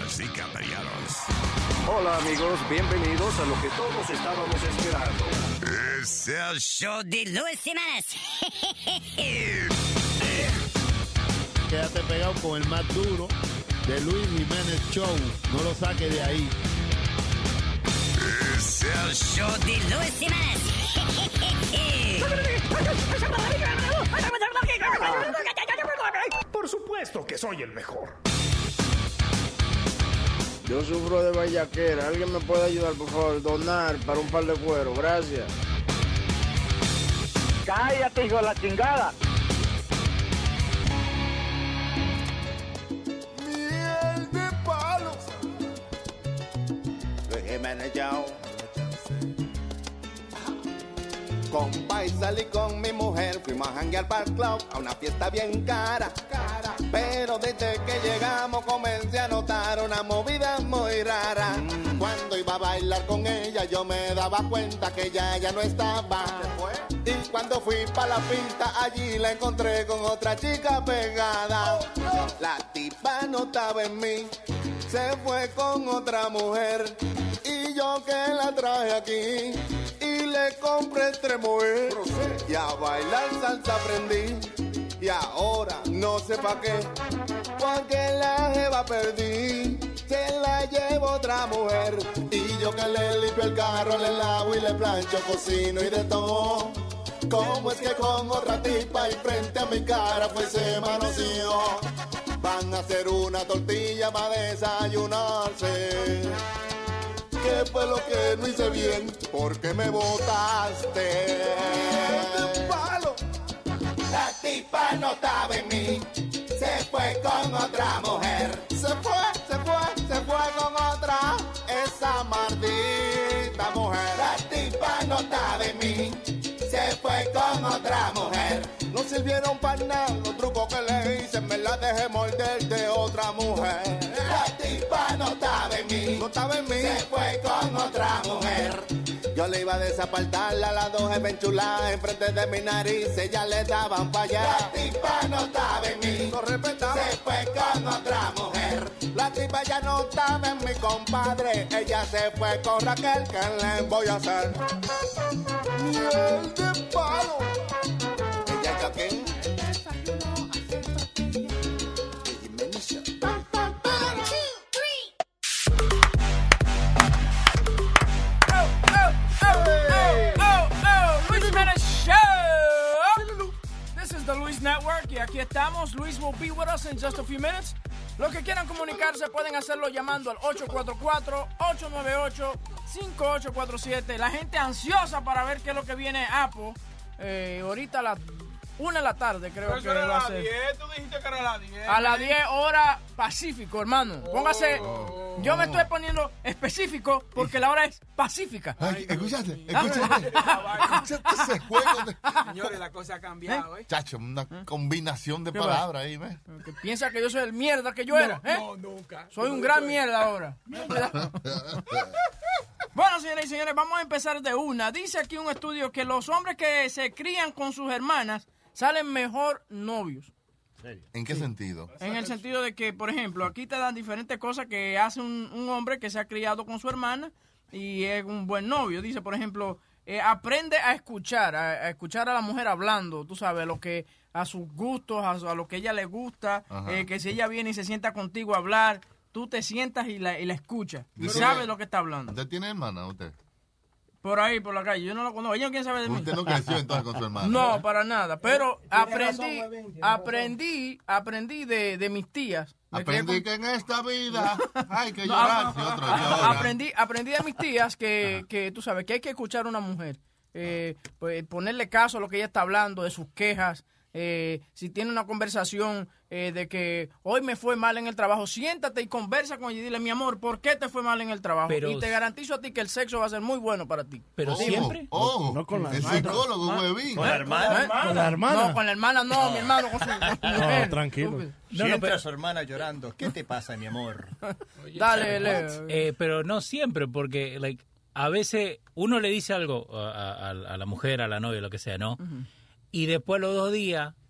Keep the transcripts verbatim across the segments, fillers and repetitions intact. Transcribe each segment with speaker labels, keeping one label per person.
Speaker 1: Damas y caballeros.
Speaker 2: Hola amigos, bienvenidos a lo que todos estábamos esperando.
Speaker 1: Es el show de Luis Jiménez.
Speaker 3: Quédate pegado con el más duro de Luis Jiménez Show. No lo saques de ahí.
Speaker 1: Es el show de Luis Jiménez.
Speaker 2: Por supuesto que soy el mejor.
Speaker 4: Yo sufro de vallaquera. ¿Alguien me puede ayudar, por favor? Donar para un par de cuero. Gracias.
Speaker 5: Cállate, hijo de la chingada.
Speaker 4: Miel de palo. Luis Jiménez Show. Compa, y salí con mi mujer, fuimos a janguear para el club, a una fiesta bien cara, cara. Pero desde que llegamos comencé a notar una movida muy rara. Mm. Cuando iba a bailar con ella yo me daba cuenta que ella ya no estaba. Y cuando fui para la pista allí la encontré con otra chica pegada. Oh, no. La tipa no estaba en mí, se fue con otra mujer. Y yo que la traje aquí y le compré tres mujeres. Y a bailar salsa aprendí. Y ahora no sé pa' qué, porque la jeva perdí. Se la llevo otra mujer. Y yo que le limpio el carro, le lavo y le plancho, cocino y de todo. ¿Cómo es que con otra tipa y frente a mi cara pues se manoseó? Van a hacer una tortilla para desayunarse. ¿Qué fue lo que no hice bien? ¿Por qué me botaste? ¡De palo! La tipa no estaba en mí, se fue con otra mujer. Se fue, se fue, se fue con otra, esa maldita mujer. La tipa no estaba en mí, se fue con otra mujer. No sirvieron para nada los trucos que le hice, me la dejé morder de otra mujer. La tipa no estaba en mí, no estaba en mí, se fue con otra mujer. Yo le iba a desapartar a las dos jefes enchuladas enfrente de mi nariz, ellas le daban pa' allá. La tipa no estaba en mí, no respetaba, se fue con otra mujer. La tipa ya no estaba en mi compadre, ella se fue con Raquel, ¿qué le voy a hacer? Miel de palo. Ella es Joaquín.
Speaker 6: The Luis Network, y aquí estamos. Luis will be with us in just a few minutes. Los que quieran comunicarse pueden hacerlo llamando al ocho cuatro cuatro, ocho nueve ocho, cinco ocho cuatro siete. La gente ansiosa para ver qué es lo que viene Apple. Eh, ahorita a las una de la tarde creo
Speaker 7: Pero
Speaker 6: que
Speaker 7: era
Speaker 6: va a
Speaker 7: a
Speaker 6: ser.
Speaker 7: las diez, tú dijiste que era a las diez.
Speaker 6: A las diez hora Pacífico, hermano. Póngase.
Speaker 7: Oh.
Speaker 6: Yo me estoy poniendo específico porque la hora es pacífica.
Speaker 3: Ay, escúchate, escúchate. Escúchate ese juego de...
Speaker 7: Señores, la cosa ha cambiado, ¿eh?
Speaker 3: Chacho, una combinación de palabras ahí, ¿ves?
Speaker 6: Que piensa que yo soy el mierda que yo era, ¿eh?
Speaker 7: No, nunca.
Speaker 6: Soy un gran mierda ahora. Bueno, señores y señores, vamos a empezar de una. Dice aquí un estudio que los hombres que se crían con sus hermanas salen mejor novios.
Speaker 3: ¿En qué sentido?
Speaker 6: En el sentido de que, por ejemplo, aquí te dan diferentes cosas que hace un, un hombre que se ha criado con su hermana y es un buen novio. Dice, por ejemplo, eh, aprende a escuchar, a, a escuchar a la mujer hablando, tú sabes, lo que a sus gustos, a, a lo que a ella le gusta, eh, que si ella viene y se sienta contigo a hablar, tú te sientas y la, y la escuchas. Y sabes lo que está hablando.
Speaker 3: ¿Usted tiene hermana, usted?
Speaker 6: Por ahí, por la calle. Yo no lo conozco. ¿Ella no quiere saber de mí?
Speaker 3: ¿Usted no creció entonces con su hermana?
Speaker 6: No, para nada. Pero aprendí, aprendí, aprendí de, de mis tías.
Speaker 3: Aprendí que en esta vida hay que llorar si otro llora.
Speaker 6: Aprendí, aprendí de mis tías que, que tú sabes que hay que escuchar a una mujer. Eh, pues, ponerle caso a lo que ella está hablando, de sus quejas. Eh, si tiene una conversación eh, de que hoy me fue mal en el trabajo, siéntate y conversa con ella y dile, mi amor, ¿por qué te fue mal en el trabajo? Pero, y te garantizo a ti que el sexo va a ser muy bueno para ti.
Speaker 8: Pero
Speaker 3: ojo,
Speaker 8: siempre.
Speaker 3: Ojo,
Speaker 8: no, no con la
Speaker 3: el psicólogo, huevín.
Speaker 8: ¿Con la hermana?
Speaker 6: ¿Eh?
Speaker 8: ¿Con la hermana?
Speaker 6: No, con la hermana no, mi hermano, con su, con su mujer.
Speaker 8: No, tranquilo.
Speaker 9: No,
Speaker 8: no,
Speaker 9: no,
Speaker 8: pero
Speaker 9: a su hermana llorando. ¿Qué te pasa, mi amor?
Speaker 6: Dale, Leo.
Speaker 8: Eh, pero no siempre, porque like, a veces uno le dice algo a, a, a la mujer, a la novia, lo que sea, ¿no? Uh-huh. Y después los dos días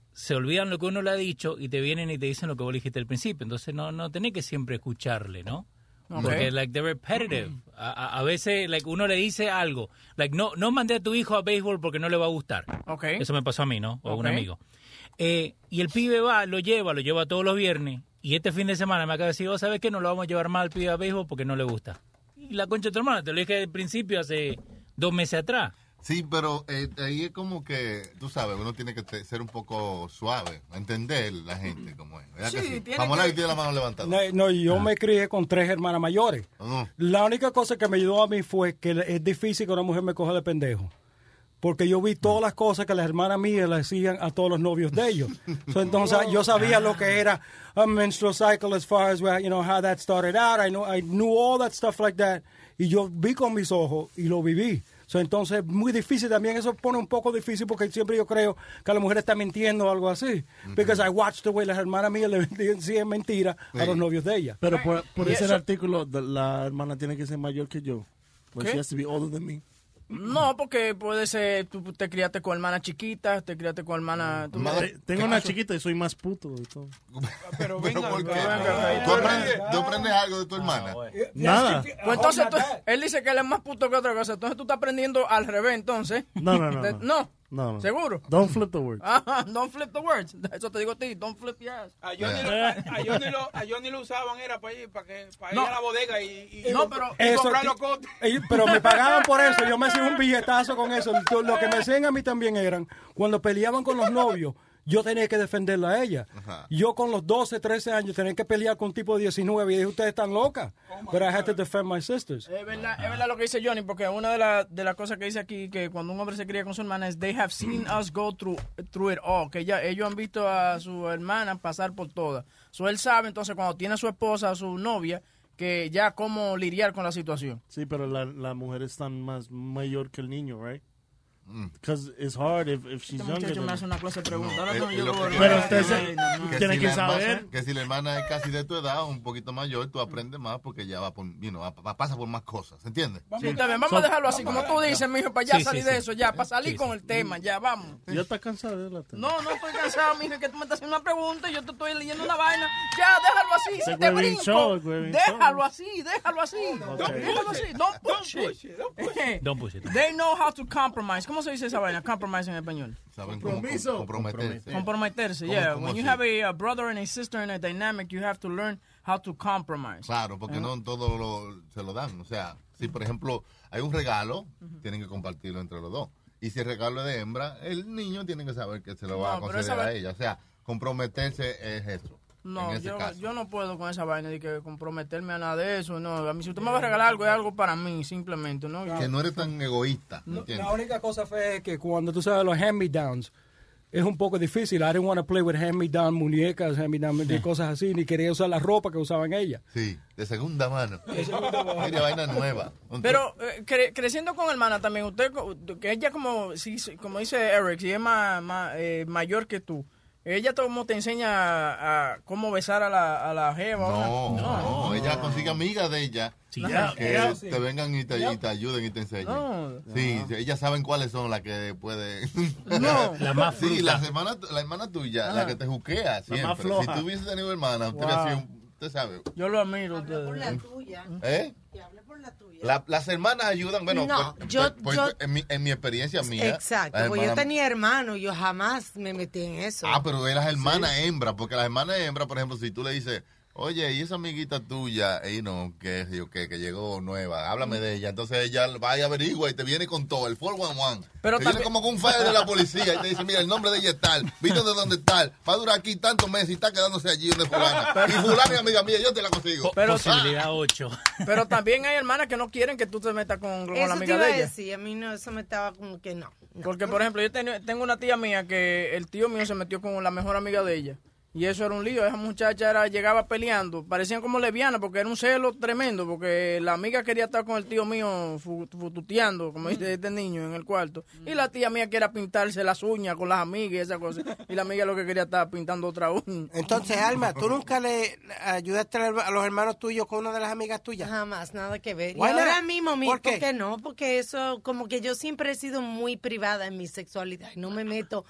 Speaker 8: se olvidan lo que uno le ha dicho y te vienen y te dicen lo que vos dijiste al principio. Entonces no no tenés que siempre escucharle, ¿no? Okay. Porque like they're repetitive. A, a, a veces like uno le dice algo, like no no mandé a tu hijo a béisbol porque no le va a gustar.
Speaker 6: Okay.
Speaker 8: Eso me pasó a mí, ¿no? O a
Speaker 6: okay.
Speaker 8: un amigo. Eh, y el pibe va, lo lleva, lo lleva todos los viernes y este fin de semana me acaba de decir, "Oh, ¿sabes qué? No lo vamos a llevar más al pibe a béisbol porque no le gusta." Y la concha de tu hermana, te lo dije al principio hace dos meses atrás.
Speaker 10: Sí, pero eh, ahí es como que, tú sabes, uno tiene que te, ser un poco suave, entender la gente como es. ¿Verdad
Speaker 6: sí,
Speaker 10: que sí?
Speaker 6: tiene
Speaker 10: Vamos
Speaker 6: que...
Speaker 10: a que tiene la mano levantada.
Speaker 11: No, no yo ah. me crié con tres hermanas mayores. Uh-huh. La única cosa que me ayudó a mí fue que es difícil que una mujer me coja de pendejo. Porque yo vi todas las cosas que las hermanas mías le hacían a todos los novios de ellos. So, entonces yo sabía lo que era a menstrual cycle as far as, you know, how that started out. I, know, I knew all that stuff like that. Y yo vi con mis ojos y lo viví. So, entonces, muy difícil también. Eso pone un poco difícil porque siempre yo creo que la mujer está mintiendo o algo así. Uh-huh. Because I watched the way las hermanas mías le decían mentiras sí. a los novios de ella.
Speaker 12: Pero por, por ese eso... artículo, la hermana tiene que ser mayor que yo. But she has to be older than me.
Speaker 6: No, porque puede ser, tú te criaste con hermanas chiquitas, te criaste con hermanas...
Speaker 12: Madre, tengo una chiquita y soy más puto de todo.
Speaker 10: Pero venga, ¿por qué? ¿Tú aprendes, ¿Tú aprendes algo de tu hermana?
Speaker 12: Nada.
Speaker 6: Pues entonces, tú, él dice que él es más puto que otra cosa, entonces tú estás aprendiendo al revés, entonces.
Speaker 12: No, no, no.
Speaker 6: De,
Speaker 12: no.
Speaker 6: no.
Speaker 12: No, no.
Speaker 6: ¿Seguro?
Speaker 12: Don't flip the words.
Speaker 6: Ajá, don't flip the words. Eso te digo a ti, don't flip your ass.
Speaker 7: A Johnny, lo, a, a Johnny, lo, a Johnny lo usaban, era para ir, para que, para
Speaker 6: no.
Speaker 7: ir a la bodega y, y,
Speaker 6: no,
Speaker 7: y,
Speaker 6: pero,
Speaker 7: y
Speaker 11: eso,
Speaker 7: comprar los cotes.
Speaker 11: Pero me pagaban por eso, yo me hacía un billetazo con eso. Lo que me hacían a mí también eran, cuando peleaban con los novios, yo tenía que defenderla a ella. Ajá. Yo con los doce, trece años tenía que pelear con un tipo de diecinueve y dije, ustedes están locas. Oh But I had to defend my sisters.
Speaker 6: Es verdad, es verdad lo que dice Johnny, porque una de las de las cosas que dice aquí, que cuando un hombre se cría con su hermana es, they have seen us go through, through it all, que ya, ellos han visto a su hermana pasar por todas. So él sabe, entonces, cuando tiene a su esposa, a su novia, que ya cómo lidiar con la situación.
Speaker 12: Sí, pero la, la mujer es tan más mayor que el niño, right? Because it's hard if, if she's
Speaker 6: este
Speaker 12: younger.
Speaker 6: Me hace una clase de preguntas.
Speaker 10: No,
Speaker 6: Ahora
Speaker 10: eh,
Speaker 6: no, yo
Speaker 10: lo,
Speaker 6: lo,
Speaker 10: que,
Speaker 12: pero usted se,
Speaker 10: que
Speaker 12: tiene
Speaker 10: si
Speaker 12: que
Speaker 10: la
Speaker 12: saber
Speaker 10: hermana, que si la hermana es casi de tu edad, un poquito mayor, tú aprendes más porque ya va por, you know, pasa por más cosas, ¿entiendes?
Speaker 6: Vamos, sí. Vamos so, a dejarlo así, como tú dices, mijo, para ya sí, salir sí, de sí. eso, ya, para salir sí, con sí. el tema, ya, vamos.
Speaker 12: ¿Ya estás cansado de la tema?
Speaker 6: No, no estoy cansado, mijo, que tú me estás haciendo una pregunta y yo te estoy leyendo una vaina. Ya, déjalo así, si te brinco. Show, déjalo así, déjalo así. Okay. Déjalo así, don't push it.
Speaker 8: Don't push it.
Speaker 6: They know how to compromise. ¿Cómo se dice esa vaina? Compromise en español.
Speaker 10: Saben cómo comprometerse.
Speaker 6: Comprometerse, yeah. When you have a, a brother and a sister in a dynamic, you have to learn how to compromise.
Speaker 10: Claro, porque uh-huh. no todo lo, se lo dan. O sea, si por ejemplo hay un regalo, uh-huh. tienen que compartirlo entre los dos. Y si el regalo es de hembra, el niño tiene que saber que se lo va no, a conceder a ella. O sea, comprometerse es eso.
Speaker 6: No, yo, yo no puedo con esa vaina de que comprometerme a nada de eso. No, a mí si usted me va a regalar algo, es algo para mí, simplemente. ¿No?
Speaker 10: Que no eres tan egoísta.
Speaker 11: No, la única cosa fue que cuando tú sabes los hand-me-downs, es un poco difícil. I didn't want to play with hand-me-down muñecas, hand-me-down sí. cosas así, ni quería usar la ropa que usaban ellas.
Speaker 10: Sí, de segunda mano. De segunda mano. Era vaina nueva.
Speaker 6: Pero eh, cre creciendo con hermana también, usted, que ella como, si, como dice Eric, si es más, más eh, mayor que tú, ¿ella cómo te enseña a, a cómo besar a la, a la jeva?
Speaker 10: No, no, no, ella consigue amigas de ella sí, ya, que ya, sí. te vengan y te, y te ayuden y te enseñen. No, sí, no. Ellas saben cuáles son las que pueden.
Speaker 6: No,
Speaker 8: la más fruta.
Speaker 10: Sí, las hermanas, la hermana tuya, ah. la que te juquea siempre. La más floja. Si tú hubieses tenido hermana, usted wow. hubiera sido, usted sabe.
Speaker 6: Yo lo admiro.
Speaker 13: Hable por la tuya.
Speaker 10: ¿Eh?
Speaker 13: Que hable por la tuya.
Speaker 10: La, las hermanas ayudan, bueno,
Speaker 13: no,
Speaker 10: pues,
Speaker 13: yo,
Speaker 10: pues,
Speaker 13: yo,
Speaker 10: en, mi, en mi experiencia mía.
Speaker 13: Exacto, porque yo tenía hermanos, yo jamás me metí en eso.
Speaker 10: Ah, pero de las hermanas sí. hembras, porque las hermanas hembras, por ejemplo, si tú le dices, oye, y esa amiguita tuya, y no, que yo que, que llegó nueva, háblame mm. de ella, entonces ella va y averigua y te viene con todo, el cuatro uno uno. Pero te también... viene como con un file de la policía y te dice, mira, el nombre de ella es tal, vino de dónde tal, va a durar aquí tantos meses y está quedándose allí donde fulana. Y fulana es amiga mía, yo te la consigo.
Speaker 8: Pero, Posibilidad ah. ocho.
Speaker 6: Pero también hay hermanas que no quieren que tú te metas con, con la amiga
Speaker 13: de
Speaker 6: ella.
Speaker 13: Sí, a mí no, eso me estaba como que no. no.
Speaker 6: Porque, por ejemplo, yo ten, tengo una tía mía que el tío mío se metió con la mejor amiga de ella. Y eso era un lío, esa muchacha era, llegaba peleando, parecían como lesbianas porque era un celo tremendo, porque la amiga quería estar con el tío mío fututeando, como dice este niño, en el cuarto, y la tía mía quería pintarse las uñas con las amigas y esas cosas, y la amiga lo que quería estar pintando otra uña.
Speaker 14: Entonces, Alma, ¿tú nunca le ayudaste a los hermanos tuyos con una de las amigas tuyas?
Speaker 13: Jamás, nada que ver.
Speaker 14: Bueno,
Speaker 13: y ahora mismo, mi,
Speaker 14: ¿por qué?
Speaker 13: ¿por qué no? Porque eso, como que yo siempre he sido muy privada en mi sexualidad, no me meto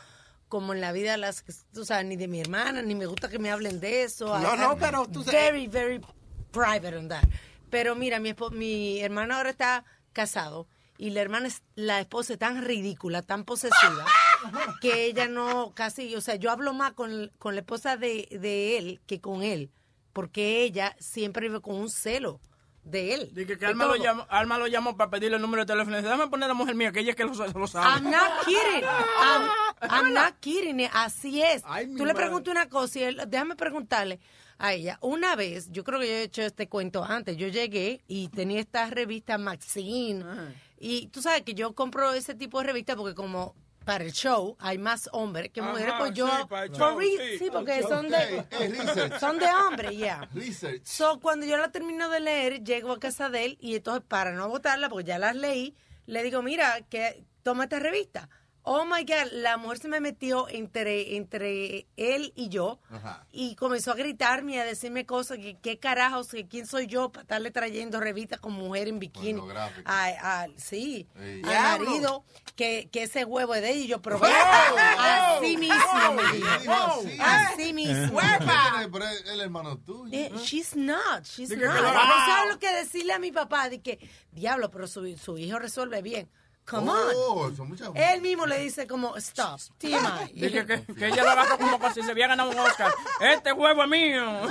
Speaker 13: como en la vida, las tú sabes, ni de mi hermana, ni me gusta que me hablen de eso.
Speaker 14: No,
Speaker 13: I,
Speaker 14: no,
Speaker 13: I'm
Speaker 14: pero tú sabes.
Speaker 13: Very, very private on that. Pero mira, mi, esp- mi hermano ahora está casado y la hermana, es, la esposa es tan ridícula, tan posesiva, que ella no casi, o sea, yo hablo más con, con la esposa de, de él que con él, porque ella siempre vive con un celo de él.
Speaker 6: Dije que
Speaker 13: de
Speaker 6: Alma lo,
Speaker 13: todo.
Speaker 6: llamó, Alma lo llamó para pedirle el número de teléfono. Dice, déjame poner a la mujer mía, que ella es que lo, lo sabe.
Speaker 13: I'm not kidding. I'm, I'm not kidding. Así es.
Speaker 6: Ay, mi
Speaker 13: Tú le
Speaker 6: madre.
Speaker 13: preguntas una cosa y él, déjame preguntarle a ella. Una vez, yo creo que yo he hecho este cuento antes, yo llegué y tenía esta revista Maxine. Y tú sabes que yo compro ese tipo de revistas porque como para el show hay más hombres que mujeres,
Speaker 7: Ajá,
Speaker 13: pues yo...
Speaker 7: sí, para el
Speaker 13: for
Speaker 7: show,
Speaker 13: re-
Speaker 7: sí.
Speaker 13: sí, porque
Speaker 10: Show,
Speaker 13: son de...
Speaker 10: sí, es research.
Speaker 13: Son de hombres, ya.
Speaker 10: Research.
Speaker 13: So, cuando yo la termino de leer, llego a casa de él y entonces para no botarla, porque ya las leí, le digo, mira, que toma esta revista. Oh my God, la mujer se me metió entre, entre él y yo
Speaker 10: Ajá.
Speaker 13: y comenzó a gritarme y a decirme cosas, que qué carajos, que quién soy yo para estarle trayendo revistas con mujer en bikini.
Speaker 10: Pornográfica.
Speaker 13: A, a- sí,
Speaker 10: Ey.
Speaker 13: al
Speaker 14: Diablo.
Speaker 13: marido, que, que ese huevo es de ella y yo, pero ven acá, así mismo me dijo.
Speaker 10: Dijo así.
Speaker 13: Así mismo.
Speaker 10: Pero es el hermano tuyo.
Speaker 13: Eh, she's not, she's
Speaker 6: Dije que
Speaker 13: not.
Speaker 6: lo-
Speaker 13: No sabe lo que decirle a mi papá, de que, diablo, pero su, su hijo resuelve bien. Come
Speaker 10: Oh,
Speaker 13: on.
Speaker 10: son muchas.
Speaker 13: Él mismo le dice como, stop, T M I.
Speaker 6: Dije que, que ella lo agarró como si se había ganado un Oscar. Este huevo es mío.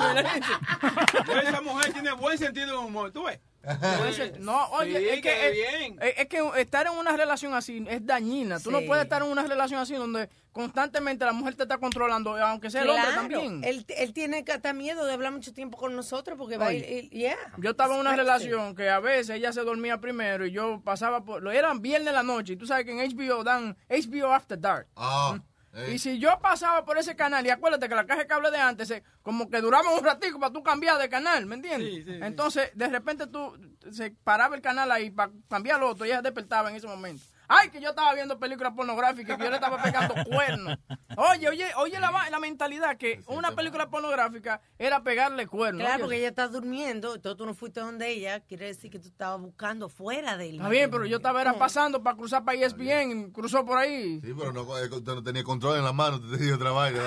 Speaker 7: Esa mujer tiene buen sentido de humor, ¿tú ves?
Speaker 6: No, oye,
Speaker 7: Sí,
Speaker 6: es que,
Speaker 7: que
Speaker 6: es,
Speaker 7: bien.
Speaker 6: es- es que estar en una relación así es dañina. Tú no
Speaker 13: Sí.
Speaker 6: puedes estar en una relación así donde constantemente la mujer te está controlando, aunque sea el hombre
Speaker 13: Claro,
Speaker 6: también.
Speaker 13: él, él tiene que hasta miedo de hablar mucho tiempo con nosotros porque va a ir,
Speaker 6: Oye,
Speaker 13: él- yeah.
Speaker 6: Yo estaba en una
Speaker 13: Respect.
Speaker 6: relación que a veces ella se dormía primero y yo pasaba por... Lo eran viernes de la noche y tú sabes que en H B O dan H B O After Dark.
Speaker 10: Ah. ey.
Speaker 6: Y si yo pasaba por ese canal, y acuérdate que la caja de cable de antes, eh, como que duraba un ratico para tú cambiar de canal, ¿me entiendes?
Speaker 7: Sí, sí, sí.
Speaker 6: Entonces, de repente tú, se paraba el canal ahí para cambiar al otro y ella despertaba en ese momento. Ay, que yo estaba viendo películas pornográficas y que yo le estaba pegando cuernos. Oye, oye, oye la, va- la mentalidad que una película pornográfica era pegarle cuernos.
Speaker 13: Claro,
Speaker 6: Oye,
Speaker 13: porque ella está durmiendo, entonces tú no fuiste donde ella, quiere decir que tú estabas buscando fuera de él.
Speaker 6: Está bien, pero yo estaba era pasando para cruzar para E S P N, cruzó por ahí.
Speaker 10: Sí, pero no, eh, usted no tenía control en la mano, te dio otra vaina.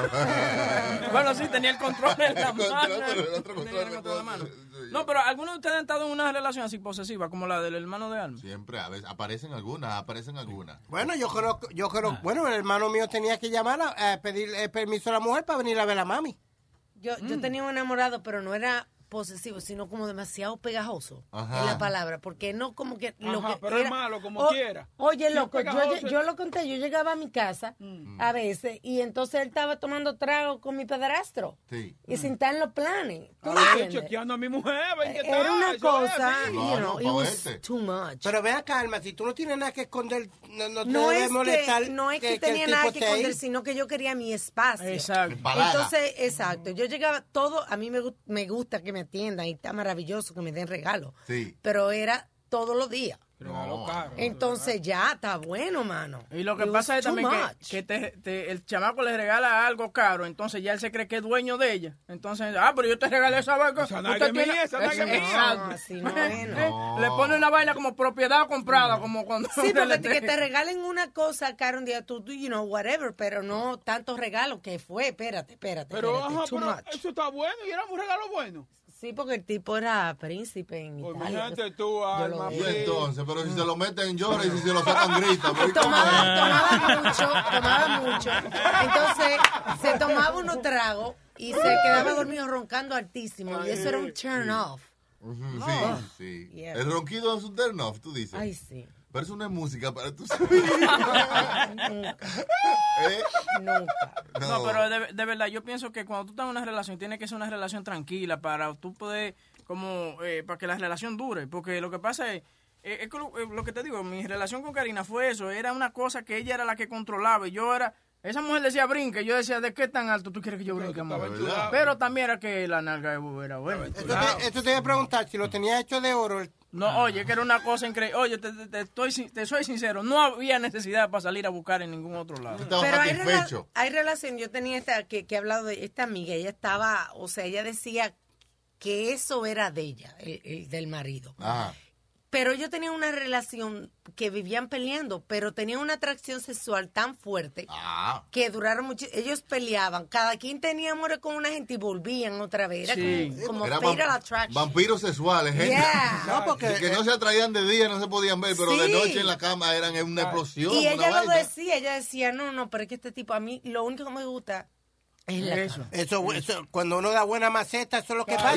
Speaker 10: ¿no?
Speaker 6: Bueno, sí, tenía el control en la
Speaker 10: El control,
Speaker 6: mano.
Speaker 10: pero el otro
Speaker 6: Tenía
Speaker 10: control
Speaker 6: el control en la mano.
Speaker 10: sí.
Speaker 6: No, pero ¿alguno de ustedes han estado en una relación así posesiva, como la del hermano de Alma?
Speaker 10: Siempre, a veces aparecen algunas, aparecen algunas.
Speaker 14: Bueno, yo creo, yo creo, bueno, el hermano mío tenía que llamar a, a pedir eh, permiso a la mujer para venir a ver a mami.
Speaker 13: Yo, yo tenía un enamorado, pero no era posesivo, sino como demasiado pegajoso
Speaker 10: Ajá.
Speaker 13: en la palabra, porque no como que lo
Speaker 7: Ajá,
Speaker 13: que
Speaker 7: pero es
Speaker 13: era-
Speaker 7: malo, como
Speaker 13: O-
Speaker 7: quiera.
Speaker 13: Oye,
Speaker 7: Sí,
Speaker 13: loco, yo,
Speaker 7: pegajoso.
Speaker 13: yo lo conté, yo llegaba a mi casa a veces y entonces él estaba tomando trago con mi padrastro
Speaker 10: Sí.
Speaker 13: y sin estar en los planes. ¿Tú
Speaker 7: A
Speaker 13: me
Speaker 7: ver,
Speaker 13: entiendes?
Speaker 7: chequeando a mi mujer, ven qué
Speaker 13: Era
Speaker 7: tal,
Speaker 13: una
Speaker 7: eso es
Speaker 13: cosa,
Speaker 7: así.
Speaker 13: you
Speaker 10: No,
Speaker 13: know,
Speaker 10: no,
Speaker 13: it
Speaker 10: pa'
Speaker 13: was
Speaker 10: verte.
Speaker 13: too much.
Speaker 14: Pero ven acá, Alma, si tú no tienes nada que esconder, no, no te
Speaker 13: No
Speaker 14: debe
Speaker 13: es,
Speaker 14: molestar
Speaker 13: que, no es que,
Speaker 14: que el
Speaker 13: tenía
Speaker 14: tipo
Speaker 13: nada
Speaker 14: esté
Speaker 13: que
Speaker 14: ahí.
Speaker 13: esconder, sino que yo quería mi espacio.
Speaker 6: Exacto.
Speaker 10: Empalaga.
Speaker 13: Entonces, exacto, yo llegaba todo, a mí me, gu- me gusta que me atiendan y está maravilloso que me den regalos,
Speaker 10: Sí.
Speaker 13: pero era todos los días.
Speaker 10: No.
Speaker 13: Entonces ya está bueno, mano.
Speaker 6: Y lo que
Speaker 13: It
Speaker 6: pasa
Speaker 13: was
Speaker 6: es
Speaker 13: too
Speaker 6: también que,
Speaker 13: much.
Speaker 6: que te- te- el chamaco le regala algo caro, entonces ya él se cree que es dueño de ella. Entonces, ah, pero yo te regalé esa vaina.
Speaker 7: Esa
Speaker 6: usted
Speaker 7: nalga es
Speaker 6: tiene-
Speaker 7: mía, esa nalga es mía.
Speaker 6: Exacto.
Speaker 13: No, así no es, no.
Speaker 10: No.
Speaker 6: Le pone una vaina como propiedad comprada, como cuando...
Speaker 13: Sí, porque
Speaker 6: le-
Speaker 13: te- que te regalen una cosa, caro un día, tú, tú, you know, whatever, pero no tantos regalos que fue, espérate, espérate.
Speaker 7: Pero,
Speaker 13: espérate,
Speaker 7: ajá,
Speaker 13: too
Speaker 7: pero
Speaker 13: much.
Speaker 7: eso está bueno y era un regalo bueno.
Speaker 13: Sí, porque el tipo era príncipe en
Speaker 7: Pues
Speaker 13: Italia.
Speaker 7: imagínate tú, Alma.
Speaker 10: Y
Speaker 7: please.
Speaker 10: entonces, pero si se lo meten llora y si se lo sacan grita. pero ¿y cómo
Speaker 13: Tomaba,
Speaker 10: es?
Speaker 13: tomaba mucho, tomaba mucho. Entonces se tomaba unos tragos y se quedaba dormido roncando altísimo. Y eso era un turn off.
Speaker 10: Ujú,
Speaker 13: No.
Speaker 10: Sí, sí.
Speaker 13: Yeah.
Speaker 10: El ronquido es un turn off, tú dices.
Speaker 13: Ay, sí.
Speaker 10: Pero eso no es música para tú.
Speaker 13: Nunca.
Speaker 10: ¿Eh?
Speaker 13: Nunca.
Speaker 6: No, pero de, de verdad, yo pienso que cuando tú estás en una relación, tiene que ser una relación tranquila para tú poder, como, eh, para que la relación dure. Porque lo que pasa es, eh, es que lo, eh, lo que te digo, mi relación con Karina fue eso, era una cosa que ella era la que controlaba y yo era... Esa mujer decía brinque, yo decía, ¿de qué tan alto tú quieres que yo brinque, amor?
Speaker 10: ¿Verdad?
Speaker 6: Pero también era que la nalga era buena.
Speaker 14: Esto te, esto te iba a preguntar, si lo tenías hecho de oro, el-
Speaker 6: No, oye, que era una cosa increíble. Oye, te, te- te estoy, sin- te soy sincero, no había necesidad para salir a buscar en ningún otro lado.
Speaker 10: Estaba
Speaker 13: Pero hay, rela-
Speaker 10: satisfecho.
Speaker 13: hay relación, yo tenía esta, que, que he hablado de esta amiga, ella estaba, o sea, ella decía que eso era de ella, el, el del marido.
Speaker 10: Ajá.
Speaker 13: pero ellos tenían una relación que vivían peleando, pero tenían una atracción sexual tan fuerte
Speaker 10: ah.
Speaker 13: que duraron mucho. Ellos peleaban, cada quien tenía amores con una gente y volvían otra vez. Era
Speaker 10: Sí.
Speaker 13: como, como
Speaker 10: Era
Speaker 13: fatal
Speaker 10: vamp-
Speaker 13: attraction.
Speaker 10: Vampiros sexuales, gente.
Speaker 13: Yeah.
Speaker 10: No, porque que no se atraían de día, no se podían ver, pero
Speaker 13: Sí.
Speaker 10: de noche en la cama eran en una explosión.
Speaker 13: Y
Speaker 10: una
Speaker 13: ella lo
Speaker 10: vaina.
Speaker 13: decía, ella decía, no, no, pero es que este tipo, a mí lo único que me gusta es la
Speaker 14: Eso.
Speaker 13: cama.
Speaker 14: Eso, eso, cuando uno da buena maceta, eso es lo que pasa.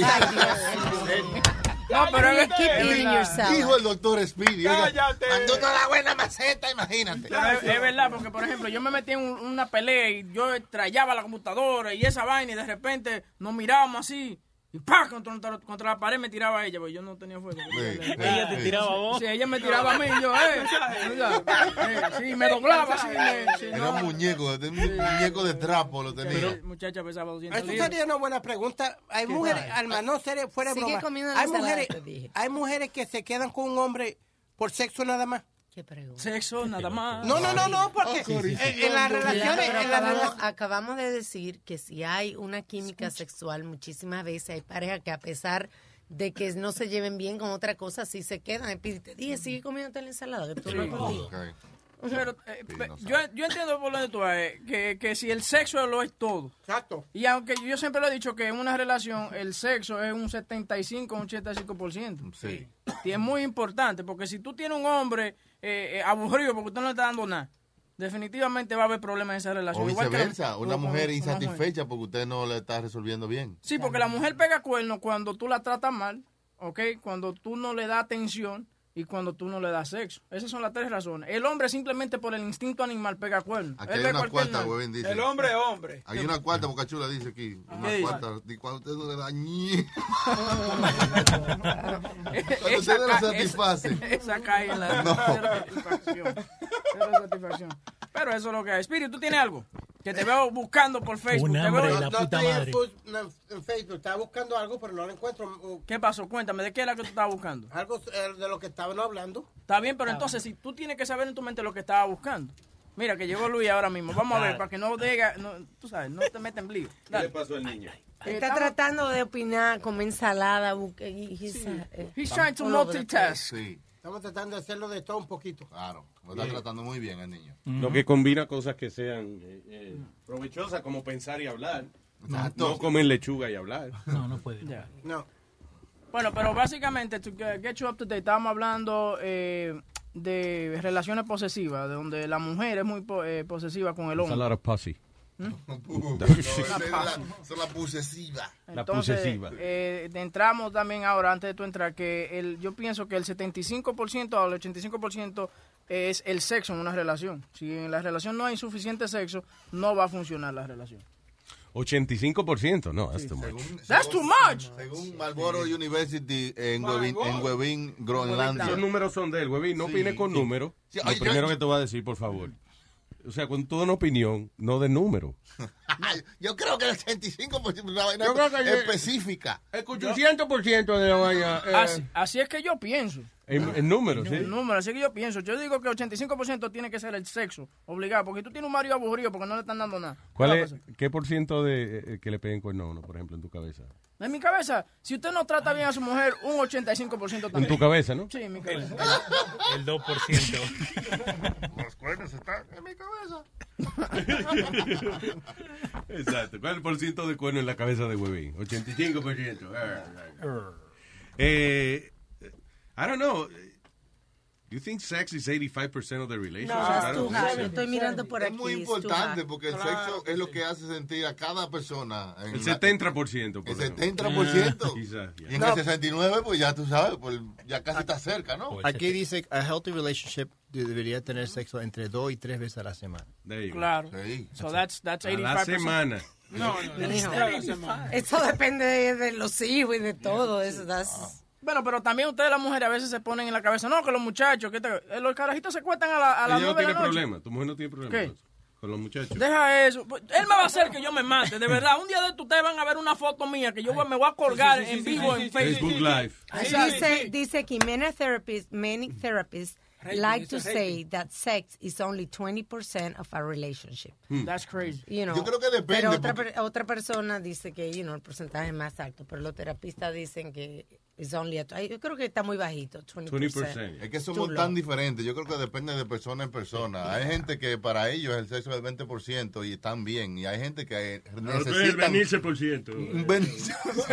Speaker 6: No, pero es
Speaker 13: Keep eating yourself.
Speaker 10: Dijo el doctor Speedy. oiga,
Speaker 6: Cállate.
Speaker 10: Cuando uno da buena maceta, imagínate.
Speaker 6: Pero es, es verdad, porque por ejemplo, yo me metí en un- una pelea y yo trayaba la computadora y esa vaina y de repente nos mirábamos así y ¡pah! Contra, contra, contra la pared me tiraba ella, porque yo no tenía fuego.
Speaker 8: Ella te tiraba a vos.
Speaker 6: Sí, ella me tiraba a mí y yo, eh. eh, Sí, me doblaba así. me- sí,
Speaker 10: Era
Speaker 6: no.
Speaker 10: un muñeco, un muñeco de trapo lo tenía.
Speaker 6: Pero, muchacha pesaba doscientos
Speaker 14: Eso
Speaker 6: libras.
Speaker 14: sería una buena pregunta. Hay
Speaker 6: ¿Qué
Speaker 14: mujeres,
Speaker 6: tal?
Speaker 14: Alma, no sería fuera de
Speaker 13: Sigue
Speaker 14: broma.
Speaker 13: comiendo la
Speaker 14: Hay
Speaker 13: ensalada,
Speaker 14: mujeres,
Speaker 13: te dije.
Speaker 14: hay mujeres que se quedan con un hombre por sexo nada más.
Speaker 13: ¿Qué pregunta?
Speaker 6: Sexo, nada más.
Speaker 14: No, no, no, no, porque
Speaker 6: Oh, sí, sí, sí.
Speaker 14: en, en las relaciones,
Speaker 13: Pero
Speaker 14: en las
Speaker 13: acabamos,
Speaker 14: relaciones-
Speaker 13: acabamos de decir que si hay una química sexual, muchísimas veces hay parejas que a pesar de que no se lleven bien con otra cosa, sí se quedan. Y te dije, sigue comiéndote la ensalada, que tú lo has contigo.
Speaker 6: Pero, eh, pe- yo, yo entiendo por donde tú vas, eh, que, que si el sexo lo es todo.
Speaker 14: Exacto.
Speaker 6: Y aunque yo siempre lo he dicho que en una relación el sexo es un setenta y cinco, un ochenta y cinco por ciento.
Speaker 10: Sí.
Speaker 6: Y es muy importante, porque si tú tienes un hombre eh, eh, aburrido porque usted no le está dando nada, definitivamente va a haber problemas en esa relación.
Speaker 10: O
Speaker 6: Igual que la-
Speaker 10: viceversa, una
Speaker 6: con-
Speaker 10: mujer
Speaker 6: con la mujer.
Speaker 10: insatisfecha porque usted no le está resolviendo bien.
Speaker 6: Sí, porque la mujer pega cuernos cuando tú la tratas mal, ¿ok? Cuando tú no le das atención y cuando tú no le das sexo. Esas son las tres razones. El hombre simplemente por el instinto animal pega cuernos.
Speaker 10: Aquí
Speaker 6: Él
Speaker 10: hay
Speaker 6: ve
Speaker 10: una
Speaker 6: cualquier
Speaker 10: cuarta,
Speaker 6: nalga.
Speaker 10: huevín, dice.
Speaker 7: El hombre es hombre.
Speaker 10: Hay una cuarta, Boca Chula dice aquí. Una
Speaker 6: ¿Qué dice?
Speaker 10: cuarta. di- Cuando usted no le da ñe. Cuando
Speaker 6: Esa
Speaker 10: usted no lo
Speaker 6: ca-
Speaker 10: satisface.
Speaker 6: Esa, esa cae en la
Speaker 10: No.
Speaker 6: cero satisfacción. Cero satisfacción. Pero eso es lo que hay. Espíritu, ¿tú tienes algo? Que te veo buscando por Facebook.
Speaker 8: Un
Speaker 6: Te
Speaker 8: hambre
Speaker 6: veo-
Speaker 8: de la
Speaker 14: no
Speaker 8: puta
Speaker 14: estoy en,
Speaker 8: madre.
Speaker 14: fu- no, en Facebook. Estaba buscando algo, pero no lo encuentro.
Speaker 6: ¿Qué pasó? Cuéntame, ¿de qué era que tú estabas buscando?
Speaker 14: Algo eh, de lo que estaban hablando.
Speaker 6: Está bien, pero entonces si tú tienes que saber en tu mente lo que estaba buscando. Mira, que llegó Luis ahora mismo. Vamos a ver, para que no diga, no, tú sabes, no te metas en lío.
Speaker 7: ¿Qué le pasó al niño?
Speaker 13: Está
Speaker 6: Estamos-
Speaker 13: tratando de opinar, comer ensalada. busque- y- he's, eh,
Speaker 6: He's trying to
Speaker 13: all over the
Speaker 6: multitask.
Speaker 10: Sí,
Speaker 14: Estamos tratando de hacerlo de todo un poquito.
Speaker 10: claro. Lo está tratando muy bien el niño.
Speaker 12: Lo que combina cosas que sean eh, eh, provechosas, como pensar y hablar.
Speaker 10: Exacto.
Speaker 12: No comer lechuga y hablar.
Speaker 8: No, no puede.
Speaker 6: Ya.
Speaker 14: No.
Speaker 6: Bueno, pero básicamente, to get get you up to date, estábamos hablando eh, de relaciones posesivas, de donde la mujer es muy po- eh, posesiva con el
Speaker 12: It's a
Speaker 6: hombre.
Speaker 12: lot of pussy.
Speaker 10: No, esa es la- Son las posesivas.
Speaker 12: La
Speaker 6: Entonces,
Speaker 12: posesiva.
Speaker 6: eh, entramos también ahora, antes de tú entrar, que el, yo pienso que el setenta y cinco por ciento al ochenta y cinco por ciento es el sexo en una relación. Si en la relación no hay suficiente sexo, no va a funcionar la relación.
Speaker 12: ochenta y cinco por ciento, no, that's too much.
Speaker 10: Según-
Speaker 6: That's too much.
Speaker 10: Según Marlboro University en Webin, en Webin, Groenlandia.
Speaker 12: Los números son de él, güey. No
Speaker 10: Sí,
Speaker 12: opine con
Speaker 10: sí.
Speaker 12: números.
Speaker 10: Sí,
Speaker 12: Lo
Speaker 10: oye, yo-
Speaker 12: primero que te voy a decir, por favor. O sea, con toda una opinión, no de número.
Speaker 10: Yo creo que el ochenta y cinco por ciento es una vaina
Speaker 12: Yo creo que-
Speaker 10: específica.
Speaker 12: El ochocientos por ciento de la vaina eh,
Speaker 6: Así, así es que yo pienso.
Speaker 12: en, en números, ¿sí?
Speaker 6: El número, así que yo pienso. Yo digo que el ochenta y cinco por ciento tiene que ser el sexo, obligado, porque tú tienes un marido aburrido porque no le están dando nada.
Speaker 12: ¿Cuál
Speaker 6: ¿Qué va a
Speaker 12: es,
Speaker 6: pasar?
Speaker 12: ¿Qué por ciento de eh, que le peguen cuerno a uno, por ejemplo, en tu cabeza?
Speaker 6: En mi cabeza, si usted no trata bien a su mujer, un ochenta y cinco por ciento
Speaker 12: En
Speaker 6: también.
Speaker 12: tu cabeza, ¿no?
Speaker 6: Sí, en mi cabeza.
Speaker 8: El dos por ciento.
Speaker 10: Los cuernos están en mi cabeza.
Speaker 12: Exacto. ¿Cuál es el por ciento de cuerno en la cabeza de Huevín? ochenta y cinco por ciento. Eh, I don't know. You think sex is eighty-five percent of the relationship?
Speaker 13: No,
Speaker 12: I
Speaker 13: es
Speaker 12: don't
Speaker 13: too
Speaker 12: think
Speaker 13: high.
Speaker 12: so.
Speaker 13: Yo estoy mirando por
Speaker 10: Es
Speaker 13: aquí.
Speaker 10: muy
Speaker 13: it's too
Speaker 10: importante
Speaker 13: high.
Speaker 10: porque el sexo es lo que hace sentir a cada persona. En
Speaker 12: El
Speaker 10: la-
Speaker 12: setenta por ciento. por
Speaker 10: El
Speaker 12: ejemplo.
Speaker 10: setenta por ciento.
Speaker 12: Quizás, ya.
Speaker 10: Y en el sesenta y nueve por ciento, pues ya tú sabes, pues ya casi está cerca, ¿no?
Speaker 9: Aquí dice, a healthy relationship debería tener sexo entre dos y tres veces a la semana.
Speaker 12: There you go.
Speaker 6: Claro.
Speaker 10: Sí.
Speaker 6: So that's, that's
Speaker 12: A
Speaker 6: eighty-five
Speaker 12: la
Speaker 6: percent.
Speaker 12: semana.
Speaker 7: No, no, no.
Speaker 13: Mijo,
Speaker 7: Toda la semana.
Speaker 13: eso depende de, de los hijos y de todo eso. that's-
Speaker 6: Bueno, pero también ustedes las mujeres a veces se ponen en la cabeza, no, que los muchachos, que te- eh, los carajitos se cuestan a, la, a las
Speaker 12: Ella no
Speaker 6: nueve de
Speaker 12: tiene
Speaker 6: la noche.
Speaker 12: problema. Tu mujer no tiene problema
Speaker 6: ¿Qué?
Speaker 12: con eso, con los muchachos.
Speaker 6: Deja eso. Pues, él me va a hacer que yo me mate, de verdad. Un día de estos ustedes van a ver una foto mía que yo voy- me voy a colgar
Speaker 7: Sí, sí, sí,
Speaker 6: en
Speaker 7: sí,
Speaker 6: vivo
Speaker 7: sí,
Speaker 6: en
Speaker 7: sí,
Speaker 6: Facebook.
Speaker 12: Facebook Live.
Speaker 13: Ay,
Speaker 6: Exacto.
Speaker 13: dice, dice aquí, many therapists, many therapists like to say that sex is only twenty percent of a relationship.
Speaker 6: That's crazy.
Speaker 13: You know,
Speaker 10: Yo creo que depende.
Speaker 13: pero otra,
Speaker 10: porque-
Speaker 13: per- otra persona dice que you know, el porcentaje es más alto, pero los terapistas dicen que es only a, yo creo que está muy bajito, veinte por ciento.
Speaker 10: Es que somos
Speaker 13: Too
Speaker 10: tan
Speaker 13: low.
Speaker 10: diferentes. Yo creo que depende de persona en persona. Hay gente que para ellos el sexo es el veinte por ciento y están bien. Y hay gente que necesitan...
Speaker 15: El venirse por ciento.
Speaker 10: Un venirse.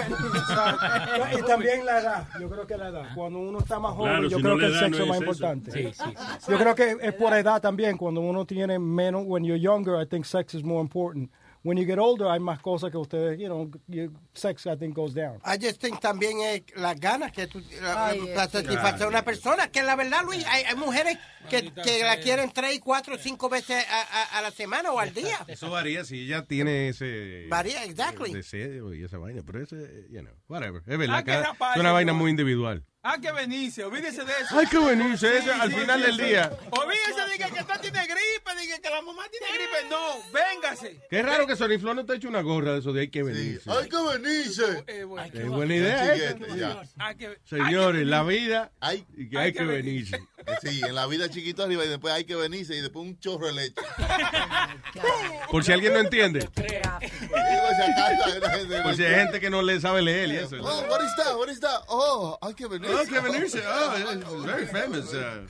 Speaker 11: Y también la edad, yo creo que la edad. Cuando uno está más joven,
Speaker 15: Claro,
Speaker 11: yo
Speaker 15: si
Speaker 11: creo
Speaker 15: no
Speaker 11: que
Speaker 15: la
Speaker 11: el
Speaker 15: edad
Speaker 11: sexo
Speaker 15: no
Speaker 11: es más
Speaker 15: es eso.
Speaker 11: importante.
Speaker 8: Sí, sí, sí.
Speaker 11: Yo creo que es por edad también. Cuando uno tiene menos, when you're younger, I think sex is more important. When you get older, hay más cosas que ustedes, you know, you- sex I think goes down.
Speaker 14: I just think también es las ganas que tú, la,
Speaker 13: Ay,
Speaker 14: la
Speaker 13: es-
Speaker 14: satisfacción de una persona, que la verdad, Luis, hay, hay mujeres que, que la quieren tres, cuatro, cinco veces a, a, a la semana o al día.
Speaker 16: Eso varía si ella tiene ese
Speaker 14: Varía, exactly.
Speaker 16: deseo y esa vaina, pero ese, you know, whatever. Es verdad,
Speaker 7: Ah, que
Speaker 16: cada-
Speaker 7: rapaz,
Speaker 16: es una vaina
Speaker 7: igual.
Speaker 16: muy individual.
Speaker 7: Ah, que venirse, olvídese de eso.
Speaker 16: Hay que venirse, ese, al
Speaker 7: sí,
Speaker 16: final
Speaker 7: sí,
Speaker 16: del
Speaker 7: sí.
Speaker 16: día.
Speaker 7: Olvídese de que, que tú tienes gripe, de que, que la mamá tiene gripe. No, véngase.
Speaker 16: Qué raro que Sony Flow no te ha hecho una gorra de eso de hay que venirse.
Speaker 10: Hay que venirse.
Speaker 7: Eh, bueno.
Speaker 16: Es buena idea, ¿eh?
Speaker 10: Chiquete, ya.
Speaker 7: Ah, que-
Speaker 16: Señores, la vida
Speaker 10: Hay,
Speaker 16: y que hay,
Speaker 7: hay
Speaker 16: que
Speaker 7: que
Speaker 16: venirse.
Speaker 10: sí, en la vida chiquito arriba y después hay que venirse y después un chorro de leche.
Speaker 16: Por si alguien no entiende.
Speaker 10: Digo, si acaso hay una gente-
Speaker 16: Por si hay gente que no le sabe leer y eso.
Speaker 10: Oh, what is that? What is that? Oh, hay que venirse.
Speaker 16: Hay que venirse. Oh, it's very famous. uh,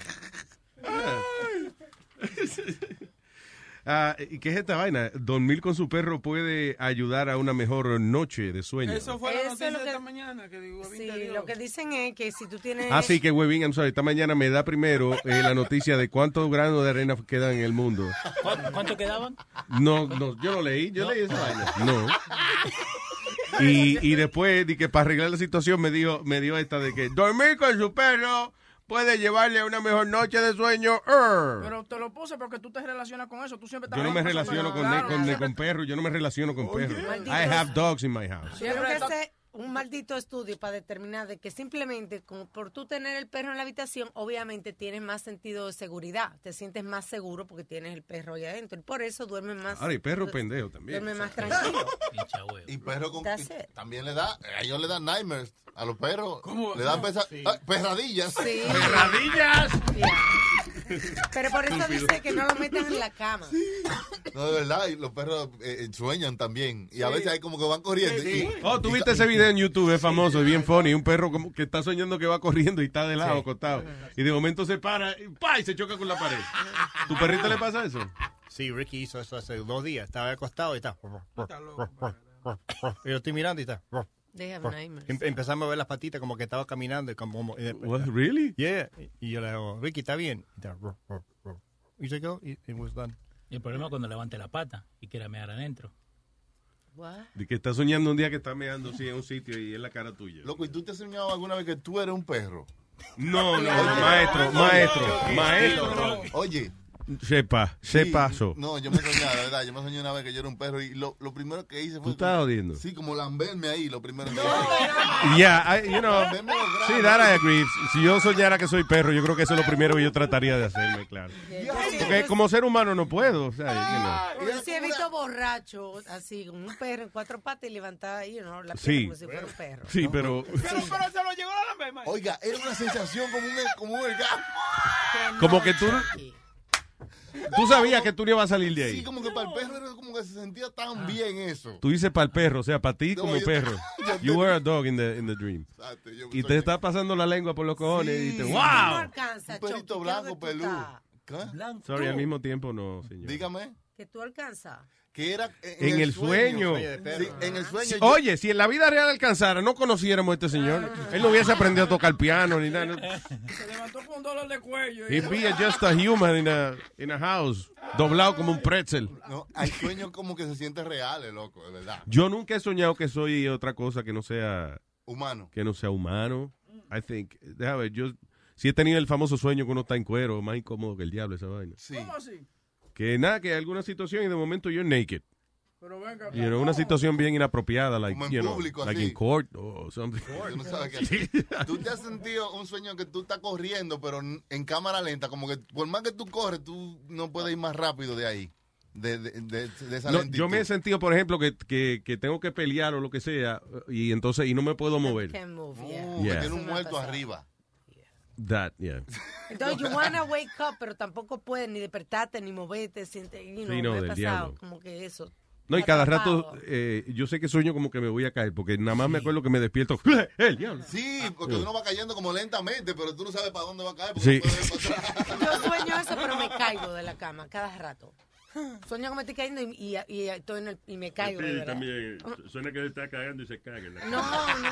Speaker 16: yeah. Ah, ¿y qué es esta vaina? Dormir con su perro puede ayudar a una mejor noche de sueño.
Speaker 7: Eso fue la
Speaker 13: Eso es
Speaker 7: noticia
Speaker 13: lo
Speaker 7: de
Speaker 13: que-
Speaker 7: esta mañana que digo.
Speaker 13: Sí, lo que dicen es que si tú tienes...
Speaker 16: Ah, sí, que Webin, I'm sorry, esta mañana me da primero eh, la noticia de cuántos granos de arena quedan en el mundo.
Speaker 8: ¿Cuánto, cuánto quedaban?
Speaker 16: No, no, yo no leí, yo leí esa vaina. No. Y, y después, de que para arreglar la situación, me dio, me dio esta de que dormir con su perro puede llevarle a una mejor noche de sueño. Err.
Speaker 6: Pero te lo puse porque tú te relacionas con eso. Tú siempre estás
Speaker 16: Yo no me
Speaker 6: hablando
Speaker 16: relaciono
Speaker 6: cosas-
Speaker 16: con,
Speaker 6: Claro,
Speaker 16: con,
Speaker 6: siempre-
Speaker 16: con perros, yo no me relaciono con perros.
Speaker 13: Malditos.
Speaker 16: I have dogs in my house.
Speaker 13: Yo creo que ese es un maldito estudio para determinar de que simplemente como por tú tener el perro en la habitación, obviamente tienes más sentido de seguridad. Te sientes más seguro porque tienes el perro ahí adentro. Y por eso duermes más...
Speaker 16: Ahora, y perro pendejo también.
Speaker 13: Duermes más tranquilo.
Speaker 10: Y perro con,
Speaker 13: That's
Speaker 10: y
Speaker 13: it.
Speaker 10: también le da, a ellos le dan nightmares a los perros.
Speaker 7: ¿Cómo?
Speaker 10: Le dan pesa- ah, perradillas.
Speaker 13: Sí.
Speaker 16: ¡Perradillas!
Speaker 13: Pero por eso dice que no lo metan en la cama.
Speaker 10: No, de verdad, y los perros eh, sueñan también. Y a veces hay como que van corriendo. y-
Speaker 16: Oh, tú viste ese video en YouTube, es famoso, es bien funny. Un perro como que está soñando que va corriendo y está de lado, acostado. Y de momento se para y, ¡pa! y se choca con la pared. ¿Tu perrito le pasa eso?
Speaker 9: Sí, Ricky hizo eso hace dos días. Estaba acostado y está. Y yo estoy mirando y está.
Speaker 13: They have nightmares.
Speaker 9: Em- Empezamos a ver las patitas como que estaba caminando. Y como, como- y después-
Speaker 16: What, really?
Speaker 9: Yeah. Y yo le digo, Ricky, ¿está bien? Y está. Y se quedó y it was done.
Speaker 8: Y el problema es cuando levante la pata y quiera mear adentro.
Speaker 13: What?
Speaker 16: De que está soñando un día que está meando así en un sitio y es la cara tuya.
Speaker 10: Loco, ¿y tú te has soñado alguna vez que tú eres un perro?
Speaker 16: No, no, no, maestro, maestro, maestro.
Speaker 10: Oye.
Speaker 16: Sepa, sepa eso.
Speaker 10: No, yo me soñé, la verdad, yo me soñé una vez que yo era un perro y lo, lo primero que hice fue...
Speaker 16: ¿Tú estás jodiendo?
Speaker 10: Sí, como lamberme ahí, lo primero que
Speaker 16: Yeah, I- you know, sí, that I agree. Si yo soñara que soy perro, yo creo que eso es lo primero que yo trataría de hacerme, claro. Porque como ser humano no puedo, o sea, you know.
Speaker 13: Yo sí he visto borrachos así, con un perro en cuatro patas y levantar ahí, ¿no? La pierna
Speaker 16: Sí,
Speaker 13: como si fuera un perro.
Speaker 16: sí, pero
Speaker 7: Pero, pero se lo llegó la lambe,
Speaker 10: Oiga, era una sensación como un, como un orgasmo.
Speaker 16: como que tú, tú sabías que tú no ibas a salir de ahí.
Speaker 10: Sí, como que para el perro era como que se sentía tan bien eso.
Speaker 16: Tú dices para el perro, o sea, para ti
Speaker 10: No,
Speaker 16: como
Speaker 10: yo-
Speaker 16: perro.
Speaker 10: yo
Speaker 16: You were a dog in the, in the dream.
Speaker 10: Exacto, yo
Speaker 16: Y
Speaker 10: soy-
Speaker 16: te está pasando la lengua por los cojones y dices,
Speaker 13: No
Speaker 16: wow.
Speaker 13: alcanza,
Speaker 10: Un perrito
Speaker 13: Chucky, ¿qué es
Speaker 10: blanco,
Speaker 13: lo que tú
Speaker 10: peludo.
Speaker 13: estás?
Speaker 10: ¿Qué?
Speaker 16: Sorry, al mismo tiempo no, señor.
Speaker 10: Dígame.
Speaker 13: Que tú alcanzas.
Speaker 10: Que era
Speaker 16: En el sueño.
Speaker 10: Sí, en el sueño.
Speaker 16: Sí,
Speaker 10: yo-
Speaker 16: oye, si en la vida real alcanzara, no conociéramos a este señor. Él no hubiese aprendido a tocar piano ni nada. no.
Speaker 6: Se levantó con un dolor de cuello. y-
Speaker 16: He'd be a- just a human in a, in a house, doblado como un pretzel.
Speaker 10: No, hay sueños como que se sienten reales, loco, de verdad.
Speaker 16: Yo nunca he soñado que soy otra cosa que no sea
Speaker 10: Humano.
Speaker 16: que no sea humano. I think, déjame ver, yo sí he tenido el famoso sueño que uno está en cuero, más incómodo que el diablo esa vaina.
Speaker 10: Sí.
Speaker 6: ¿Cómo así?
Speaker 16: Que nada, que hay alguna situación y de momento you're naked.
Speaker 6: Pero venga.
Speaker 16: You know, una situación bien inapropiada, like,
Speaker 10: Como en
Speaker 16: you know,
Speaker 10: público,
Speaker 16: like
Speaker 10: así.
Speaker 16: in court or something.
Speaker 10: Tú no sabes qué. Tú te has sentido un sueño que tú estás corriendo, pero en en cámara lenta, como que por más que tú corres, tú no puedes ir más rápido de ahí, de, de, de, de esa
Speaker 16: No,
Speaker 10: lentitud.
Speaker 16: yo me he sentido, por ejemplo, que, que, que tengo que pelear o lo que sea, y entonces y no me puedo mover.
Speaker 13: Can't move, yeah.
Speaker 10: Uh, que
Speaker 16: Yeah.
Speaker 10: tiene un
Speaker 13: Eso me ha
Speaker 10: muerto
Speaker 13: pasado.
Speaker 10: arriba.
Speaker 16: That, yeah.
Speaker 13: Entonces, you wanna wake up, pero tampoco puedes ni despertarte, ni moverte, siente, you know,
Speaker 16: Sí, no,
Speaker 13: me he
Speaker 16: del
Speaker 13: pasado,
Speaker 16: diablo.
Speaker 13: como que eso.
Speaker 16: No, y cada
Speaker 13: atrapado.
Speaker 16: rato eh, yo sé que sueño como que me voy a caer, porque nada más me acuerdo que me despierto. ¡El diablo!
Speaker 10: Sí, porque uno va cayendo como lentamente, pero tú no sabes para dónde va a caer.
Speaker 16: Sí.
Speaker 10: No puedes ver para atrás.
Speaker 13: Yo sueño eso, pero me caigo de la cama cada rato. Sueño que me estoy cayendo y, y, y, estoy en el, y me caigo. De
Speaker 15: Sí,
Speaker 13: verdad.
Speaker 15: también. Suena que se está cagando y se caga. en la
Speaker 13: No,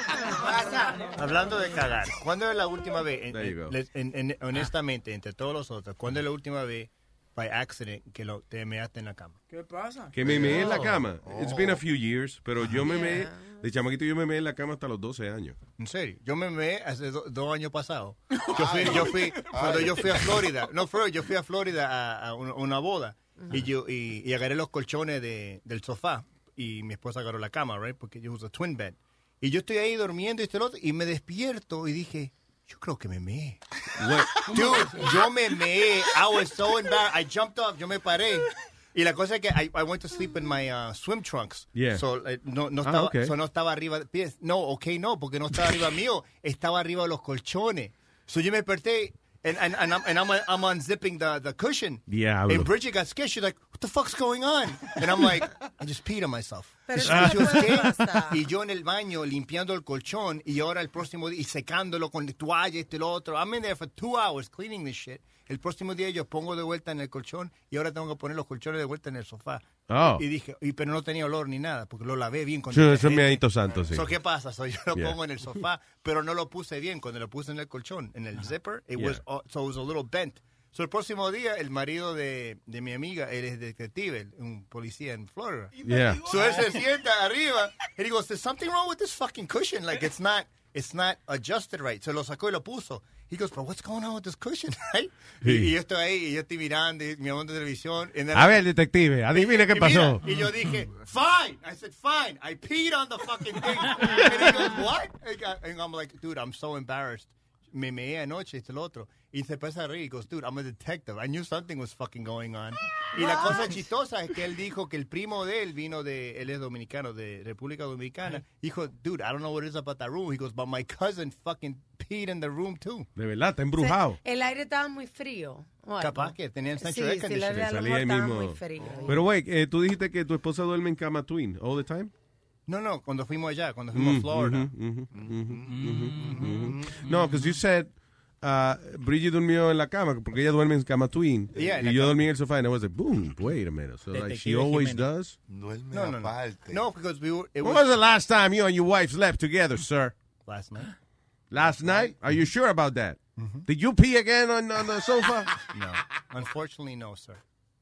Speaker 15: cama.
Speaker 13: no, no.
Speaker 9: Hablando de cagar, ¿cuándo es la última vez, en-
Speaker 16: There you go.
Speaker 9: en- en- en- honestamente, entre todos los otros, ¿cuándo es la última vez, by accident, que lo, te measte en la cama?
Speaker 6: ¿Qué pasa?
Speaker 16: Que me meé en la
Speaker 9: Oh.
Speaker 16: cama. It's been a few years, pero yo me meé,
Speaker 13: Yeah.
Speaker 16: de chamaquito yo me meé en la cama hasta los doce años.
Speaker 9: En serio, yo me meé hace do- dos años pasados. Yo fui, yo fui, cuando yo fui a Florida, no, fue, yo fui a Florida a, a una, una boda y yo y, y agarré los colchones de, del sofá y mi esposa agarró la cama, right, porque yo uso a twin bed. Y yo estoy ahí durmiendo y este otro y me despierto y dije, yo creo que me meé. Dude, yo me meé. I was so embarrassed. I jumped up, yo me paré. Y la cosa es que I, I went to sleep in my uh, swim trunks.
Speaker 16: Yeah.
Speaker 9: So, eh, no, no,
Speaker 16: Ah,
Speaker 9: estaba,
Speaker 16: okay.
Speaker 9: so no estaba arriba de pies. No, ok, no, porque no estaba arriba mío. Estaba arriba de los colchones. So yo me desperté and, and, and, I'm, and I'm, I'm unzipping the, the cushion.
Speaker 16: Diablo.
Speaker 9: And Bridget got scared. She's like, what the fuck's going on? And I'm like, I just peed on myself.
Speaker 13: Pero
Speaker 9: She
Speaker 13: eso
Speaker 9: was
Speaker 13: no
Speaker 9: scared.
Speaker 13: pasa.
Speaker 9: Y yo en el baño limpiando el colchón y ahora el próximo día y secándolo con toalla este y lo otro. I'm in there for two hours cleaning this shit. El próximo día yo pongo de vuelta en el colchón y ahora tengo que poner los colchones de vuelta en el sofá.
Speaker 16: Oh.
Speaker 9: Y dije, y, pero no tenía olor ni nada porque lo lavé bien con
Speaker 16: Sí, eso es
Speaker 9: detergente.
Speaker 16: miadito santo, sí.
Speaker 9: So, ¿qué pasa? So, yo lo
Speaker 16: Yeah.
Speaker 9: pongo en el sofá, pero no lo puse bien cuando lo puse en el colchón, en el zipper. It
Speaker 16: Yeah.
Speaker 9: was, uh, so it was a little bent. So, el próximo día, el marido de, de mi amiga, él es detective, un policía en Florida.
Speaker 16: Yeah.
Speaker 9: So, él se sienta arriba, and he goes, there's something wrong with this fucking cushion. Like, it's not, it's not adjusted right. Se lo sacó y lo puso. He goes, but what's going on with this cushion, right?
Speaker 16: Sí.
Speaker 9: Y, y yo estoy ahí, y yo estoy mirando, y mirando televisión. and then-
Speaker 16: A ver, detective, adivine qué
Speaker 9: y
Speaker 16: pasó.
Speaker 9: mira, y yo dije, fine. I said, fine. I peed on the fucking thing. And he goes, what? And I'm like, dude, I'm so embarrassed. Me meé anoche, este el otro. Y se empieza a reír. He goes, dude, I'm a detective. I knew something was fucking going on. Y la cosa chistosa es que él dijo que el primo de él vino de, él es dominicano, de República Dominicana. Dijo, dude, I don't know what it is about that room. He goes, but my cousin fucking peed in the room too.
Speaker 16: De verdad, está embrujado.
Speaker 13: El aire estaba muy frío. o algo.
Speaker 9: Capaz que tenían
Speaker 13: Sí,
Speaker 9: central air
Speaker 13: sí, el aire
Speaker 9: conditioning.
Speaker 13: a lo
Speaker 16: Salía
Speaker 13: mejor
Speaker 16: ahí
Speaker 13: estaba
Speaker 16: mismo.
Speaker 13: muy frío.
Speaker 16: Pero, wait, eh, tú dijiste que tu esposa duerme en cama twin all the time.
Speaker 9: No, no, cuando fuimos allá, cuando fuimos a Florida.
Speaker 16: Mhm, mhm, mhm, mhm, mhm. No, because you said uh, Bridget durmió en la cama porque ella duerme en cama twin.
Speaker 9: Yeah, en
Speaker 16: y
Speaker 9: la
Speaker 16: yo
Speaker 9: cama.
Speaker 16: dormí en el sofá and I was like, boom, wait a minute. So like she
Speaker 9: Detective
Speaker 16: always
Speaker 9: Jiménez.
Speaker 16: does?
Speaker 10: Duerme
Speaker 9: No, no, no.
Speaker 10: aparte.
Speaker 9: No, because we were, it
Speaker 16: When
Speaker 9: was
Speaker 16: was the last time you and your wife slept together, sir?
Speaker 9: last night.
Speaker 16: Last night? Are you sure about that? Did you pee again on, on the sofa?
Speaker 9: No, unfortunately, no, sir.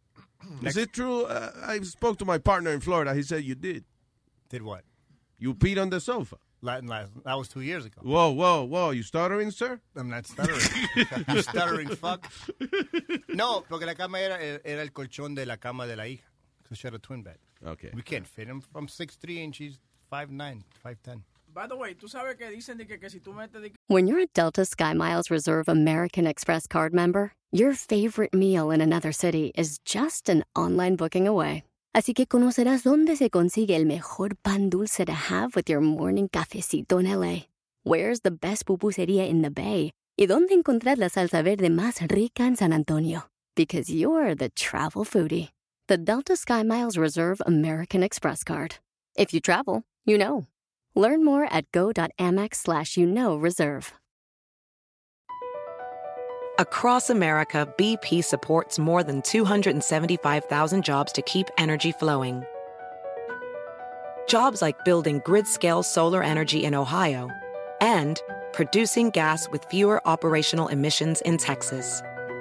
Speaker 16: Is it true? Uh, I spoke to my partner in Florida. He said you did.
Speaker 9: Did what?
Speaker 16: You peed on the sofa.
Speaker 9: Last, last, that was two years ago.
Speaker 16: Whoa, whoa, whoa. You stuttering, sir?
Speaker 9: I'm not stuttering. You stuttering fuck. No, porque la cama era, era el colchón de la cama de la hija. Because she had a twin bed.
Speaker 16: Okay.
Speaker 9: We can't fit him. I'm six three and she's five nine, five ten.
Speaker 6: By the way, tú sabes que dicen de que, que si tú metes de que
Speaker 17: When you're a Delta SkyMiles Reserve American Express card member, your favorite meal in another city is just an online booking away. Así que conocerás dónde se consigue el mejor pan dulce to have with your morning cafecito en L A. Where's the best pupusería in the Bay? Y dónde encontrar la salsa verde más rica en San Antonio. Because you're the travel foodie. The Delta SkyMiles Reserve American Express card. If you travel, you know. Learn more at go.amex slash you know reserve.
Speaker 18: Across America, B P supports more than two hundred seventy-five thousand jobs to keep energy flowing. Jobs like building grid-scale solar energy in Ohio and producing gas with fewer operational emissions in Texas.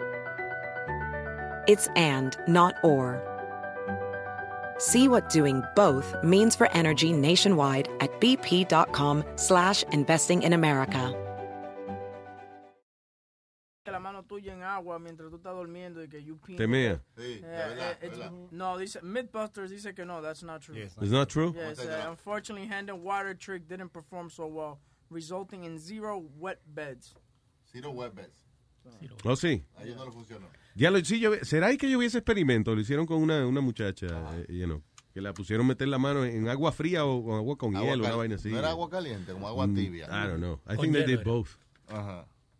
Speaker 18: It's and, not or. See what doing both means for energy nationwide at bp.com slash investing in America.
Speaker 6: la mano tuya en agua mientras tú estás durmiendo y que you pee.
Speaker 16: Te mea.
Speaker 10: Sí,
Speaker 6: Eh,
Speaker 10: de verdad,
Speaker 6: eh, it's-
Speaker 10: verdad.
Speaker 6: No, dice, Mythbusters dice que no, that's not true.
Speaker 16: It's not true?
Speaker 6: Yes, uh, unfortunately, hand and water trick didn't perform so well, resulting in zero wet beds.
Speaker 10: Zero wet beds.
Speaker 16: Oh, sí.
Speaker 10: A ellos no le funcionó.
Speaker 16: Ya lo, sí, yo, ¿será que yo vi ese experimento? Lo hicieron con una, una muchacha, eh, you know, que la pusieron meter la mano en agua fría o, o agua con
Speaker 10: Agua
Speaker 16: hielo, una
Speaker 10: cal-
Speaker 16: vaina así.
Speaker 10: No era agua caliente, como agua
Speaker 16: Mm,
Speaker 10: tibia.
Speaker 16: I don't know. I
Speaker 10: Con
Speaker 16: think they
Speaker 10: hielo
Speaker 16: did
Speaker 10: era.
Speaker 16: both.
Speaker 10: Ajá.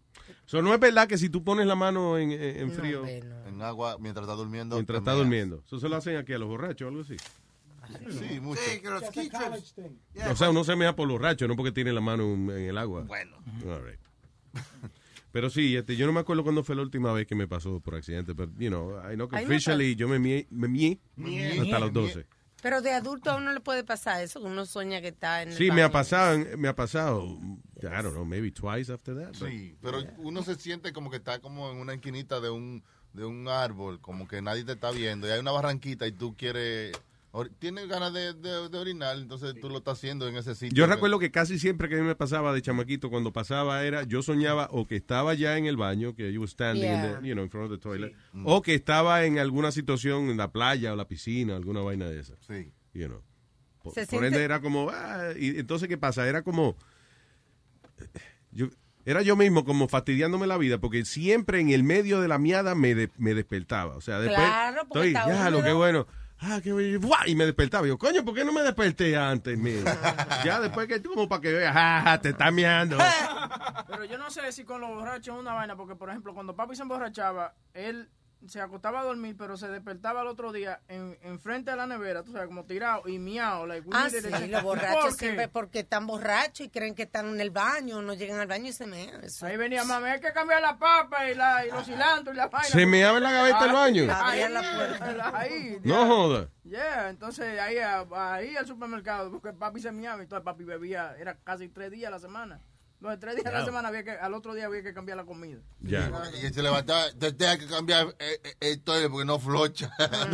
Speaker 16: So, no es verdad que si tú pones la mano en, en, en frío...
Speaker 10: En agua mientras está durmiendo.
Speaker 16: Mientras está durmiendo. Eso se lo hacen aquí a los borrachos o algo así.
Speaker 10: Sí, mucho.
Speaker 14: Sí, que los kitchens.
Speaker 16: O sea, uno se mea por borracho, no porque tiene la mano en el agua.
Speaker 10: Bueno.
Speaker 16: All right. Pero sí, este, yo no me acuerdo cuándo fue la última vez que me pasó por accidente, pero, you know, I know que
Speaker 13: Ay, no
Speaker 16: officially yo me mié, me mié
Speaker 13: Mié.
Speaker 16: hasta los doce.
Speaker 13: Pero de adulto a uno le puede pasar eso, que uno sueña que está en el
Speaker 16: Sí, me
Speaker 13: baño.
Speaker 16: ha pasado, me ha pasado, I don't know, maybe twice after that. but-
Speaker 10: Sí, pero uno se siente como que está como en una esquinita de un de un árbol, como que nadie te está viendo y hay una barranquita y tú quieres, or- tienes ganas de, de, de orinar, entonces tú lo estás haciendo en ese sitio.
Speaker 16: Yo recuerdo que casi siempre que a mí me pasaba de chamaquito, cuando pasaba era, yo soñaba o que estaba ya en el baño, que you were standing in,
Speaker 13: Yeah.
Speaker 16: the, you know, in front of the toilet,
Speaker 10: Mm.
Speaker 16: o que estaba en alguna situación en la playa o la piscina, alguna vaina de esa.
Speaker 10: Sí.
Speaker 16: You know. Por,
Speaker 13: Se
Speaker 16: por
Speaker 13: siente-
Speaker 16: ende era como, ah, y entonces ¿qué pasa? Era como, yo, era yo mismo como fastidiándome la vida, porque siempre en el medio de la miada me, de- me despertaba. O sea, después,
Speaker 13: Claro, porque
Speaker 16: estoy,
Speaker 13: está
Speaker 16: ya, lo
Speaker 13: húmedo.
Speaker 16: que bueno. Ah, qué bueno. ¡Buah! Y me despertaba. Yo, coño, ¿por qué no me desperté antes? mira? Ya después que tú, como para que veas, ja, ja, te está meando.
Speaker 6: Pero yo no sé si con los borrachos es una vaina, porque por ejemplo, cuando papi se emborrachaba, él se acostaba a dormir, pero se despertaba al otro día en, en frente de la nevera, tú sabes, como tirado y miau. Like, we
Speaker 13: Ah,
Speaker 6: needed
Speaker 13: sí,
Speaker 6: it.
Speaker 13: los borrachos
Speaker 6: ¿Por qué?
Speaker 13: siempre porque están borrachos y creen que están en el baño, no llegan al baño y se mean. Eso.
Speaker 6: Ahí venía mami, hay que cambiar la papa y, la, y los cilantros y la vaina.
Speaker 16: ¿Se meaba en la gaveta del baño?
Speaker 6: Ahí,
Speaker 13: Abría la puerta.
Speaker 6: ahí,
Speaker 16: No
Speaker 6: ya.
Speaker 16: joda.
Speaker 6: Yeah, entonces ahí, a- ahí al supermercado, porque papi se miaba y todo, papi bebía, era casi tres días a la semana. Los tres días a la
Speaker 10: Claro.
Speaker 6: semana había que, al otro día había que cambiar la comida.
Speaker 16: Ya.
Speaker 10: Y se levantaba, te tenía que cambiar eh, eh, el toile porque no flocha.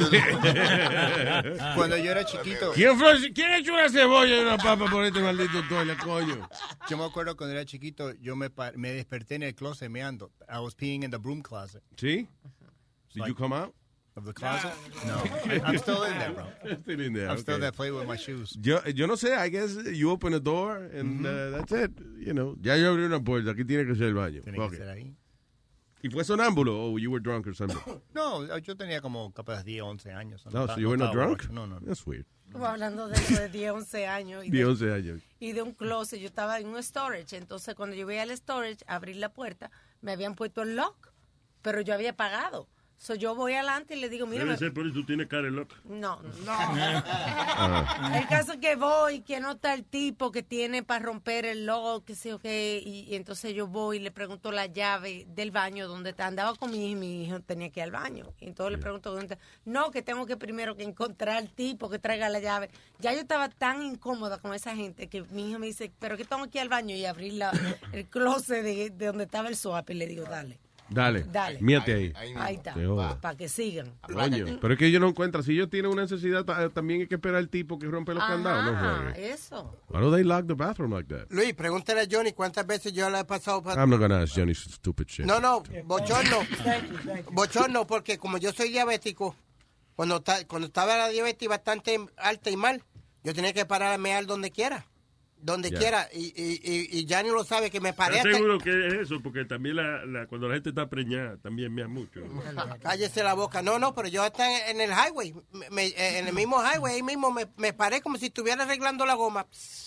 Speaker 9: Cuando yo era chiquito,
Speaker 16: ¿Quién, fue- ¿Quién echó una cebolla y una papa por este maldito toile, coño?
Speaker 9: yo me acuerdo cuando era chiquito, yo me, pa- me desperté en el closet meando. I was peeing in the broom closet.
Speaker 16: ¿Sí? Did you come out?
Speaker 9: Of the closet? No. I'm still in there, bro.
Speaker 16: Still in there,
Speaker 9: I'm still
Speaker 16: okay.
Speaker 9: there playing with my shoes.
Speaker 16: Yo, yo no sé, I guess you open a door and uh, that's it. You know, ya yo abrí una puerta, aquí tiene que ser el baño.
Speaker 9: Tiene
Speaker 16: Fuck
Speaker 9: que
Speaker 16: it.
Speaker 9: ser ahí.
Speaker 16: ¿Y fue sonámbulo o you were drunk or something?
Speaker 9: No, yo tenía como capaz diez, once años.
Speaker 16: No,
Speaker 9: ta-
Speaker 16: so you were not
Speaker 9: estaba
Speaker 16: drunk?
Speaker 9: borracho. No, no, no.
Speaker 16: That's weird.
Speaker 13: Estamos hablando de eso de diez, once años. Y
Speaker 16: diez,
Speaker 13: de,
Speaker 16: once años.
Speaker 13: y de un closet. Yo estaba en un storage. Entonces, cuando yo voy al storage, abrir la puerta, me habían puesto el lock, pero yo había pagado. So, yo voy adelante y le digo, mira,
Speaker 15: Debe
Speaker 13: me-
Speaker 15: ser por eso tú tienes cara de loca.
Speaker 13: no, no.
Speaker 16: Ah.
Speaker 13: El caso es que voy, que no está el tipo que tiene para romper el logo, que sé o qué, y, y entonces yo voy y le pregunto la llave del baño donde está. Andaba con mi hijo y mi hijo tenía que ir al baño. Y entonces le pregunto dónde está. No, que tengo que primero que encontrar al tipo que traiga la llave. Ya yo estaba tan incómoda con esa gente que mi hijo me dice, pero que tengo que ir al baño y abrir la, el closet de, de donde estaba el swap y le digo, dale.
Speaker 16: Dale,
Speaker 13: Dale.
Speaker 16: miate ahí.
Speaker 13: Ahí está,
Speaker 16: Qué joda.
Speaker 13: para que sigan.
Speaker 16: Coño, pero es que ellos no encuentran. Si ellos tienen una necesidad, ta- también hay que esperar al tipo que rompe los
Speaker 13: Ajá,
Speaker 16: candados. No juegue.
Speaker 13: eso.
Speaker 16: Why do they lock the bathroom like that?
Speaker 14: Luis, pregúntale a Johnny cuántas veces yo le he pasado para...
Speaker 16: I'm not gonna ask Johnny stupid shit.
Speaker 14: No, no, bochorno. Bochorno, porque como yo soy diabético, cuando, ta- cuando estaba la diabetes bastante alta y mal, yo tenía que pararme al donde quiera. Donde
Speaker 15: Ya.
Speaker 14: quiera. Y, y, y, y Gianni lo sabe que me paré
Speaker 15: ¿Estás
Speaker 14: hasta...
Speaker 15: seguro que es eso? Porque también la, la, cuando la gente está preñada, también mea mucho.
Speaker 14: Cállese la boca. No, no, pero yo hasta en, en el highway, me- me- eh, en el mismo highway, ahí mismo me, me paré como si estuviera arreglando la goma.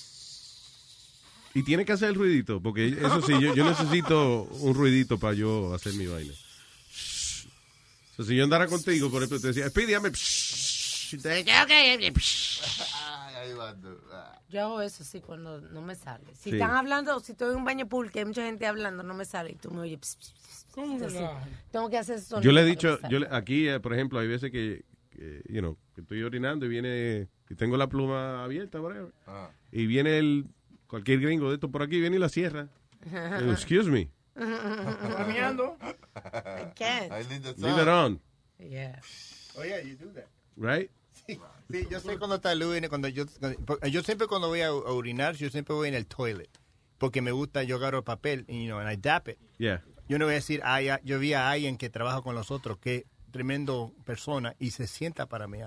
Speaker 16: Y tiene que hacer el ruidito, porque eso sí, yo, yo necesito un ruidito para yo hacer mi vaina. O sea, si yo andara contigo, por ejemplo, te decía, Speedy, dame... Y te decía, "Ok".
Speaker 10: Ahí va tú. Ah.
Speaker 13: Yo hago eso, sí, cuando no me sale. Si
Speaker 16: Sí.
Speaker 13: están hablando, si estoy en un baño público y hay mucha gente hablando, no me sale y tú me oyes. Pss, pss, pss,
Speaker 6: ¿Cómo
Speaker 13: pss, así.
Speaker 6: relaja?
Speaker 13: Tengo que hacer sonido
Speaker 16: Yo le he
Speaker 13: para que
Speaker 16: dicho,
Speaker 13: me salga.
Speaker 16: yo le- aquí, eh, por ejemplo, hay veces que, que, you know, que estoy orinando y viene, y tengo la pluma abierta, whatever,
Speaker 10: Ah.
Speaker 16: y viene el, cualquier gringo de esto por aquí, viene y la cierra. Digo, excuse me,
Speaker 6: Caminando.
Speaker 13: I can't.
Speaker 10: I need the
Speaker 16: leave it on,
Speaker 13: Yeah.
Speaker 9: Oh, yeah, you do that.
Speaker 16: right?
Speaker 9: Sí, sí, yo sé cuando está Luis, cuando yo, cuando- yo siempre cuando voy a, a orinar, yo siempre voy en el toilet, porque me gusta, yo agarro el papel, y, you know, and I dap it.
Speaker 16: Yeah.
Speaker 9: Yo no voy a decir, ay, ah, yo vi a alguien que trabaja con nosotros, que tremendo persona, y se sienta para mirar.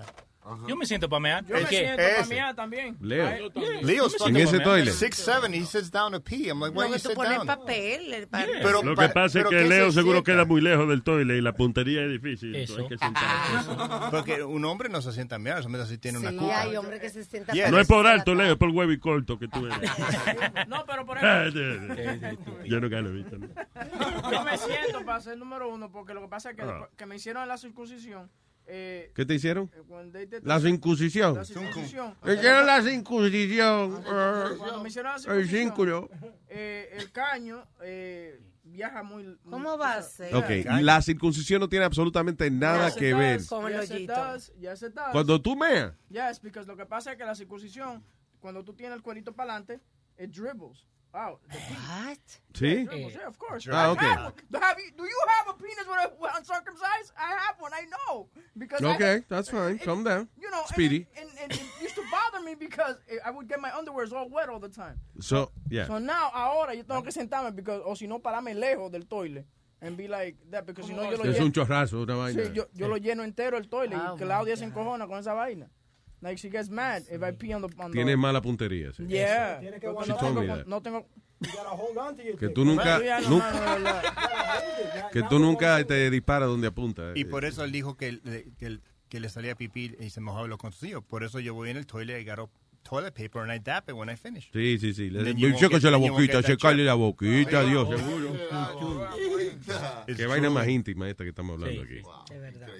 Speaker 8: Yo me siento para mear.
Speaker 6: Yo me
Speaker 8: ¿El qué?
Speaker 6: siento
Speaker 9: Ese.
Speaker 6: para mear también.
Speaker 9: Leo.
Speaker 6: Ay,
Speaker 9: Leo's
Speaker 8: En ese toilet.
Speaker 9: six seven, he sits down to pee. I'm like, why
Speaker 13: No,
Speaker 9: you
Speaker 13: que tú
Speaker 9: sit
Speaker 13: pones
Speaker 9: down?
Speaker 13: papel. el pa-
Speaker 9: Pero,
Speaker 15: Lo
Speaker 9: pa-
Speaker 15: que pasa es
Speaker 9: pero
Speaker 15: que
Speaker 9: ¿qué se
Speaker 15: Leo seguro
Speaker 9: sienta?
Speaker 15: queda muy lejos del toile y la puntería es difícil.
Speaker 8: Eso.
Speaker 15: Hay que sentarse.
Speaker 9: Porque un hombre no se sienta a mear, solamente si tiene una
Speaker 13: Sí,
Speaker 9: cuca.
Speaker 13: hay hombres que se sientan.
Speaker 9: Yeah.
Speaker 15: No es por alto, Leo, es por huevo y corto que tú eres.
Speaker 6: No, pero por
Speaker 15: Ah,
Speaker 6: ejemplo,
Speaker 15: sí, sí, sí. Yo no gano, ¿viste? ¿no?
Speaker 6: yo me siento para ser número uno porque lo que pasa es que,
Speaker 15: Ah.
Speaker 6: después que me hicieron la circuncisión. Eh,
Speaker 16: ¿Qué te hicieron?
Speaker 6: when they did
Speaker 16: La
Speaker 6: the-
Speaker 16: circuncisión.
Speaker 6: La circuncisión.
Speaker 16: Me hicieron la circuncisión.
Speaker 6: Cuando me hicieron la
Speaker 16: El
Speaker 6: circuncisión,
Speaker 16: círculo.
Speaker 6: eh, el caño eh, viaja muy, muy-
Speaker 13: ¿Cómo va a ser?
Speaker 16: Ok, la circuncisión no tiene absolutamente nada
Speaker 6: Yes, it
Speaker 16: que ver.
Speaker 6: does.
Speaker 13: Con el
Speaker 6: Yes, it
Speaker 13: hoyito.
Speaker 6: does. Yes, it does.
Speaker 16: Cuando tú meas.
Speaker 6: Yes, because lo que pasa es que la circuncisión, cuando tú tienes el cuerito para adelante, it dribbles. Wow. the pee.
Speaker 13: What?
Speaker 16: ¿Sí?
Speaker 6: Yeah, it dribbles, yeah, of course.
Speaker 16: Ah,
Speaker 6: I
Speaker 16: okay.
Speaker 6: have one. Do, have you, do you have a penis with a, with uncircumcised? I have one. I know. Because I-
Speaker 16: Okay, that's fine. Calm down.
Speaker 6: You know,
Speaker 16: Speedy.
Speaker 6: And, and, and it used to bother me because I would get my underwears all wet all the time.
Speaker 16: So, yeah.
Speaker 6: So now, ahora yo tengo que sentarme because, o si no, pararme lejos del toilet. And be like that, because si no yo lo
Speaker 16: Es
Speaker 6: lleno.
Speaker 16: un chorrazo, una vaina.
Speaker 6: Sí, yo, yo lo lleno entero el toilet
Speaker 13: Oh,
Speaker 6: y Claudia se encojona con esa vaina. Like, she gets mad if I pee on the... On the
Speaker 16: Tiene mala puntería, sí.
Speaker 6: Yeah.
Speaker 11: Tiene que
Speaker 6: Porque
Speaker 16: She
Speaker 6: no
Speaker 16: told me
Speaker 6: tengo,
Speaker 16: that.
Speaker 6: no tengo...
Speaker 11: You gotta hold on to your
Speaker 16: Que
Speaker 11: dick.
Speaker 16: tú nunca,
Speaker 6: Bueno, ya no,
Speaker 16: nu-
Speaker 6: mano, de verdad.
Speaker 16: que tú nunca te disparas donde apunta.
Speaker 9: Y por eso él dijo que, le- que, el- que le salía pipí y se mojaba los calzoncillos. Por eso yo voy en el toilet y agarro toilet paper and I dap it when I finish.
Speaker 16: Sí, sí, sí. Le,
Speaker 9: Then you won't
Speaker 16: chécase
Speaker 9: get-
Speaker 16: la
Speaker 9: then you won't
Speaker 16: boquita,
Speaker 9: get that
Speaker 16: checarle
Speaker 9: check.
Speaker 16: la boquita,
Speaker 9: Ay,
Speaker 16: Dios,
Speaker 9: wow.
Speaker 16: seguro.
Speaker 9: It's
Speaker 16: Qué vaina
Speaker 9: true.
Speaker 16: más íntima esta que estamos hablando
Speaker 8: Sí.
Speaker 16: aquí.
Speaker 13: De verdad.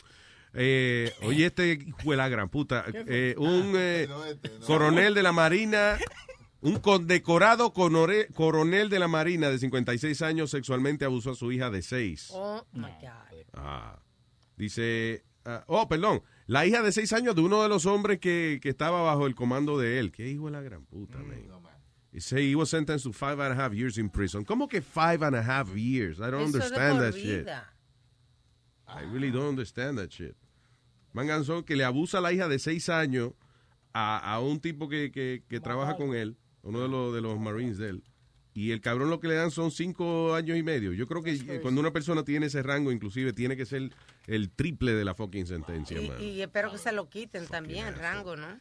Speaker 16: Eh, oye, este hijo de la gran puta, eh, un eh, coronel de la Marina, un condecorado conore- coronel de la Marina de cincuenta y seis años sexualmente abusó a su hija de seis.
Speaker 13: Oh, my God.
Speaker 16: Ah, dice, ah, oh, perdón, la hija de seis años de uno de los hombres que, que estaba bajo el comando de él. Qué hijo de la gran puta, man. Dice, he was sentenced to five and a half years in prison. ¿Cómo que five and a half years? I don't
Speaker 13: Eso de
Speaker 16: understand
Speaker 13: por
Speaker 16: that shit.
Speaker 13: vida.
Speaker 16: I really don't understand that shit. Manganzón que le abusa a la hija de seis años a, a un tipo que, que, que trabaja con él, uno de los, de los Marines de él. Y el cabrón lo que le dan son cinco años y medio. Yo creo que eh, cuando una persona tiene ese rango, inclusive, tiene que ser el triple de la fucking sentencia,
Speaker 13: Y,
Speaker 16: man.
Speaker 13: y espero que se lo quiten también, el rango, ¿no?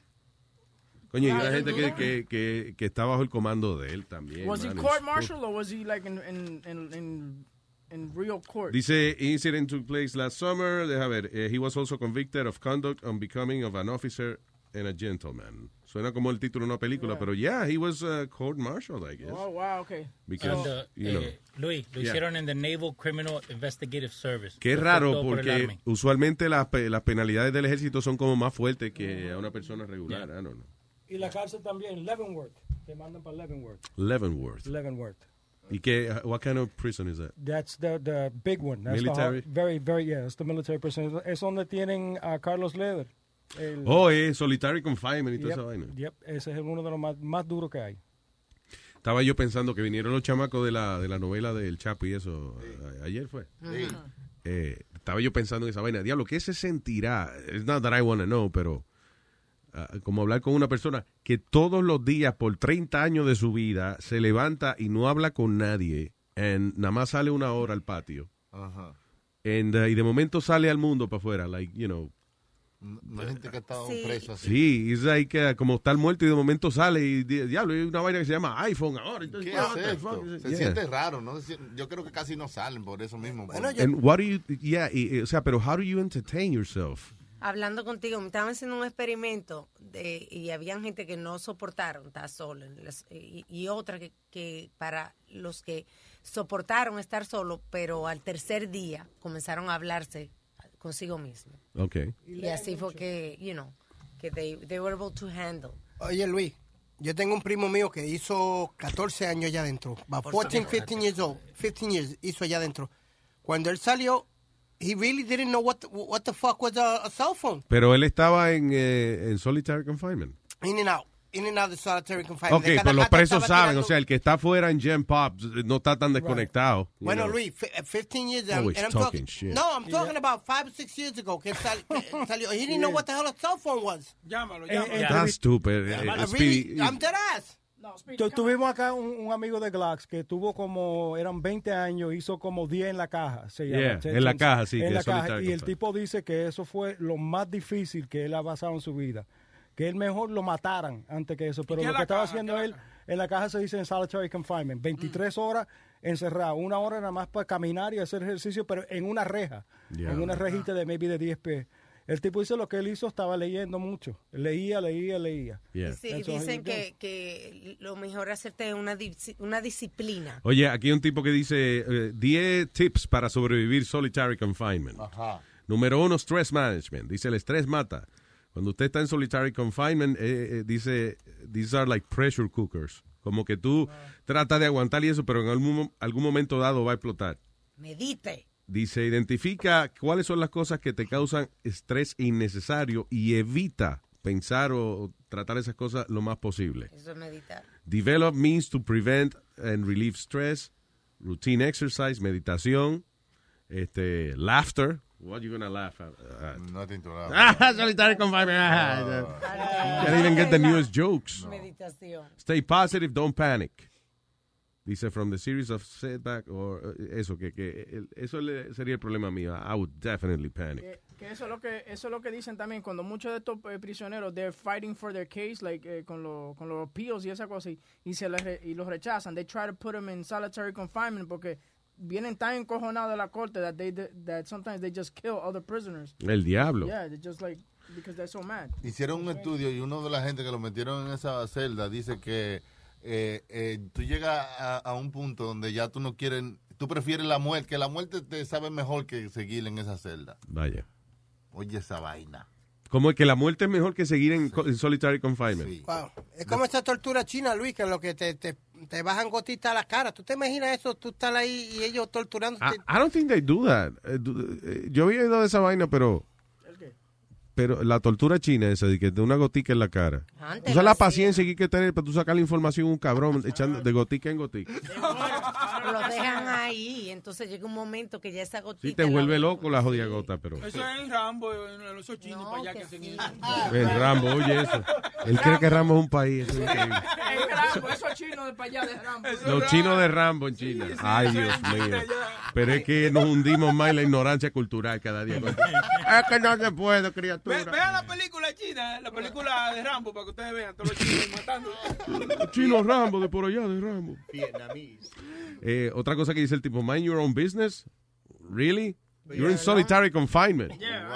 Speaker 16: Coño, y la gente que, que, que, que está bajo el comando de él también.
Speaker 6: Was he
Speaker 16: man.
Speaker 6: court
Speaker 16: Es-
Speaker 6: martial or was he like in, in, in, in, in real court?
Speaker 16: Dice, incident took place last summer. Deja ver. eh, he was also convicted of conduct on becoming of an officer and a gentleman. Suena como el título de una película,
Speaker 6: Yeah.
Speaker 16: pero yeah, he was uh, court-martialed, I guess.
Speaker 6: Oh, wow, okay.
Speaker 16: Because,
Speaker 8: And, uh,
Speaker 16: you know.
Speaker 8: eh, Luis, lo
Speaker 16: Yeah.
Speaker 8: hicieron en the Naval Criminal Investigative Service.
Speaker 16: Qué
Speaker 8: Fue
Speaker 16: raro,
Speaker 8: todo por el
Speaker 16: porque
Speaker 8: Army.
Speaker 16: usualmente las, pe- las penalidades del ejército son como más fuertes que a una persona regular. I don't know.
Speaker 11: Y la cárcel también, Leavenworth. Te mandan para Leavenworth.
Speaker 16: Leavenworth.
Speaker 11: Leavenworth.
Speaker 16: ¿Y qué? What kind of prison is that?
Speaker 11: That's the, the big one. That's
Speaker 16: Military?
Speaker 11: The hard, very, very, yeah, it's the military prison. Es donde tienen a Carlos Leder. El-
Speaker 16: Oh, eh, solitary confinement y toda
Speaker 11: Yep,
Speaker 16: esa vaina.
Speaker 11: yep, ese es uno de los más, más duros que hay.
Speaker 16: Estaba yo pensando que vinieron los chamacos de la, de la novela del Chapo y eso. a- Ayer fue.
Speaker 10: Sí.
Speaker 16: Eh, estaba yo pensando en esa vaina. Diablo, ¿qué se sentirá? It's not that I want to know, pero ah, como hablar con una persona que todos los días por treinta años de su vida se levanta y no habla con nadie, and nada más sale una hora al patio.
Speaker 10: Ajá.
Speaker 16: And, uh, y de momento sale al mundo para afuera, like, you know.
Speaker 10: No hay gente que ha estado
Speaker 13: Sí.
Speaker 10: presa así.
Speaker 16: Sí, es like, uh, como estar muerto y de momento sale y di- diablo, hay una vaina que se llama iPhone ahora.
Speaker 10: ¿Qué
Speaker 16: What
Speaker 10: es
Speaker 16: the
Speaker 10: esto?
Speaker 16: fuck is it?
Speaker 10: Se
Speaker 16: Yeah.
Speaker 10: siente raro, ¿no? Yo creo que casi no salen por eso mismo.
Speaker 14: Bueno,
Speaker 10: por-
Speaker 14: yo-
Speaker 16: And what do you, yeah, y- y, o sea, pero how do you entertain yourself?
Speaker 13: Hablando contigo, me estaban haciendo un experimento de, y había gente que no soportaron estar solo en las- y, y otra que, que para los que soportaron estar solo, pero al tercer día comenzaron a hablarse consigo mismo.
Speaker 16: Okay.
Speaker 13: Y así fue que, you know, que they, they were able to handle.
Speaker 14: Oye, Luis, yo tengo un primo mío que hizo catorce años allá adentro. About fourteen, fifteen years old. fifteen years hizo allá adentro. Cuando él salió, he really didn't know what the, what the fuck was a, a cell phone.
Speaker 16: Pero él estaba en, eh, en solitary confinement.
Speaker 14: In and out. In and out of solitary confinement.
Speaker 16: Ok,
Speaker 14: De cada
Speaker 16: pues los
Speaker 14: rato
Speaker 16: presos
Speaker 14: estaba
Speaker 16: saben,
Speaker 14: tirando-
Speaker 16: o sea, el que está fuera en Gen Pop eh, no está tan desconectado. you
Speaker 14: Bueno,
Speaker 16: know.
Speaker 14: Luis, fi- fifteen years.
Speaker 16: Always
Speaker 14: and I'm
Speaker 16: talking
Speaker 14: talking,
Speaker 16: shit.
Speaker 14: No, I'm talking about five or six years ago. Que sal, que salió. He didn't know what the hell a cell phone was.
Speaker 7: Llámalo,
Speaker 11: Eh,
Speaker 7: llámalo.
Speaker 11: eh,
Speaker 16: That's stupid. eh,
Speaker 14: I
Speaker 16: eh,
Speaker 14: really,
Speaker 16: Speedy.
Speaker 14: I'm dead ass.
Speaker 11: Tu- Tuvimos acá un, un amigo de Glax que tuvo como, eran veinte años, hizo como diez en la caja. Se llama.
Speaker 16: Yeah,
Speaker 11: Se-
Speaker 16: en la
Speaker 11: se-
Speaker 16: caja, sí,
Speaker 11: en
Speaker 16: que
Speaker 11: la
Speaker 16: es
Speaker 11: caja.
Speaker 16: solitario
Speaker 11: Y el
Speaker 16: confined.
Speaker 11: tipo dice que eso fue lo más difícil que él ha pasado en su vida. Que él mejor lo mataran antes que eso. Pero
Speaker 6: qué
Speaker 11: lo
Speaker 6: es
Speaker 11: que
Speaker 6: la
Speaker 11: estaba
Speaker 6: caja?
Speaker 11: haciendo
Speaker 6: ¿Qué es
Speaker 11: él,
Speaker 6: la caja?
Speaker 11: en la caja se dice en solitary confinement. veintitrés horas encerrado. Una hora nada más para caminar y hacer ejercicio, pero en una reja.
Speaker 16: Yeah.
Speaker 11: En una rejita de maybe de diez pies. El tipo dice lo que él hizo, estaba leyendo mucho. Leía, leía, leía.
Speaker 16: Yeah.
Speaker 13: Sí,
Speaker 11: Eso es
Speaker 13: dicen
Speaker 11: lo
Speaker 13: que, que lo mejor es hacerte una, dis- una disciplina.
Speaker 16: Oye, aquí hay un tipo que dice eh, diez tips para sobrevivir solitary confinement.
Speaker 10: Ajá.
Speaker 16: Número uno, stress management. Dice, el estrés mata. Cuando usted está en solitary confinement, eh, eh, dice, these are like pressure cookers. Como que tú tratas de aguantar y eso, pero en algún, algún momento dado va a explotar.
Speaker 13: Medite.
Speaker 16: Dice, identifica cuáles son las cosas que te causan estrés innecesario y evita pensar o, o tratar esas cosas lo más posible.
Speaker 13: Eso es meditar.
Speaker 16: Develop means to prevent and relieve stress. Routine exercise, meditación, este, laughter. What you gonna laugh at? Uh,
Speaker 10: Nothing to laugh.
Speaker 16: Ah, solitary confinement. Ah, Can't even get the newest jokes.
Speaker 13: Meditación.
Speaker 16: Stay positive, don't panic. Dice, from the series of setback, or uh, eso, que, que el- eso le- sería el problema mío. I would definitely panic.
Speaker 6: Que, que eso es lo que eso es lo que dicen también cuando muchos de estos eh, prisioneros they're fighting for their case like eh, con los con los appeals y esa cosa y, y se les re- y los rechazan. They try to put them in solitary confinement porque vienen tan encojonados de la corte that they that sometimes they just kill other prisoners.
Speaker 16: El diablo.
Speaker 6: Yeah, they just like because they're so mad.
Speaker 10: Hicieron un estudio y uno de la gente que lo metieron en esa celda dice que eh, eh, tú llegas a, a un punto donde ya tú no quieres, tú prefieres la muerte, que la muerte te sabe mejor que seguir en esa celda.
Speaker 16: Vaya.
Speaker 10: Oye esa vaina.
Speaker 16: Como que la muerte es mejor que seguir en, co- en solitary confinement.
Speaker 14: Wow. Es como esa tortura china, Luis, que en lo que te, te, te bajan gotitas a la cara. ¿Tú te imaginas eso? Tú estás ahí y ellos torturándote.
Speaker 16: I, I don't think they do that. Eh, du- eh, Yo había oído de esa vaina, pero pero la tortura china esa de que te una gotica en la cara.
Speaker 13: Antes
Speaker 16: O sea,
Speaker 13: lo
Speaker 16: la
Speaker 13: hacían.
Speaker 16: paciencia que hay que tener para tú sacar la información un cabrón echando de gotica en gotica.
Speaker 13: Los dejan ahí y entonces llega un momento que ya esa gotita...
Speaker 16: Sí, te
Speaker 13: la-
Speaker 16: vuelve loco la jodida gota, pero
Speaker 7: Eso es en Rambo, en esos chinos para allá que hacen eso.
Speaker 16: el Rambo, oye eso. Él cree que Rambo es un país, eso es increíble.
Speaker 6: En Rambo, esos chinos de para allá de Rambo.
Speaker 16: Los chinos de Rambo en China. Ay, Dios mío. Pero es que nos hundimos más en la ignorancia cultural cada día. Es que no se puede, criatura.
Speaker 7: Ve- Vean la película china, la película de Rambo, para que ustedes vean todos los chinos matando.
Speaker 16: Chino Rambo, de por allá, de Rambo. Eh, otra cosa que dice el tipo, mind your own business. Really? You're in solitary confinement.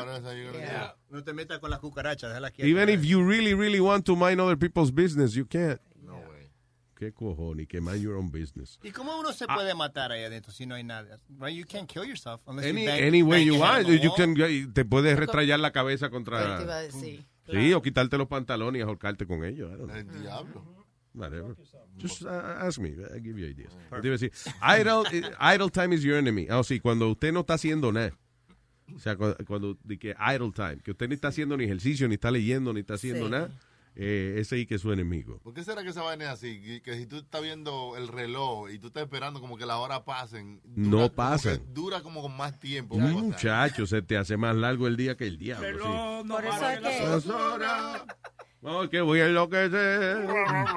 Speaker 9: No te metas con las cucarachas, déjala aquí.
Speaker 16: Even if you really, really want to mind other people's business, you can't. No way. ¿Qué cojones? Que mind your own business.
Speaker 9: ¿Y cómo uno se puede matar ahí adentro si no hay nada? Right? You can't kill yourself unless
Speaker 16: Any,
Speaker 9: you bang,
Speaker 16: any way
Speaker 9: bang
Speaker 16: you
Speaker 9: your head
Speaker 16: want.
Speaker 9: on the
Speaker 16: You
Speaker 9: wall.
Speaker 16: can, te puedes retrayar la cabeza contra...
Speaker 13: Te iba a decir,
Speaker 16: Sí, o quitarte los pantalones y ahorcarte con ellos. I don't know.
Speaker 10: El diablo.
Speaker 16: Whatever. Just uh, ask me. I give you ideas. Te iba a decir, idle, idle time is your enemy. Ah, sí, cuando usted no está haciendo nada. O sea, cuando, cuando di que idle time, que usted ni está haciendo ni ejercicio, ni está leyendo, ni está haciendo
Speaker 10: Sí.
Speaker 16: nada, eh, ese ahí que es su enemigo.
Speaker 10: ¿Por qué será que esa vaina es así? Que, que si tú estás viendo el reloj y tú estás esperando como que la hora pasen,
Speaker 16: No
Speaker 10: como
Speaker 16: pasan.
Speaker 10: que dura como con más tiempo.
Speaker 16: Muchacho, se te hace más largo el día que el diablo. Sí.
Speaker 13: Por eso es que...
Speaker 16: Dos horas. Oh, que voy a enloquecer.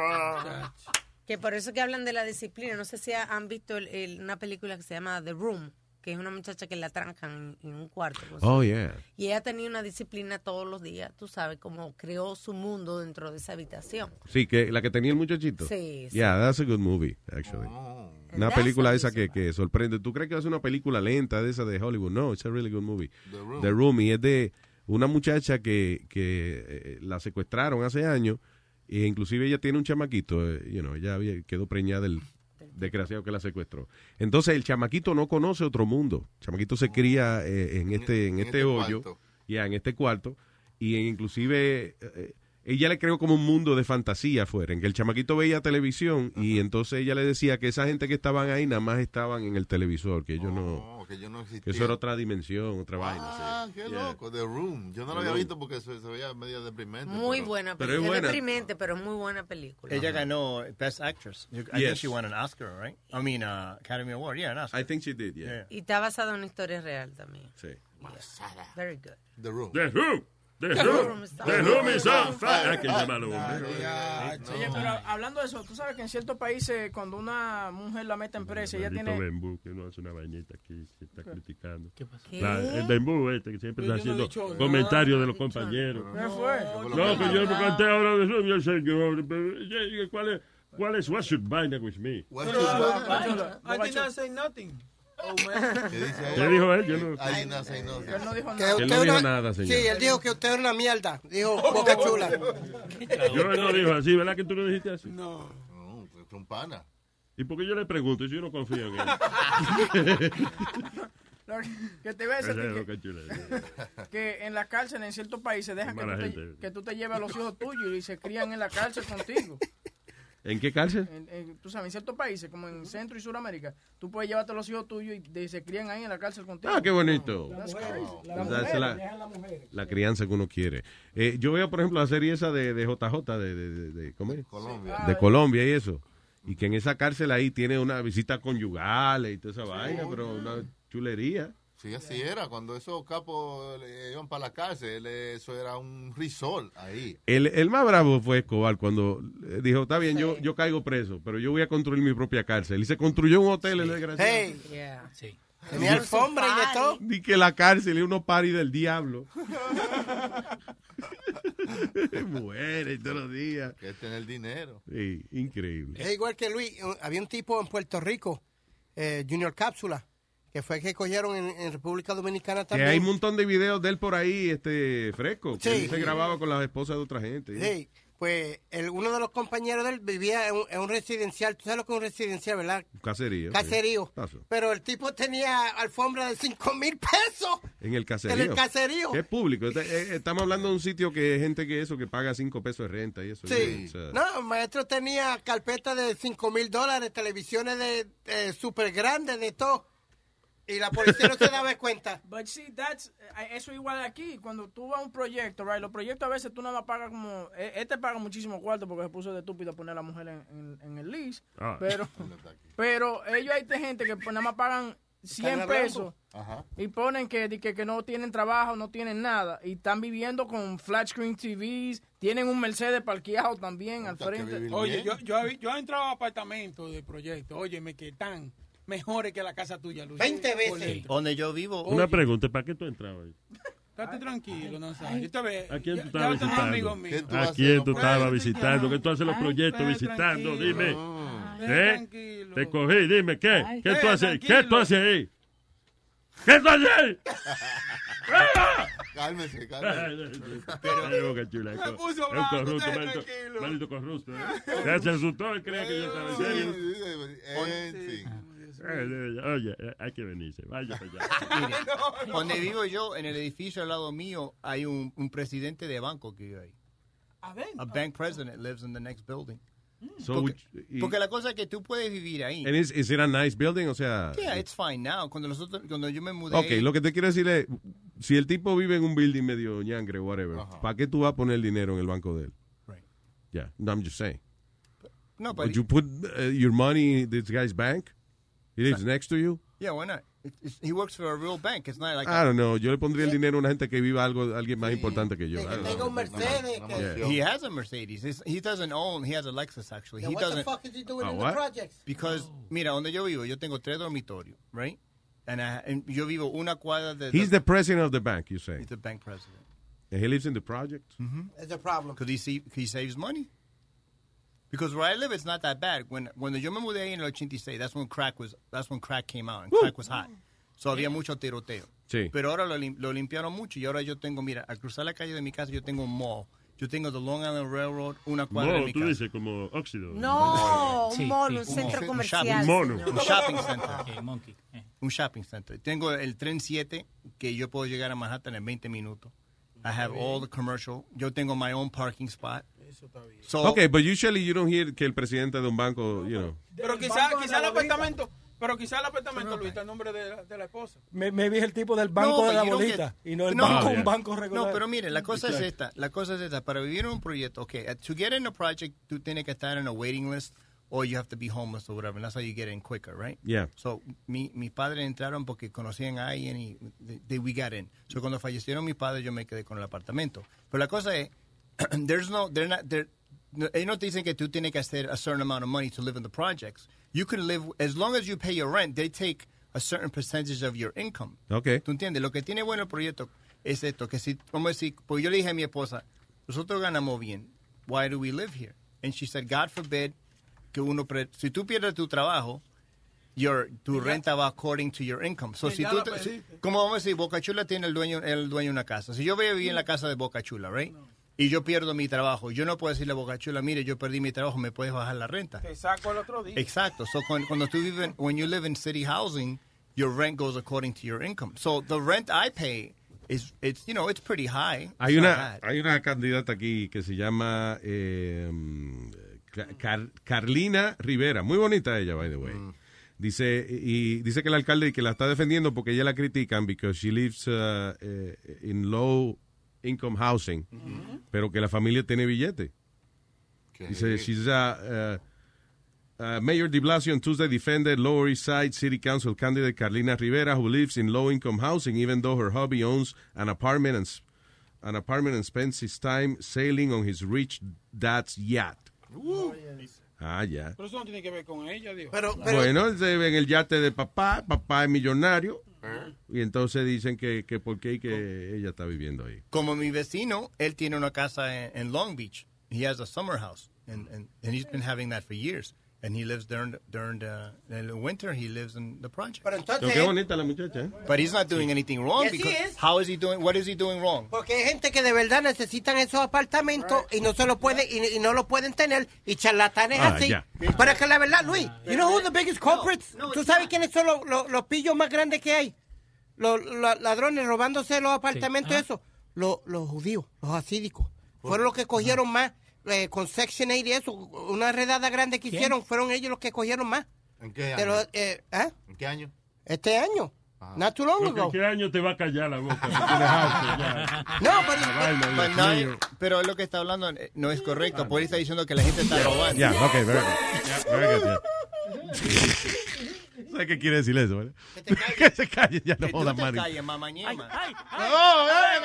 Speaker 13: Que por eso que hablan de la disciplina. No sé si ha- han visto el- el- una película que se llama The Room, que es una muchacha que la trancan en, en un cuarto. ¿no?
Speaker 16: Oh, yeah.
Speaker 13: Y ella tenía una disciplina todos los días, tú sabes, como creó su mundo dentro de esa habitación.
Speaker 16: Sí, que la que tenía el muchachito.
Speaker 13: Sí, sí.
Speaker 16: Yeah, that's a good movie, actually. Una
Speaker 13: That's
Speaker 16: película
Speaker 13: what
Speaker 16: esa que, que sorprende. ¿Tú crees que va a ser una película lenta de esa de Hollywood? No, it's a really good movie.
Speaker 10: The Room.
Speaker 16: The Room. Y es de una muchacha que, que eh, la secuestraron hace años. E inclusive ella tiene un chamaquito. eh, you know, ella había, quedó preñada del desgraciado que la secuestró. Entonces el chamaquito no conoce otro mundo. El chamaquito se cría eh, en este en
Speaker 10: en
Speaker 16: este
Speaker 10: este
Speaker 16: hoyo.
Speaker 10: cuarto.
Speaker 16: Ya, en este cuarto. Y inclusive... eh, ella le creó como un mundo de fantasía afuera, en que el chamaquito veía televisión y entonces ella le decía que esa gente que estaban ahí nada más estaban en el televisor, que ellos no...
Speaker 10: que yo no existía.
Speaker 16: Que eso era otra dimensión, otra
Speaker 10: Ah,
Speaker 16: vaina.
Speaker 10: qué
Speaker 16: Yeah.
Speaker 10: loco, The Room. Yo no lo
Speaker 16: The
Speaker 10: había
Speaker 16: Room.
Speaker 10: visto porque se, se veía medio deprimente.
Speaker 13: Muy
Speaker 10: pero-
Speaker 13: buena
Speaker 16: Pero es
Speaker 13: película. Es
Speaker 16: buena.
Speaker 13: deprimente, pero es muy buena película.
Speaker 9: Ella ganó Best Actress. You- I
Speaker 16: Yes.
Speaker 9: think she won an Oscar, right? I mean, uh, Academy Award. Yeah, an Oscar.
Speaker 16: I think she did, yeah.
Speaker 13: Y está basada en una historia real también.
Speaker 16: Sí.
Speaker 13: Very good.
Speaker 10: The Room.
Speaker 16: The Room.
Speaker 15: The room, the room is on fire. Hay que llamarlo, hombre.
Speaker 6: Oye, pero hablando de eso, tú sabes que en ciertos países, cuando una mujer la mete en presa, ella
Speaker 15: Maldito
Speaker 6: tiene...
Speaker 15: Bembú, que no hace una vainita aquí, que está criticando.
Speaker 6: ¿Qué pasó?
Speaker 15: La-
Speaker 6: ¿Qué?
Speaker 15: el Bembú este, que siempre está
Speaker 6: Yo no he
Speaker 15: haciendo
Speaker 6: dicho nada.
Speaker 15: comentarios de los compañeros.
Speaker 6: ¿Qué fue?
Speaker 15: No, que yo me canté ahora de eso, yo sé, yo, pero, ¿cuál es, cuál es, what's your vaina with me?
Speaker 7: I did not say nothing. Oh, man.
Speaker 10: ¿Qué dice
Speaker 15: ¿Qué dijo él? Yo no...
Speaker 10: Ay, no sé, no sé.
Speaker 6: Él no dijo
Speaker 14: Que
Speaker 6: nada.
Speaker 14: usted
Speaker 15: Él no dijo
Speaker 14: una-
Speaker 15: nada, señor.
Speaker 14: Sí, él dijo que usted era una mierda. Dijo Boca Chula.
Speaker 15: Yo él no dijo así, ¿verdad que tú lo dijiste así?
Speaker 7: No.
Speaker 10: No, es un pana.
Speaker 15: ¿Y por qué yo le pregunto si yo no confío en él?
Speaker 6: Lo que te iba a decir
Speaker 15: Ese es
Speaker 6: que,
Speaker 15: lo que chula.
Speaker 6: que en la cárcel, en ciertos países, dejan que
Speaker 15: Mala
Speaker 6: tú, te,
Speaker 15: gente.
Speaker 6: que tú te lleves a los hijos tuyos y se crían en la cárcel contigo.
Speaker 15: ¿En qué cárcel?
Speaker 6: En, en- tú sabes, en ciertos países, como en Centro y Suramérica, tú puedes llevarte a los hijos tuyos y de- se crían ahí en la cárcel contigo.
Speaker 15: Ah, qué bonito.
Speaker 6: That's crazy.
Speaker 11: La
Speaker 15: Esa
Speaker 11: mujer,
Speaker 15: es la-
Speaker 11: dejan la mujer.
Speaker 15: La crianza que uno quiere. Eh, yo veo, por ejemplo, la serie esa de, de J J, de, de, de, de- ¿cómo es?
Speaker 10: Colombia.
Speaker 15: De Colombia y eso. Y que en esa cárcel ahí tiene una visita conyugal y toda esa vaina, pero una chulería.
Speaker 10: Sí, así era. Cuando esos capos eh, iban para la cárcel, eh, eso era un resort ahí.
Speaker 15: El, el más bravo fue Escobar cuando eh, dijo, está bien, yo, yo caigo preso, pero yo voy a construir mi propia cárcel. Y se construyó un hotel, el desgraciado.
Speaker 14: Hey,
Speaker 13: Yeah.
Speaker 8: Sí.
Speaker 14: tenía alfombra y de todo.
Speaker 15: Ni que la cárcel es unos paris del diablo. Muere todos los días.
Speaker 10: Que es tener dinero.
Speaker 15: Sí, increíble.
Speaker 14: Es igual que Luis. eh, Había un tipo en Puerto Rico, eh, Junior Cápsula, que fue que cogieron en, en República Dominicana
Speaker 15: Que
Speaker 14: también.
Speaker 15: hay un montón de videos de él por ahí, este, fresco. Que
Speaker 14: Sí.
Speaker 15: él se grababa con las esposas de otra gente.
Speaker 14: Sí, pues el, uno de los compañeros de él vivía en un, en un residencial. ¿Tú sabes lo que es un residencial, verdad?
Speaker 15: Un caserío.
Speaker 14: Caserío.
Speaker 15: sí. Pasó.
Speaker 14: Pero el tipo tenía alfombra de cinco mil pesos.
Speaker 15: En el caserío.
Speaker 14: En el caserío.
Speaker 15: Que es público. Este- eh, Estamos hablando de un sitio que hay gente que eso, que paga cinco pesos de renta y eso.
Speaker 14: Sí.
Speaker 15: O sea,
Speaker 14: No, el maestro tenía carpetas de cinco mil dólares, televisiones de, de súper grandes, de todo. Y la policía no se daba cuenta.
Speaker 6: But see, that's, eh, eso igual aquí, cuando tú vas a un proyecto, right, los proyectos a veces tú nada más pagas como, eh, este paga muchísimo cuarto porque se puso de estúpido a poner a la mujer en, en- en el lease,
Speaker 15: Ah.
Speaker 6: pero, pero ellos hay gente que pues, nada más pagan cien
Speaker 14: Están hablando.
Speaker 6: pesos
Speaker 10: Ajá.
Speaker 6: y ponen que, que, que no tienen trabajo, no tienen nada, y están viviendo con flat screen T Vs, tienen un Mercedes parqueado también al frente.
Speaker 7: Oye, yo, yo, he- yo he entrado a apartamentos de proyecto, óyeme, que están mejores que la casa tuya, Luis.
Speaker 14: veinte veces.
Speaker 7: Por dentro.
Speaker 9: Donde yo vivo.
Speaker 15: Una pregunta, ¿para qué tú entrabas ahí?
Speaker 7: Estate tranquilo, no sabes. Yo te ve-
Speaker 15: ¿A quién
Speaker 7: ya-
Speaker 15: tú
Speaker 7: ya
Speaker 15: estabas
Speaker 7: tengo
Speaker 15: visitando?
Speaker 7: amigos míos.
Speaker 10: ¿Qué tú
Speaker 15: ¿A
Speaker 10: haces,
Speaker 15: quién tú
Speaker 10: no?
Speaker 15: estabas
Speaker 7: Ay,
Speaker 15: visitando?
Speaker 7: ay,
Speaker 15: ¿Qué tú haces los
Speaker 7: ay,
Speaker 15: proyectos
Speaker 7: ay,
Speaker 15: visitando?
Speaker 7: tranquilo.
Speaker 15: Dime.
Speaker 7: Ven
Speaker 15: ¿Eh?
Speaker 7: tranquilo.
Speaker 15: Te cogí, dime, ¿qué?
Speaker 7: Ay,
Speaker 15: ¿Qué
Speaker 7: ven,
Speaker 15: tú haces? ¿Qué
Speaker 7: tranquilo.
Speaker 15: tú haces ahí? ¿Qué tú haces ahí?
Speaker 10: Cálmese, cálmese.
Speaker 15: Pero, qué chula.
Speaker 7: Me
Speaker 15: Es
Speaker 7: puso
Speaker 15: un
Speaker 7: bravo,
Speaker 15: corrupto,
Speaker 7: ustedes
Speaker 15: maldito,
Speaker 7: tranquilo.
Speaker 15: maldito corrupto. ¿eh? Ya se asustó, él cree que yo estaba en serio.
Speaker 10: Eh, sí.
Speaker 15: Eh, eh, Oye, eh, hay que venirse, vaya para allá.
Speaker 9: Donde vivo yo, en el edificio al lado mío, hay un, un presidente de banco que vive ahí.
Speaker 7: A ver.
Speaker 9: A bank president lives in the next building.
Speaker 15: So,
Speaker 9: porque,
Speaker 15: which- y-
Speaker 9: porque la cosa es que tú puedes vivir ahí.
Speaker 15: And is, is it a nice building? O sea,
Speaker 9: Yeah, it's fine now. Cuando, nosotros, cuando yo me mudé...
Speaker 15: ok, lo que te quiero decir es, si el tipo vive en un building medio ñangre, whatever, ¿para qué tú vas a poner el dinero en el banco de él?
Speaker 9: Right.
Speaker 15: Yeah, no, I'm just saying.
Speaker 9: No, but...
Speaker 15: Would you put uh, your money in this guy's bank? He lives next to you?
Speaker 9: Yeah, why not? It, it's, he works for a real bank. It's not like...
Speaker 15: I don't know. Yo le pondría el dinero a una gente que viva algo, alguien más importante que yo. I
Speaker 14: Que
Speaker 15: don't
Speaker 14: tenga
Speaker 15: know.
Speaker 14: un Mercedes. que-
Speaker 15: Yeah.
Speaker 9: He has a Mercedes. It's- he doesn't own. He has a Lexus, actually.
Speaker 14: Then
Speaker 9: he
Speaker 14: what the
Speaker 9: doesn't...
Speaker 14: fuck is he doing
Speaker 15: Ah,
Speaker 14: in
Speaker 15: what?
Speaker 14: the projects?
Speaker 9: Because, mira, donde yo vivo, yo tengo tres dormitorios, right? And, I, and yo vivo una cuadra de...
Speaker 15: He's the president of the bank, you say.
Speaker 9: He's the bank president.
Speaker 15: And he lives in the project?
Speaker 14: It's a problem.
Speaker 9: Because he, see, he saves money. Because where I live, it's not that bad. When when yo me mudé ahí en el ochenta y seis, that's when crack was that's when crack came out and crack was hot. So había mucho tiroteo.
Speaker 15: Sí.
Speaker 9: Pero ahora lo, lim- lo limpiaron mucho y ahora yo tengo, mira, al cruzar la calle de mi casa yo tengo un mall. Yo tengo the Long Island Railroad, una cuadra de
Speaker 15: No,
Speaker 9: mi
Speaker 15: tú
Speaker 9: casa.
Speaker 15: dices como óxido.
Speaker 13: No,
Speaker 8: Sí,
Speaker 13: un mall,
Speaker 8: sí.
Speaker 13: un centro
Speaker 9: Un
Speaker 13: comercial.
Speaker 9: shopping-
Speaker 15: mono.
Speaker 13: señor.
Speaker 9: Un shopping center.
Speaker 8: Okay, monkey. Eh.
Speaker 9: Un shopping center. Tengo el tren siete que yo puedo llegar a Manhattan en veinte minutos. I have all the commercial. Yo tengo my own parking spot. So,
Speaker 15: Okay, but usually you don't hear que el presidente de un banco, you know.
Speaker 7: Pero quizá, quizá el apartamento, pero quizá el apartamento, Luis, está el nombre de la, de la esposa.
Speaker 11: Me, me vi el tipo del banco
Speaker 9: No,
Speaker 11: de la
Speaker 9: but you don't
Speaker 11: bolita
Speaker 9: get-
Speaker 11: y no el
Speaker 9: No,
Speaker 11: banco,
Speaker 15: yeah.
Speaker 11: un banco regular.
Speaker 9: No, pero mire, la cosa es
Speaker 11: Exacto.
Speaker 9: esta. La cosa es esta. Para vivir en un proyecto, okay, uh, to get in a project, tú tienes que estar en a waiting list or you have to be homeless or whatever. And that's how you get in quicker, right?
Speaker 15: Yeah.
Speaker 9: So, mi, mi padre entraron porque conocían a alguien y they, they, we got in. So, cuando fallecieron mis padres, yo me quedé con el apartamento. Pero la cosa es, there's no, they're not, they're, no, ellos no te dicen que tú tienes que hacer a certain amount of money to live in the projects. You can live, as long as you pay your rent, they take a certain percentage of your income.
Speaker 15: Okay.
Speaker 9: ¿Tú entiendes? Lo que tiene bueno el proyecto es esto, que si, vamos a decir, pues yo le dije a mi esposa, nosotros ganamos bien. Why do we live here? And she said, God forbid que uno, pre si tú pierdes tu trabajo, your, tu renta va according to your income. So, si tú, te, si, como vamos a decir, Boca Chula tiene el dueño, el dueño de una casa. Si yo voy a vivir en la casa de Boca Chula, right? No. Y yo pierdo mi trabajo, yo no puedo decirle a Boca Chula, mire, yo perdí mi trabajo, me puedes bajar la renta.
Speaker 7: Te saco el otro día.
Speaker 9: Exacto. So, cuando, cuando tú vives, when you live in city housing, your rent goes according to your income. So, the rent I pay is, it's, you know, it's pretty high.
Speaker 15: Hay
Speaker 9: it's
Speaker 15: una, hay una candidata aquí que se llama eh, Car Carlina Rivera. Muy bonita ella, by the way. Mm. Dice, y dice que el alcalde que la está defendiendo porque ella la critican because she lives uh, uh, in low income housing, mm-hmm. pero que la familia tiene billete. Okay. Dice, she's a, uh, uh, Mayor de Blasio on Tuesday defended Lower East Side City Council candidate Carlina Rivera, who lives in low income housing, even though her hubby owns an apartment and an apartment and spends his time sailing on his rich dad's yacht.
Speaker 7: Uh.
Speaker 15: Ah, ya.
Speaker 7: Pero eso no tiene que ver con ella, digo.
Speaker 14: Pero, pero,
Speaker 15: bueno, se ve en el yate de papá, papá es millonario, ¿eh? Y entonces dicen que, que por qué que ella está viviendo ahí.
Speaker 9: Como mi vecino, él tiene una casa en, en Long Beach. He has a summer house, and, and, and he's been having that for years. And he lives during, during the, the winter, he lives in the project.
Speaker 14: Pero entonces,
Speaker 15: qué bonita la muchacha, ¿eh?
Speaker 9: But he's not doing anything wrong.
Speaker 14: Yes,
Speaker 9: because
Speaker 14: he is.
Speaker 9: How is he doing? What is he doing wrong?
Speaker 14: Porque hay gente que de verdad necesitan esos apartamentos right. y no se lo puede y, y no lo pueden tener y charlatanes ah, así. Yeah. Pero es que la verdad, Luis, you know who the biggest culprits? No, no, ¿tú sabes quiénes son los, los, los pillos más grandes que hay? Los, los ladrones robándose los apartamentos, sí. Eso. Los, los judíos, los hasídicos. Fueron los que cogieron más. Eh, con Section ocho y eso, una redada grande que ¿Quién? hicieron, fueron ellos los que cogieron más.
Speaker 10: ¿En qué año?
Speaker 14: Los, eh, ¿eh?
Speaker 10: ¿En qué año?
Speaker 14: Este año. Ah. Not too long ago.
Speaker 12: ¿En qué año te va a callar la boca?
Speaker 14: No, pero,
Speaker 9: pero, pero, no, pero lo que está hablando no es correcto, porque él está diciendo que la gente está robando.
Speaker 15: Ya, yeah, ok, very good. Yeah, very good, yeah. ¿Sabes qué quiere decir eso? ¿Vale? Que, te calle. Que se calle, ya no jodas más.
Speaker 9: Que te calles, mamañema.
Speaker 10: ¡Ay, ay! ¡Oh, ay,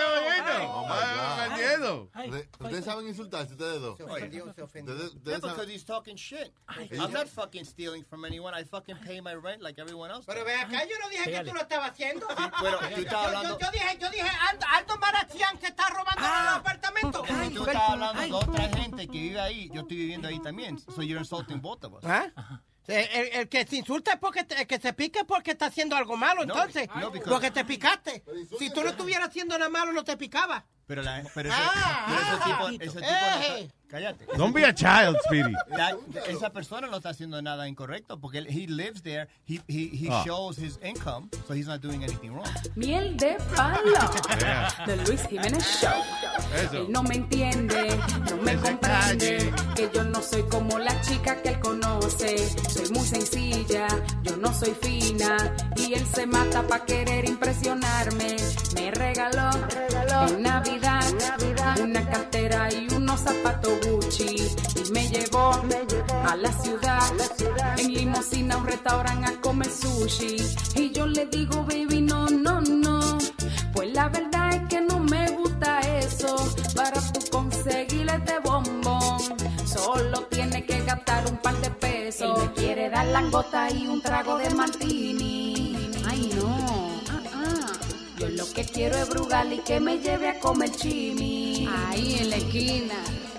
Speaker 10: qué bonito! ¡Oh, my God! ¿Ustedes saben insultarse ustedes dos?
Speaker 14: Se ofendió, se ofendió.
Speaker 9: Yeah, because he's talking shit. I'm not fucking stealing from anyone. I fucking pay my rent like everyone else.
Speaker 14: Pero ve acá, yo no dije que tú lo estabas haciendo.
Speaker 9: Sí, bueno, tú estabas hablando...
Speaker 14: Yo, yo dije, yo dije, Aldo, Aldo Marachian que está robando ah. los apartamentos.
Speaker 9: Ay, tú estabas hablando de otra gente que vive ahí. Yo estoy viviendo ahí también. So you're insulting both of us.
Speaker 14: ¿Ah? El, el que se insulta es porque te, el que se pica es porque está haciendo algo malo, no, entonces. No, porque te picaste. Si tú no estuvieras haciendo nada malo, no te picaba.
Speaker 9: Pero, la, pero, ese, ah, pero ese tipo, ese tipo no está, cállate.
Speaker 15: Don't be a child, Speedy.
Speaker 9: La, esa persona no está haciendo nada incorrecto porque él, he lives there, he, he, he oh. shows his income, so he's not doing anything wrong.
Speaker 19: Miel de palo, yeah. The Luis Jiménez Show. Eso. Él no me entiende, no me Ese comprende, calle. Que yo no soy como la chica que él conoce. Soy muy sencilla, yo no soy fina, y él se mata pa' querer impresionarme. Me regaló, regaló. En Navidad Navidad, una cartera y unos zapatos Gucci, y me llevó, me llevó a, la ciudad, a la ciudad en limusina a un restaurante a comer sushi, y yo le digo baby no, no, no, pues la verdad es que no me gusta eso, para tú conseguir este bombón solo tienes que gastar un par de pesos. Él me quiere dar langota y un trago de martini, ay no. Yo lo que quiero es brugal y que me lleve a comer chimi. Ahí en la esquina.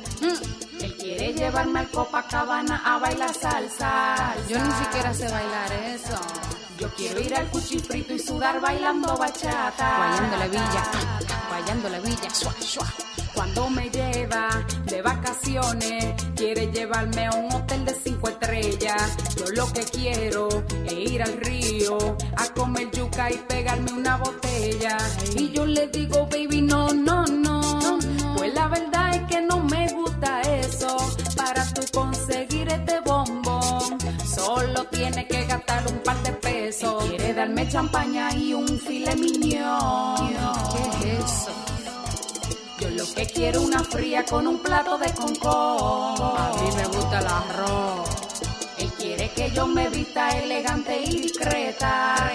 Speaker 19: Mm. Él quiere llevarme al Copacabana a bailar salsa. Yo ni siquiera sé bailar eso. Yo quiero ir al cuchifrito y sudar bailando bachata. Guayando la villa, guayando la villa, suá, suá. Cuando me lleva de vacaciones, quiere llevarme a un hotel de cinco estrellas. Yo lo que quiero es ir al río a comer yuca y pegarme una botella. Y yo le digo, baby, no, no, no. Pues la verdad es que no me gusta eso. Para tú conseguir este bombón, solo tienes que gastar un par de pesos. Él quiere darme champaña y un filet mignon. ¿Qué es eso? Yo lo que quiero una fría con un plato de concón. A mí me gusta el arroz. yo me vista elegante y discreta.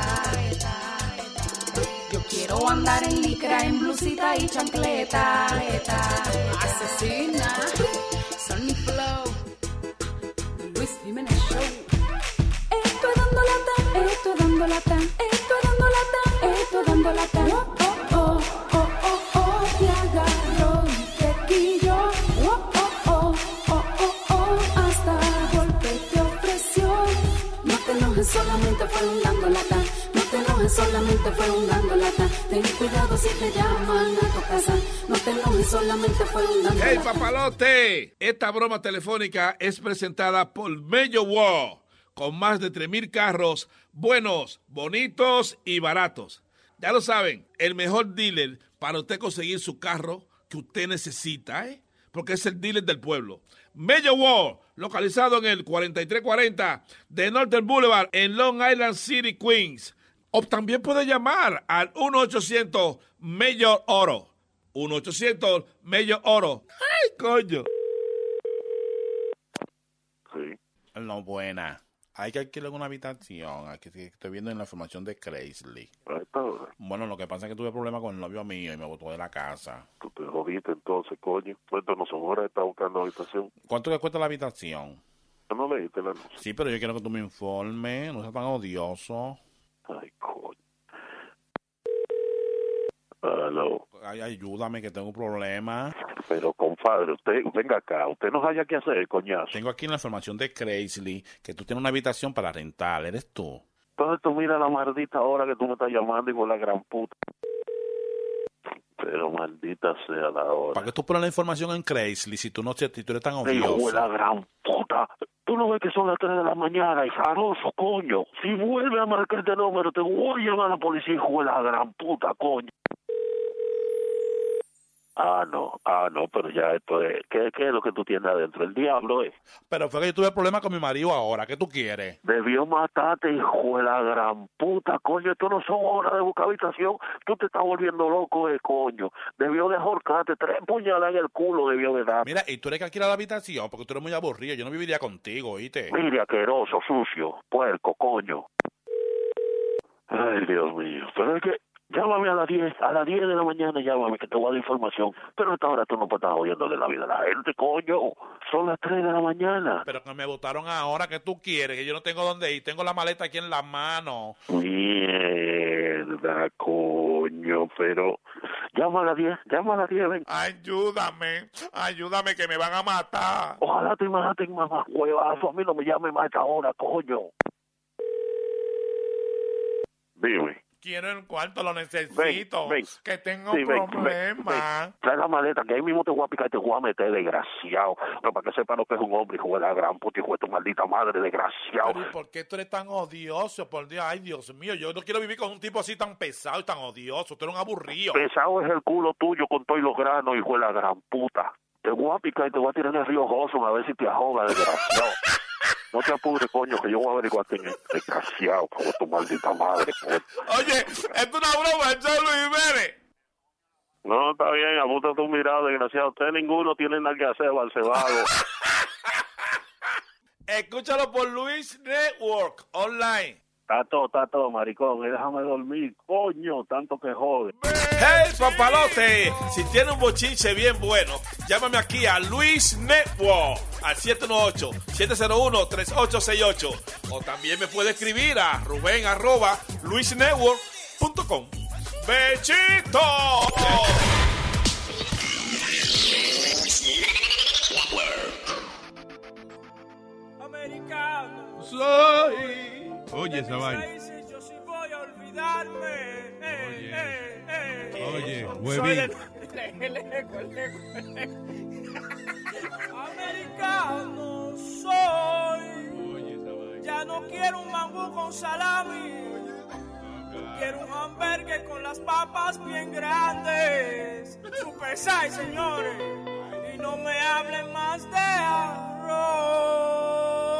Speaker 19: Yo quiero andar en licra, en blusita y chancleta. Asesina, Sonny Flow, Luis Jiménez Show. Estoy dando lata, estoy dando lata, estoy dando lata, estoy dando lata. Oh, oh, oh, oh, oh, te agarro, te quillo. Oh, oh, oh, oh, oh, oh, hasta golpe te ofreció. No te enojes, solamente fue un dando lata. No te enojes, solamente fue un dando lata. Ten cuidado si te llaman a tu casa. No te enojes, solamente fue un dando lata.
Speaker 20: ¡Hey, papalote! Esta broma telefónica es presentada por Mello War, con más de tres mil carros buenos, bonitos y baratos. Ya lo saben, el mejor dealer para usted conseguir su carro que usted necesita, ¿eh? Porque es el dealer del pueblo. Mello War, localizado en el cuarenta y tres cuarenta de Northern Boulevard en Long Island City, Queens. O también puede llamar al uno ochocientos Mello Oro. uno ochocientos Mello Oro. ¡Ay, coño!
Speaker 21: Sí. No, buena. Hay que alquilar una habitación. Aquí estoy viendo en la información de Craigslist. Bueno, lo que pasa es que tuve problemas con el novio mío y me botó de la casa.
Speaker 22: Tú te jodiste entonces, coño. Cuéntanos, no son horas de estar buscando habitación.
Speaker 21: ¿Cuánto le cuesta la habitación?
Speaker 22: No leíste la noche.
Speaker 21: Sí, pero yo quiero que tú me informes. No seas tan odioso.
Speaker 22: Ay, coño. Aló.
Speaker 21: Ay, ayúdame que tengo un problema.
Speaker 22: Pero, compadre, usted, venga acá, usted no haya qué hacer, coñazo.
Speaker 21: Tengo aquí en la información de Craigslist que tú tienes una habitación para rentar, ¿eres tú?
Speaker 22: Entonces tú mira la maldita hora que tú me estás llamando y con la gran puta. Pero maldita sea la hora.
Speaker 21: ¿Para qué tú pones la información en Craigslist si tú no si tú eres tan odioso?
Speaker 22: Hijo de la gran puta. Tú no ves que son las tres de la mañana y zaroso, coño. Si vuelve a marcar este número, te voy a llamar a la policía, hijo de la gran puta, coño. Ah, no, ah, no, pero ya esto es... ¿Qué, qué es lo que tú tienes adentro? El diablo es.
Speaker 21: Pero fue que yo tuve problemas con mi marido ahora. ¿Qué tú quieres?
Speaker 22: Debió matarte, hijo de la gran puta, coño. Esto no son horas de buscar habitación. Tú te estás volviendo loco, eh, coño. Debió de ahorcarte. Tres puñaladas en el culo debió de dar.
Speaker 21: Mira, y tú eres que alquilar la habitación porque tú eres muy aburrido. Yo no viviría contigo, ¿oíste?
Speaker 22: Mire, asqueroso, sucio, puerco, coño. Ay, Dios mío. Pero es que... Llámame a las diez, a las diez de la mañana llámame que te voy a dar información. Pero a esta hora tú no puedes estar oyendo de la vida de la gente, coño. Son las tres de la mañana.
Speaker 21: Pero que me votaron ahora, ¿qué tú quieres? Que yo no tengo dónde ir, tengo la maleta aquí en la mano.
Speaker 22: Mierda, coño, pero... Llama a las diez, llama a las diez, ven.
Speaker 21: Ayúdame, ayúdame que me van a matar.
Speaker 22: Ojalá te maten, mamá huevazo. A mí no me llame más a esta hora, coño. Dime.
Speaker 21: Quiero el cuarto, lo necesito.
Speaker 22: Ven, ven.
Speaker 21: Que tengo
Speaker 22: sí,
Speaker 21: problemas.
Speaker 22: Ven, ven, ven. Trae la maleta, que ahí mismo te voy a picar y te voy a meter, desgraciado. No, para que sepan lo que es un hombre, hijo de la gran puta, hijo de tu maldita madre, desgraciado.
Speaker 21: Pero ¿y por qué tú eres tan odioso? Por Dios, ay, Dios mío, yo no quiero vivir con un tipo así tan pesado y tan odioso. Tú eres un aburrido.
Speaker 22: Pesado es el culo tuyo con todos los granos, hijo de la gran puta. Te voy a picar y te voy a tirar en el río Joson a ver si te ahoga, desgraciado. No te apures, coño, que yo voy a averiguar quién es. Desgraciado, como tu maldita madre, coño.
Speaker 21: Oye, esto es una broma, el Luis Jiménez.
Speaker 22: No, está bien, apunta tu mirada, desgraciado. Usted ninguno tiene nada que hacer, Balcebago.
Speaker 21: Escúchalo por Luis Network, online.
Speaker 22: Está todo, está todo, maricón. Déjame dormir, coño, tanto que jode.
Speaker 20: ¡Hey, papalote! Si tiene un bochinche bien bueno, llámame aquí a Luis Network al siete uno ocho, siete cero uno, tres ocho seis ocho. O también me puede escribir a Rubén arroba luisnetwork punto com. ¡Bechito!
Speaker 6: Americano.
Speaker 15: Soy... Oye, esa vaina.
Speaker 6: Yo sí voy a olvidarme.
Speaker 15: Oye,
Speaker 6: eh, eh, eh.
Speaker 15: oye,
Speaker 6: Soy
Speaker 15: huevín.
Speaker 6: el, el eco, el eco, el eco. Americano soy.
Speaker 15: Oye, esa vaina.
Speaker 6: Ya no quiero un mangú con salami. Quiero un hamburger con las papas bien grandes. Super size, señores. Y no me hablen más de arroz.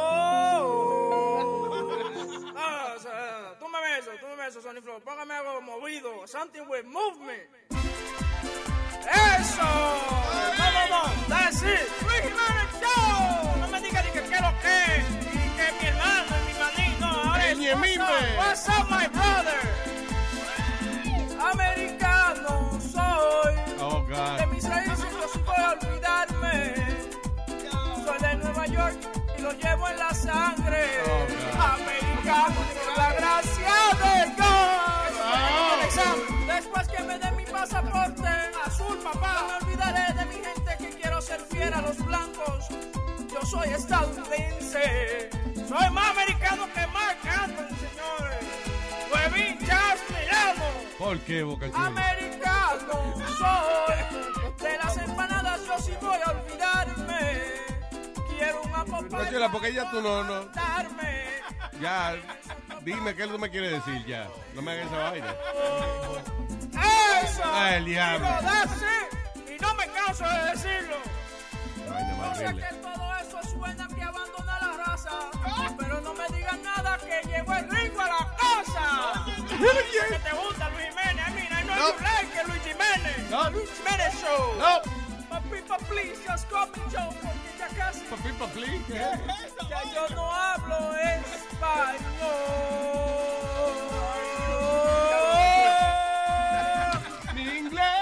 Speaker 6: Túmame eso, túmame eso, Sonny Flow. Póngame algo movido. Something with movement. ¡Eso! ¡No, no, no! ¡That's it! ¡Luis Jiménez Show! No me digas ni que qué lo que, ni que mi hermano. What's up, my brother? Americano soy.
Speaker 15: Oh, God.
Speaker 6: De mis raíces no sí voy a olvidarme. Soy de Nueva York y lo llevo en la sangre.
Speaker 15: Oh,
Speaker 6: Americano por la gracia de Dios. Oh. Después que me den mi pasaporte azul, papá, no me olvidaré de mi gente que quiero ser fiel a los blancos. Yo soy estadounidense. Soy más americano que Mark Anthony, señores. Huevín, Charles, me llamo.
Speaker 15: ¿Por qué, Boca Chula?
Speaker 6: Americano soy. De las empanadas yo sí voy a olvidarme. Quiero un apple pie.
Speaker 15: Chula, porque ya tú no, no.
Speaker 6: Darme.
Speaker 15: Ya, dime qué tú me quieres decir ya. No me hagas esa vaina.
Speaker 6: Eso.
Speaker 15: Ah, el diablo.
Speaker 6: Digo, that's it. Y no me canso de decirlo.
Speaker 15: Vaina
Speaker 6: Yo
Speaker 15: más
Speaker 6: sé
Speaker 15: horrible.
Speaker 6: que todo eso suena que abandona la raza, pero no me digan nada que llegó el rico a la casa. Que te gusta Luis Jiménez, mira, no
Speaker 15: No.
Speaker 6: you like it, Luis Jiménez.
Speaker 15: No.
Speaker 6: Luis Jiménez Show.
Speaker 15: No.
Speaker 6: Papipa, please, just call me Joe, porque ya casi.
Speaker 15: Papipa, please.
Speaker 6: Ya yo no hablo español.
Speaker 15: Mi inglés.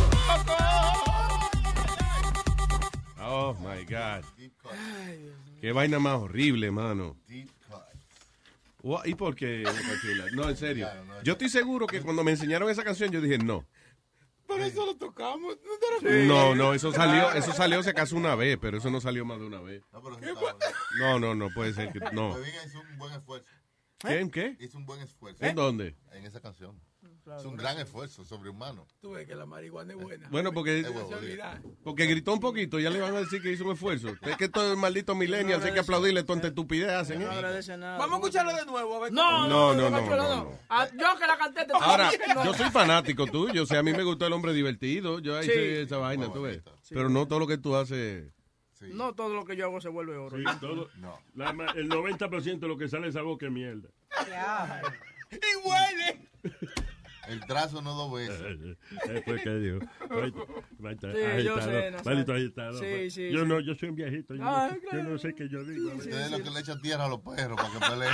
Speaker 15: Oh, my God. Qué vaina más horrible, mano. What? ¿Y por qué, Boca Chula? No, en serio. Yo estoy seguro que cuando me enseñaron esa canción yo dije no.
Speaker 7: Por eso lo tocamos.
Speaker 15: No, no, eso salió, eso salió se casó una vez, pero eso no salió más de una vez. No, no, no puede ser que no.
Speaker 10: Huevín hizo un buen esfuerzo.
Speaker 15: ¿Qué? ¿En qué?
Speaker 10: Hizo un buen esfuerzo.
Speaker 15: ¿En dónde?
Speaker 10: En esa canción. Es un gran esfuerzo sobrehumano.
Speaker 7: Tú ves que la marihuana es buena.
Speaker 15: Bueno, porque, porque gritó un poquito, ya le van a decir que hizo un esfuerzo. Es que todo el maldito millennial, hay que aplaudirle toda estupidez hacen. ¿eh?
Speaker 6: Vamos a escucharlo de nuevo. A ver
Speaker 15: No, no, no, no, no, no.
Speaker 6: Ah, yo que la canté te
Speaker 15: Ahora,
Speaker 6: no.
Speaker 15: yo soy fanático tuyo, o sea, a mí me gustó el hombre divertido, yo
Speaker 6: Sí.
Speaker 15: hice esa vaina, tú ves. Pero no todo lo que tú haces.
Speaker 6: No todo lo que yo hago se vuelve oro.
Speaker 1: Sí, todo, la ma- el noventa por ciento de lo que sale de esa boca es mierda.
Speaker 7: Y huele.
Speaker 10: El trazo no dos veces.
Speaker 1: Después que digo, maldito
Speaker 10: Sí, yo sé,
Speaker 1: agitador,
Speaker 10: no
Speaker 1: maldito
Speaker 10: sabe.
Speaker 1: agitador.
Speaker 10: Sí, sí,
Speaker 1: Yo
Speaker 10: sí.
Speaker 1: no, yo soy un viejito, yo,
Speaker 10: Ah,
Speaker 1: no, yo no sé qué yo digo.
Speaker 10: Ustedes es lo que le echan tierra a los perros para que peleen.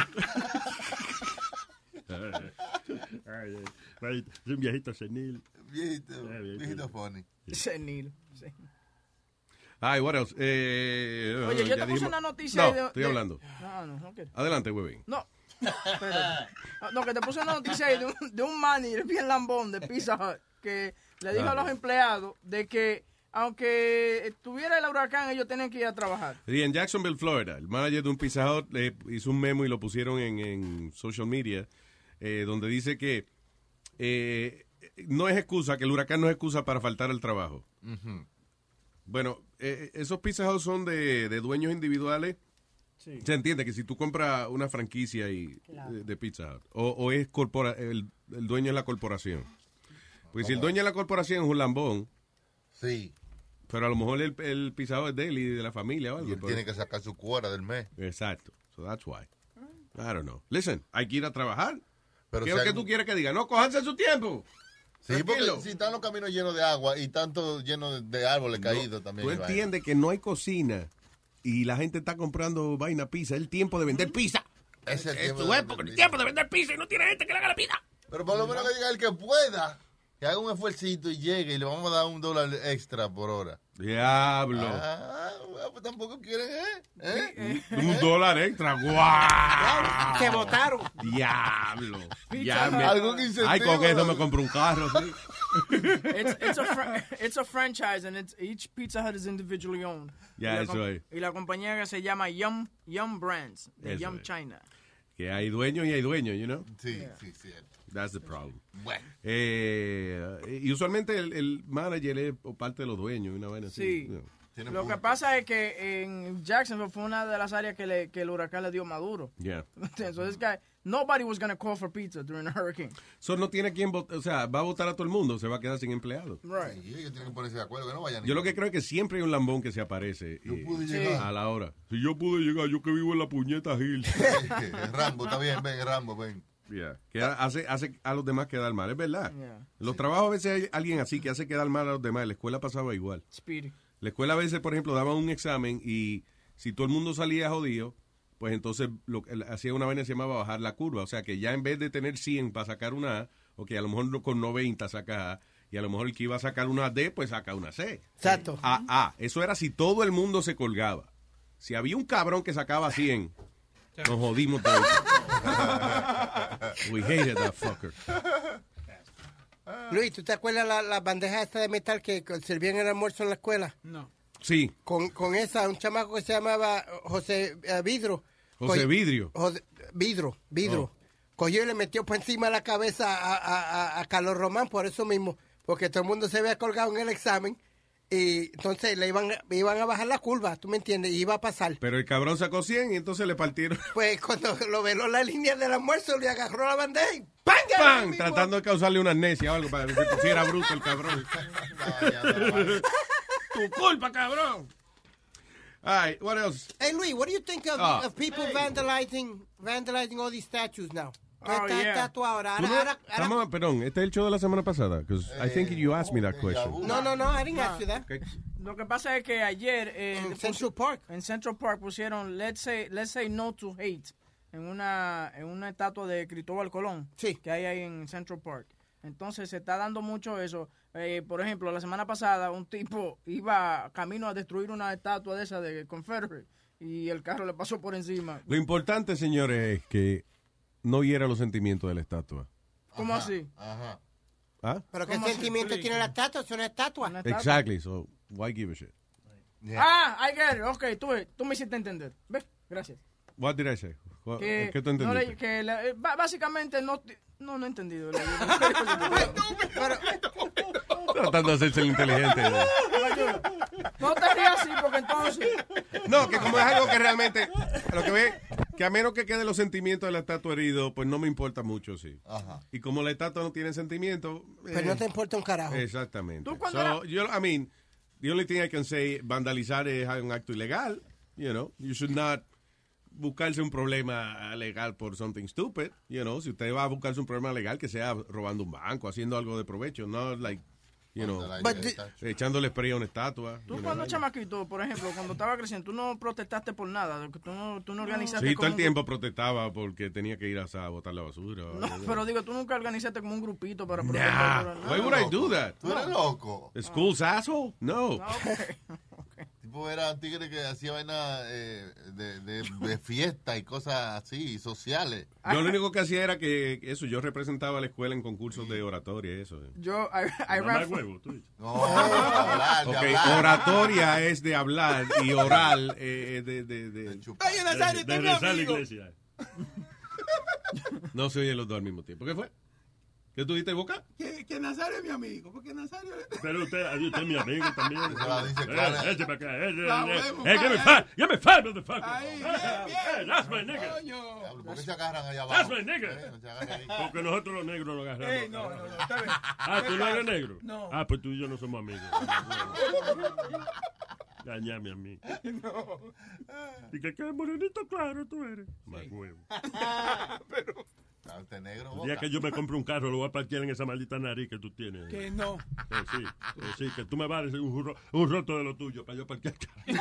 Speaker 1: Ay, ay, maldito, soy un viejito senil.
Speaker 10: Viejito,
Speaker 1: Ah, bien,
Speaker 10: viejito funny.
Speaker 6: Senil. Sí.
Speaker 15: Ay, what else? Eh,
Speaker 6: Oye, yo
Speaker 15: ya
Speaker 6: te puse
Speaker 15: dijimos-
Speaker 6: una noticia
Speaker 15: No,
Speaker 6: de-
Speaker 15: estoy
Speaker 6: de-
Speaker 15: hablando.
Speaker 6: No, no, no quiero.
Speaker 15: Adelante, huevín.
Speaker 6: No. Espérate. No, que te puse una noticia ahí de un, de un manager bien lambón de Pizza Hut que le dijo
Speaker 15: Ah.
Speaker 6: a los empleados de que aunque tuviera el huracán ellos tienen que ir a trabajar.
Speaker 15: Y en Jacksonville, Florida, el manager de un Pizza Hut eh, hizo un memo y lo pusieron en, en social media, eh, donde dice que eh, no es excusa, que el huracán no es excusa para faltar al trabajo. Bueno, eh, esos Pizza Hut son de, de dueños individuales.
Speaker 6: Sí.
Speaker 15: Se entiende que si tú compras una franquicia y,
Speaker 6: Claro.
Speaker 15: de, de Pizza Hut, o, o es corpora, el, el dueño es la corporación. Pues si el dueño de la corporación es un lambón,
Speaker 10: sí,
Speaker 15: pero a lo mejor el, el Pizza Hut es de él y de la familia o algo.
Speaker 10: Y él
Speaker 15: pero-
Speaker 10: tiene que sacar su cuota del mes.
Speaker 15: Exacto. So that's why. I don't know. Listen, hay que ir a trabajar.
Speaker 10: Pero
Speaker 15: ¿Qué
Speaker 10: si
Speaker 15: es lo que
Speaker 10: hay-
Speaker 15: tú quieres que diga? No, cójanse su tiempo.
Speaker 10: Sí,
Speaker 15: Tranquilo.
Speaker 10: porque si están los caminos llenos de agua y tanto llenos de, de árboles caídos también.
Speaker 15: Tú
Speaker 10: y vaina.
Speaker 15: entiendes que no hay cocina y la gente está comprando vaina pizza. Es el tiempo de vender pizza.
Speaker 10: Es el
Speaker 15: Es
Speaker 10: tiempo
Speaker 15: tu
Speaker 10: de
Speaker 15: época,
Speaker 10: vender
Speaker 15: el tiempo de vender pizza y no tiene gente que le haga la pizza.
Speaker 10: Pero por lo menos que diga el que pueda, que haga un esfuercito y llegue y le vamos a dar un dólar extra por hora.
Speaker 15: Diablo.
Speaker 10: Ah, pues tampoco quieren, ¿eh? ¿Eh?
Speaker 15: Un dólar extra. ¡Guau!
Speaker 10: Se votaron.
Speaker 15: Diablo. Ya
Speaker 6: Pizza
Speaker 15: me-
Speaker 6: Hut. Algún incentivo,
Speaker 15: Ay, con eso
Speaker 6: ¿no?
Speaker 15: me compro un carro. Sí.
Speaker 6: It's, it's, a fr- it's a franchise and it's, each Pizza Hut is individually owned.
Speaker 15: Ya,
Speaker 6: Y la
Speaker 15: eso
Speaker 6: com-
Speaker 15: es.
Speaker 6: Y la compañía que se llama Yum, Yum Brands, de
Speaker 15: Eso
Speaker 6: Yum
Speaker 15: es.
Speaker 6: China.
Speaker 15: Que hay dueños y hay dueños, you know?
Speaker 10: Sí, sí, cierto.
Speaker 15: That's the problem.
Speaker 10: Bueno.
Speaker 15: Eh, y usualmente el, el manager es parte de los dueños, una vaina así.
Speaker 6: Sí.
Speaker 15: you know.
Speaker 6: Lo que pasa es que en Jacksonville fue una de las áreas que, le, que el huracán le dio maduro.
Speaker 15: Yeah.
Speaker 6: So this guy, nobody was going to call for pizza during a hurricane.
Speaker 15: So no tiene quien votar, o sea, va a votar a todo el mundo, se va a quedar sin empleado.
Speaker 6: Right.
Speaker 10: Y ellos tienen que ponerse de acuerdo, que no vayan.
Speaker 15: Yo lo que creo es que siempre hay un lambón que se aparece
Speaker 10: Yo
Speaker 15: eh,
Speaker 10: pude llegar.
Speaker 15: a la hora. Si yo pude llegar, yo que vivo en la puñeta Hill.
Speaker 10: Rambo, está bien, ven, Rambo, ven.
Speaker 15: Yeah. Que hace, hace a los demás quedar mal, es verdad.
Speaker 6: Yeah.
Speaker 15: En los trabajos a veces hay alguien así que hace quedar mal a los demás. En la escuela pasaba igual.
Speaker 6: Speedy.
Speaker 15: La escuela a veces, por ejemplo, daban un examen y si todo el mundo salía jodido, pues entonces lo, hacía una vaina que se llamaba bajar la curva. O sea, que ya en vez de tener cien para sacar una A, o que a lo mejor con noventa saca A, y a lo mejor el que iba a sacar una D, pues saca una C.
Speaker 14: Exacto.
Speaker 15: A, A. Eso era si todo el mundo se colgaba. Si había un cabrón que sacaba cien, nos jodimos todos. We hated that fucker.
Speaker 14: Luis, ¿tú te acuerdas la, la bandeja esta de metal que servían el almuerzo en la escuela?
Speaker 6: No.
Speaker 15: Sí.
Speaker 14: Con, con esa, un chamaco que se llamaba José uh, Vidro.
Speaker 15: José
Speaker 14: Co-
Speaker 15: Vidrio.
Speaker 14: José, Vidro, Vidro.
Speaker 15: Oh.
Speaker 14: Cogió y le metió por encima de la cabeza a, a, a, a Carlos Román por eso mismo, porque todo el mundo se había colgado en el examen y entonces le iban, iban a bajar la curva, ¿tú me entiendes? Y iba a pasar.
Speaker 15: Pero el cabrón sacó cien y entonces le partieron.
Speaker 14: Pues cuando lo veló la línea del almuerzo, le agarró la bandeja y ¡pam!
Speaker 15: ¡Pam! Tratando de causarle una amnesia o algo para que se pusiera bruto el cabrón. Tu culpa, cabrón. All right, what else?
Speaker 14: Hey, Luis, what do you think of,
Speaker 15: Oh.
Speaker 14: of people vandalizing vandalizing all these statues now?
Speaker 6: Oh,
Speaker 14: Esta
Speaker 6: yeah.
Speaker 14: estatua ahora.
Speaker 15: Tú
Speaker 14: ahora,
Speaker 15: no-
Speaker 14: ahora- ahora-
Speaker 15: Estamos- perdón, este es el show de la semana pasada. Because I think you asked me that question.
Speaker 14: No, no, no, I didn't ask you that.
Speaker 15: Okay.
Speaker 6: Lo que pasa es que ayer eh,
Speaker 14: En
Speaker 6: pus-
Speaker 14: Central Park.
Speaker 6: en Central Park pusieron let's say let's say no to hate en una en una estatua de Cristóbal Colón que hay ahí en Central Park. Entonces se está dando mucho eso. Eh, por ejemplo, la semana pasada un tipo iba camino a destruir una estatua de esa de Confederate y el carro le pasó por encima.
Speaker 15: Lo importante, señores, es que no hiera los sentimientos de la estatua.
Speaker 6: ¿Cómo así?
Speaker 10: Ajá.
Speaker 15: ¿Ah?
Speaker 14: ¿Pero qué
Speaker 6: ¿Cómo se
Speaker 14: sentimiento
Speaker 6: explica?
Speaker 14: tiene la estatua? Es una estatua.
Speaker 15: Exactly, so why give a shit?
Speaker 6: Ah, I get it. Ok, tú, tú me hiciste entender. ¿Ves? Gracias.
Speaker 15: What did I say? What-
Speaker 6: Que,
Speaker 15: ¿Qué tú
Speaker 6: no
Speaker 15: entendiste?
Speaker 6: le- que la- eh, ba- básicamente no, no, no he entendido.
Speaker 15: Tratando de hacerse el inteligente.
Speaker 6: No te rías así porque entonces...
Speaker 15: No, que como es algo que realmente, a lo que ve, que a menos que queden los sentimientos de la estatua herido, pues no me importa mucho, sí.
Speaker 10: Ajá.
Speaker 15: Y como la estatua no tiene sentimientos...
Speaker 14: Pero no te importa un carajo.
Speaker 15: Exactamente.
Speaker 6: Tú cuando
Speaker 15: So, yo, I mean, the only thing I can say, vandalizar es un acto ilegal, you know. You should not buscarse un problema legal por something stupid, you know. Si usted va a buscarse un problema legal, que sea robando un banco, haciendo algo de provecho, no like, you know,
Speaker 14: But the-
Speaker 15: echándole spray a una estatua.
Speaker 6: Tú
Speaker 15: you
Speaker 6: cuando
Speaker 15: know.
Speaker 6: chamaquito, por ejemplo, cuando estaba creciendo, tú no protestaste por nada, tú no, tú no organizaste
Speaker 15: Sí,
Speaker 6: como
Speaker 15: todo el
Speaker 6: un-
Speaker 15: tiempo protestaba porque tenía que ir a, a botar la basura.
Speaker 6: No, pero digo, tú nunca organizaste como un grupito para
Speaker 15: Nah,
Speaker 6: protestar por
Speaker 15: why would I do that?
Speaker 10: Tú eres loco.
Speaker 15: The school's asshole? No.
Speaker 10: Tipo era un tigre que hacía vaina eh, de, de, de fiesta y cosas así, sociales.
Speaker 15: Yo lo único que hacía era que eso, yo representaba a la escuela en concursos de oratoria y eso.
Speaker 6: Yo, I, I
Speaker 1: Mamá
Speaker 6: ran for-
Speaker 1: huevo, tú dices.
Speaker 10: No, hablar, de
Speaker 15: Ok,
Speaker 10: hablar.
Speaker 15: oratoria es de hablar y oral eh, de, de, de,
Speaker 7: Oye, Nazario,
Speaker 1: De
Speaker 7: este es mi
Speaker 1: rezar la
Speaker 7: amigo.
Speaker 1: iglesia.
Speaker 15: No se oyen los dos al mismo tiempo. ¿Qué fue? ¿Qué tú diste boca?
Speaker 7: Que, que Nazario es mi amigo, porque Nazario...
Speaker 1: Pero usted, usted es mi amigo también.
Speaker 10: Eso la dice
Speaker 1: Eh,
Speaker 10: clara.
Speaker 1: Écheme acá. Eh,
Speaker 7: La
Speaker 1: eh,
Speaker 7: huevo,
Speaker 1: eh, give me
Speaker 7: vaya.
Speaker 1: five. Give me five, motherfucker.
Speaker 7: Ahí,
Speaker 1: Eh,
Speaker 7: bien, bien.
Speaker 1: eh, That's my nigga.
Speaker 7: Coño.
Speaker 10: Diablo, ¿por qué se agarran allá
Speaker 1: That's
Speaker 10: abajo?
Speaker 1: my nigga.
Speaker 10: Eh, no se agarran ahí.
Speaker 1: Porque nosotros los negros nos agarramos.
Speaker 7: Ey, no, no, no, está bien.
Speaker 1: Ah, ¿tú no eres negro?
Speaker 7: No.
Speaker 1: Ah, pues tú y yo no somos amigos. Dañame a mí.
Speaker 7: No.
Speaker 1: Y que qué morenito claro tú eres. Más huevo.
Speaker 7: Pero...
Speaker 10: Ah, usted negro,
Speaker 1: El día
Speaker 10: boca.
Speaker 1: que yo me compre un carro, lo voy a parquear en esa maldita nariz que tú tienes.
Speaker 7: Que no.
Speaker 1: Eh, sí, eh, sí, que tú me vas a decir un, ro- un roto de lo tuyo para yo parquear el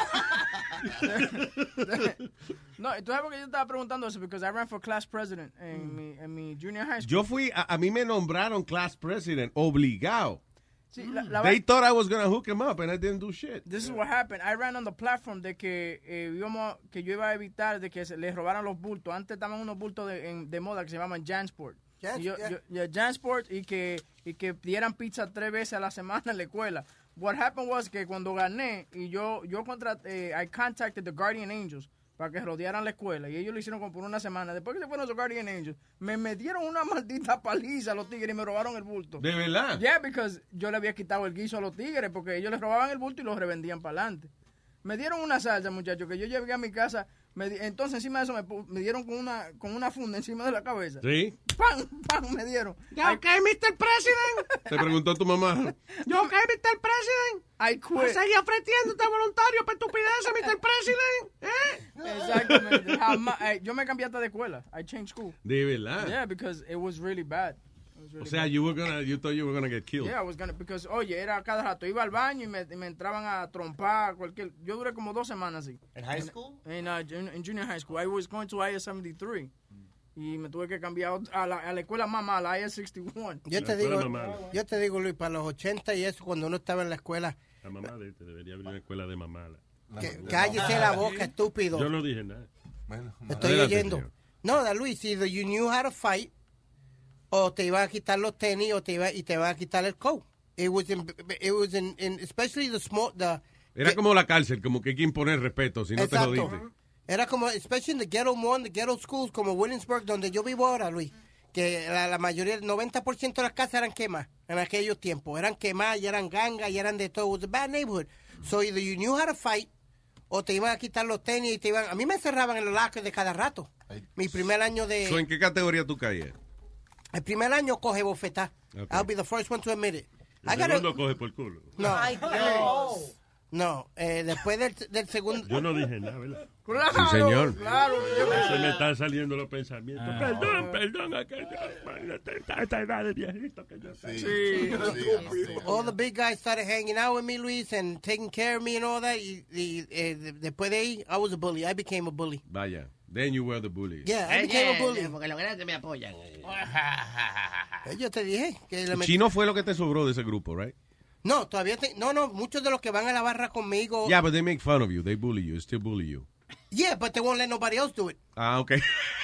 Speaker 1: carro.
Speaker 6: No, tú sabes por qué yo estaba preguntando eso, porque I ran for class president en, mi, en mi junior high school.
Speaker 15: Yo fui, a, a mí me nombraron class president, obligado.
Speaker 6: Sí, la- la-
Speaker 15: They thought I was gonna hook him up and I didn't do shit.
Speaker 6: This is what happened. I ran on the platform de que, eh, íbamos, que yo iba a evitar de que se les robaran los bultos. Antes estaban unos bultos de, en- de moda que se llamaban Jansport.
Speaker 14: Jan-
Speaker 6: Y yo,
Speaker 14: yeah.
Speaker 6: yo- yeah, Jansport y que, y que dieran pizza tres veces a la semana en la escuela. What happened was que cuando gané, y yo, yo contraté, I contacted the Guardian Angels para que rodearan la escuela. Y ellos lo hicieron como por una semana. Después que se fueron esos Guardian Angels, me metieron una maldita paliza a los tigres y me robaron el bulto.
Speaker 15: ¿De verdad?
Speaker 6: Yeah, because yo le había quitado el guiso a los tigres porque ellos les robaban el bulto y los revendían para adelante. Me dieron una salsa, muchachos, que yo llegué a mi casa. Me di- entonces, encima de eso, me, pu- me dieron con una, con una funda encima de la cabeza.
Speaker 15: Sí.
Speaker 6: ¡Pam! ¡Pam! Me dieron.
Speaker 7: ¿Ya ok, mister President?
Speaker 15: Te preguntó tu mamá.
Speaker 7: ¿Yo ok, mister President?
Speaker 6: I quit.
Speaker 7: Seguí ofreciéndote voluntario para estupideces, mister President. ¿Eh?
Speaker 6: Exactamente. Jamás- eh, yo me cambié hasta de escuela. I changed school.
Speaker 15: De verdad.
Speaker 6: Yeah, because it was really bad.
Speaker 15: O sea, you were gonna, you thought you were gonna get killed.
Speaker 6: Yeah, I was gonna, because, oye, era cada rato, iba al baño y me, y me entraban a trompar, cualquier, yo duré como dos semanas así.
Speaker 9: ¿En high school?
Speaker 6: En, uh, jun- en junior high school. I was going to I S seventy-three. Y me tuve que cambiar a la, a la escuela más mala, I S sixty-one.
Speaker 14: Yo te digo, yo te digo, Luis, para los ochenta y eso, cuando uno estaba en la escuela,
Speaker 1: La mamá de este debería abrir una escuela de mamala.
Speaker 14: que, cállese la boca, estúpido.
Speaker 1: Yo no dije nada.
Speaker 14: Estoy
Speaker 1: Adelante,
Speaker 14: oyendo.
Speaker 1: señor.
Speaker 14: No, da Luis, either you knew how to fight, o te iban a quitar los tenis, o te iba, y te iban a quitar el coat. It was in, it was in, in especially the small, the...
Speaker 15: Era como la cárcel, como que hay que imponer respeto, si no
Speaker 14: Exacto.
Speaker 15: te jodiste.
Speaker 14: Era como, especially in the ghetto one, the ghetto schools, como Williamsburg, donde yo vivo ahora, Luis, que la, la mayoría, el noventa por ciento de las casas eran quemadas en aquellos tiempos. Eran quemadas, y eran gangas, y eran de todo. It was a bad neighborhood. So either you knew how to fight, o te iban a quitar los tenis y te iban... A mí me encerraban en los lockers de cada rato. Mi primer año de...
Speaker 15: So, ¿en qué categoría tú caías?
Speaker 14: El primer año coge bofetá.
Speaker 15: Okay.
Speaker 14: I'll be the first one to admit it.
Speaker 1: El
Speaker 14: I gotta-
Speaker 1: segundo coge por culo.
Speaker 14: No.
Speaker 13: Ay, Dios.
Speaker 14: No, eh, después del, del segundo...
Speaker 1: Yo no dije nada, ¿verdad?
Speaker 6: Claro,
Speaker 15: Sí, señor.
Speaker 6: claro.
Speaker 1: Se me están saliendo los pensamientos.
Speaker 6: Ah.
Speaker 1: Perdón, perdón, aquello. Imagínate, esta- esta edad de viejito que yo tengo.
Speaker 14: Sí. All the big guys started hanging out with me, Luis, and taking care of me and all that. Y, y, eh, de- después de ahí, I was a bully. I became a bully.
Speaker 15: Vaya. Then you were the bully.
Speaker 14: Yeah, I became a bully.
Speaker 2: Porque los grandes me apoyan.
Speaker 14: Eh, Yo te dije que le metí-
Speaker 15: Chino fue lo que te sobró de ese grupo, right?
Speaker 14: No, todavía te... No, no, muchos de los que van a la barra conmigo...
Speaker 15: Yeah, but they make fun of you. They bully you. Still bully you.
Speaker 14: Yeah, but they won't let nobody else do it.
Speaker 15: Ah, okay.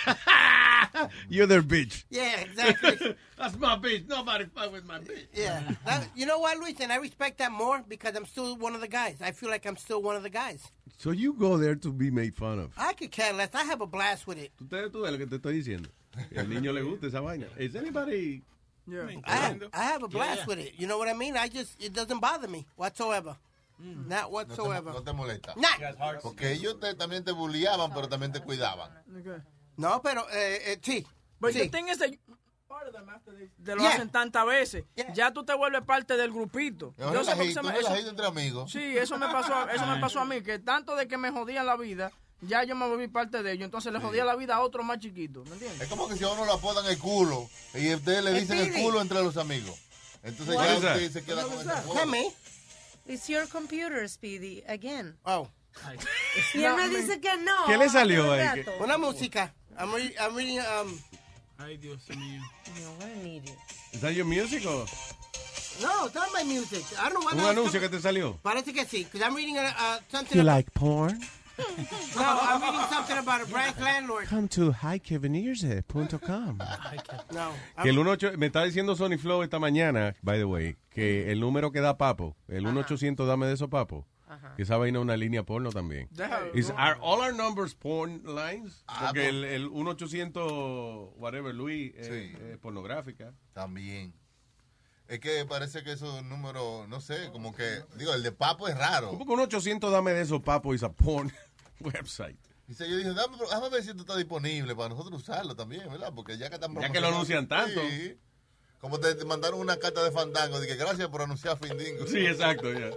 Speaker 15: You're their bitch.
Speaker 14: Yeah, exactly.
Speaker 2: That's my bitch. Nobody fuck with my bitch.
Speaker 14: Yeah. That- you know what, Luis? And I respect that more because I'm still one of the guys. I feel like I'm still one of the guys.
Speaker 15: So you go there to be made fun of.
Speaker 14: I could care less. I have a blast with it.
Speaker 15: Tú te tú ves lo que te estoy diciendo. El niño le gusta esa vaina. Is anybody...
Speaker 6: Yeah.
Speaker 14: I have, I have a blast with it. You know what I mean? I just, it doesn't bother me whatsoever. Not whatsoever.
Speaker 10: No te molesta.
Speaker 14: Nah.
Speaker 10: Porque ellos te- también te bulliaban, pero también te cuidaban.
Speaker 14: No, pero eh, eh, sí.
Speaker 6: But
Speaker 14: sí.
Speaker 6: the thing is that part of them after they- te lo
Speaker 14: Yeah.
Speaker 6: hacen tantas veces. Ya tú te vuelves parte del grupito.
Speaker 10: Es un
Speaker 6: Yo sé por qué
Speaker 10: relajito,
Speaker 6: se me-
Speaker 10: un
Speaker 6: eso-
Speaker 10: relajito entre amigos.
Speaker 6: Sí, eso me pasó, eso me pasó a mí, que tanto de que me jodían la vida, ya yo me volví parte de ellos, entonces le jodía la vida a otro más chiquito, ¿me entiendes?
Speaker 10: Es como que si a uno lo apodan el culo y ustedes le dicen el
Speaker 6: Speedy.
Speaker 10: culo entre los amigos. Entonces
Speaker 14: What
Speaker 10: ya
Speaker 14: is that?
Speaker 10: usted se queda con ese
Speaker 14: Tell
Speaker 10: juego.
Speaker 14: me.
Speaker 13: It's your computer, Speedy, again.
Speaker 14: Oh.
Speaker 13: Y él me dice que no.
Speaker 14: ¿Qué le salió
Speaker 13: todo el
Speaker 14: ahí?
Speaker 13: rato.
Speaker 14: Una música. I'm reading, I'm reading, um...
Speaker 6: Ay, Dios mío.
Speaker 13: No, what an idiot.
Speaker 15: ¿Es that your music o
Speaker 14: No, it's not my music. I don't know what
Speaker 15: un anuncio que te salió?
Speaker 14: Parece que sí, because I'm reading uh, uh, something
Speaker 12: You
Speaker 14: about...
Speaker 12: like porn?
Speaker 14: No, I'm reading something about a branch landlord.
Speaker 12: Come to hi kevinirse punto com.
Speaker 14: No.
Speaker 15: Que el uno ocho me está diciendo Sony Flow esta mañana, by the way, que el número que da Papo, el uno ochocientos dame de eso Papo, que esa vaina es una línea porno también.
Speaker 10: Déjalo.
Speaker 15: Is, are all our numbers porn lines?
Speaker 10: Ah,
Speaker 15: Porque
Speaker 10: pues.
Speaker 15: el, el uno ochocientos whatever, Luis, es
Speaker 10: Sí.
Speaker 15: es pornográfica.
Speaker 10: También. Es que parece que esos números, no sé, como que, digo, el de Papo es raro.
Speaker 15: ¿Cómo que un ochocientos dame de eso Papo is a porn website?
Speaker 10: Dice, yo dije, dame, déjame ver si esto está disponible para nosotros usarlo también, ¿verdad? Porque ya que están
Speaker 15: Ya que lo anuncian tanto.
Speaker 10: Sí. Como te, te mandaron una carta de fandango, de que gracias por anunciar Findingo.
Speaker 15: Sí, exacto, ya.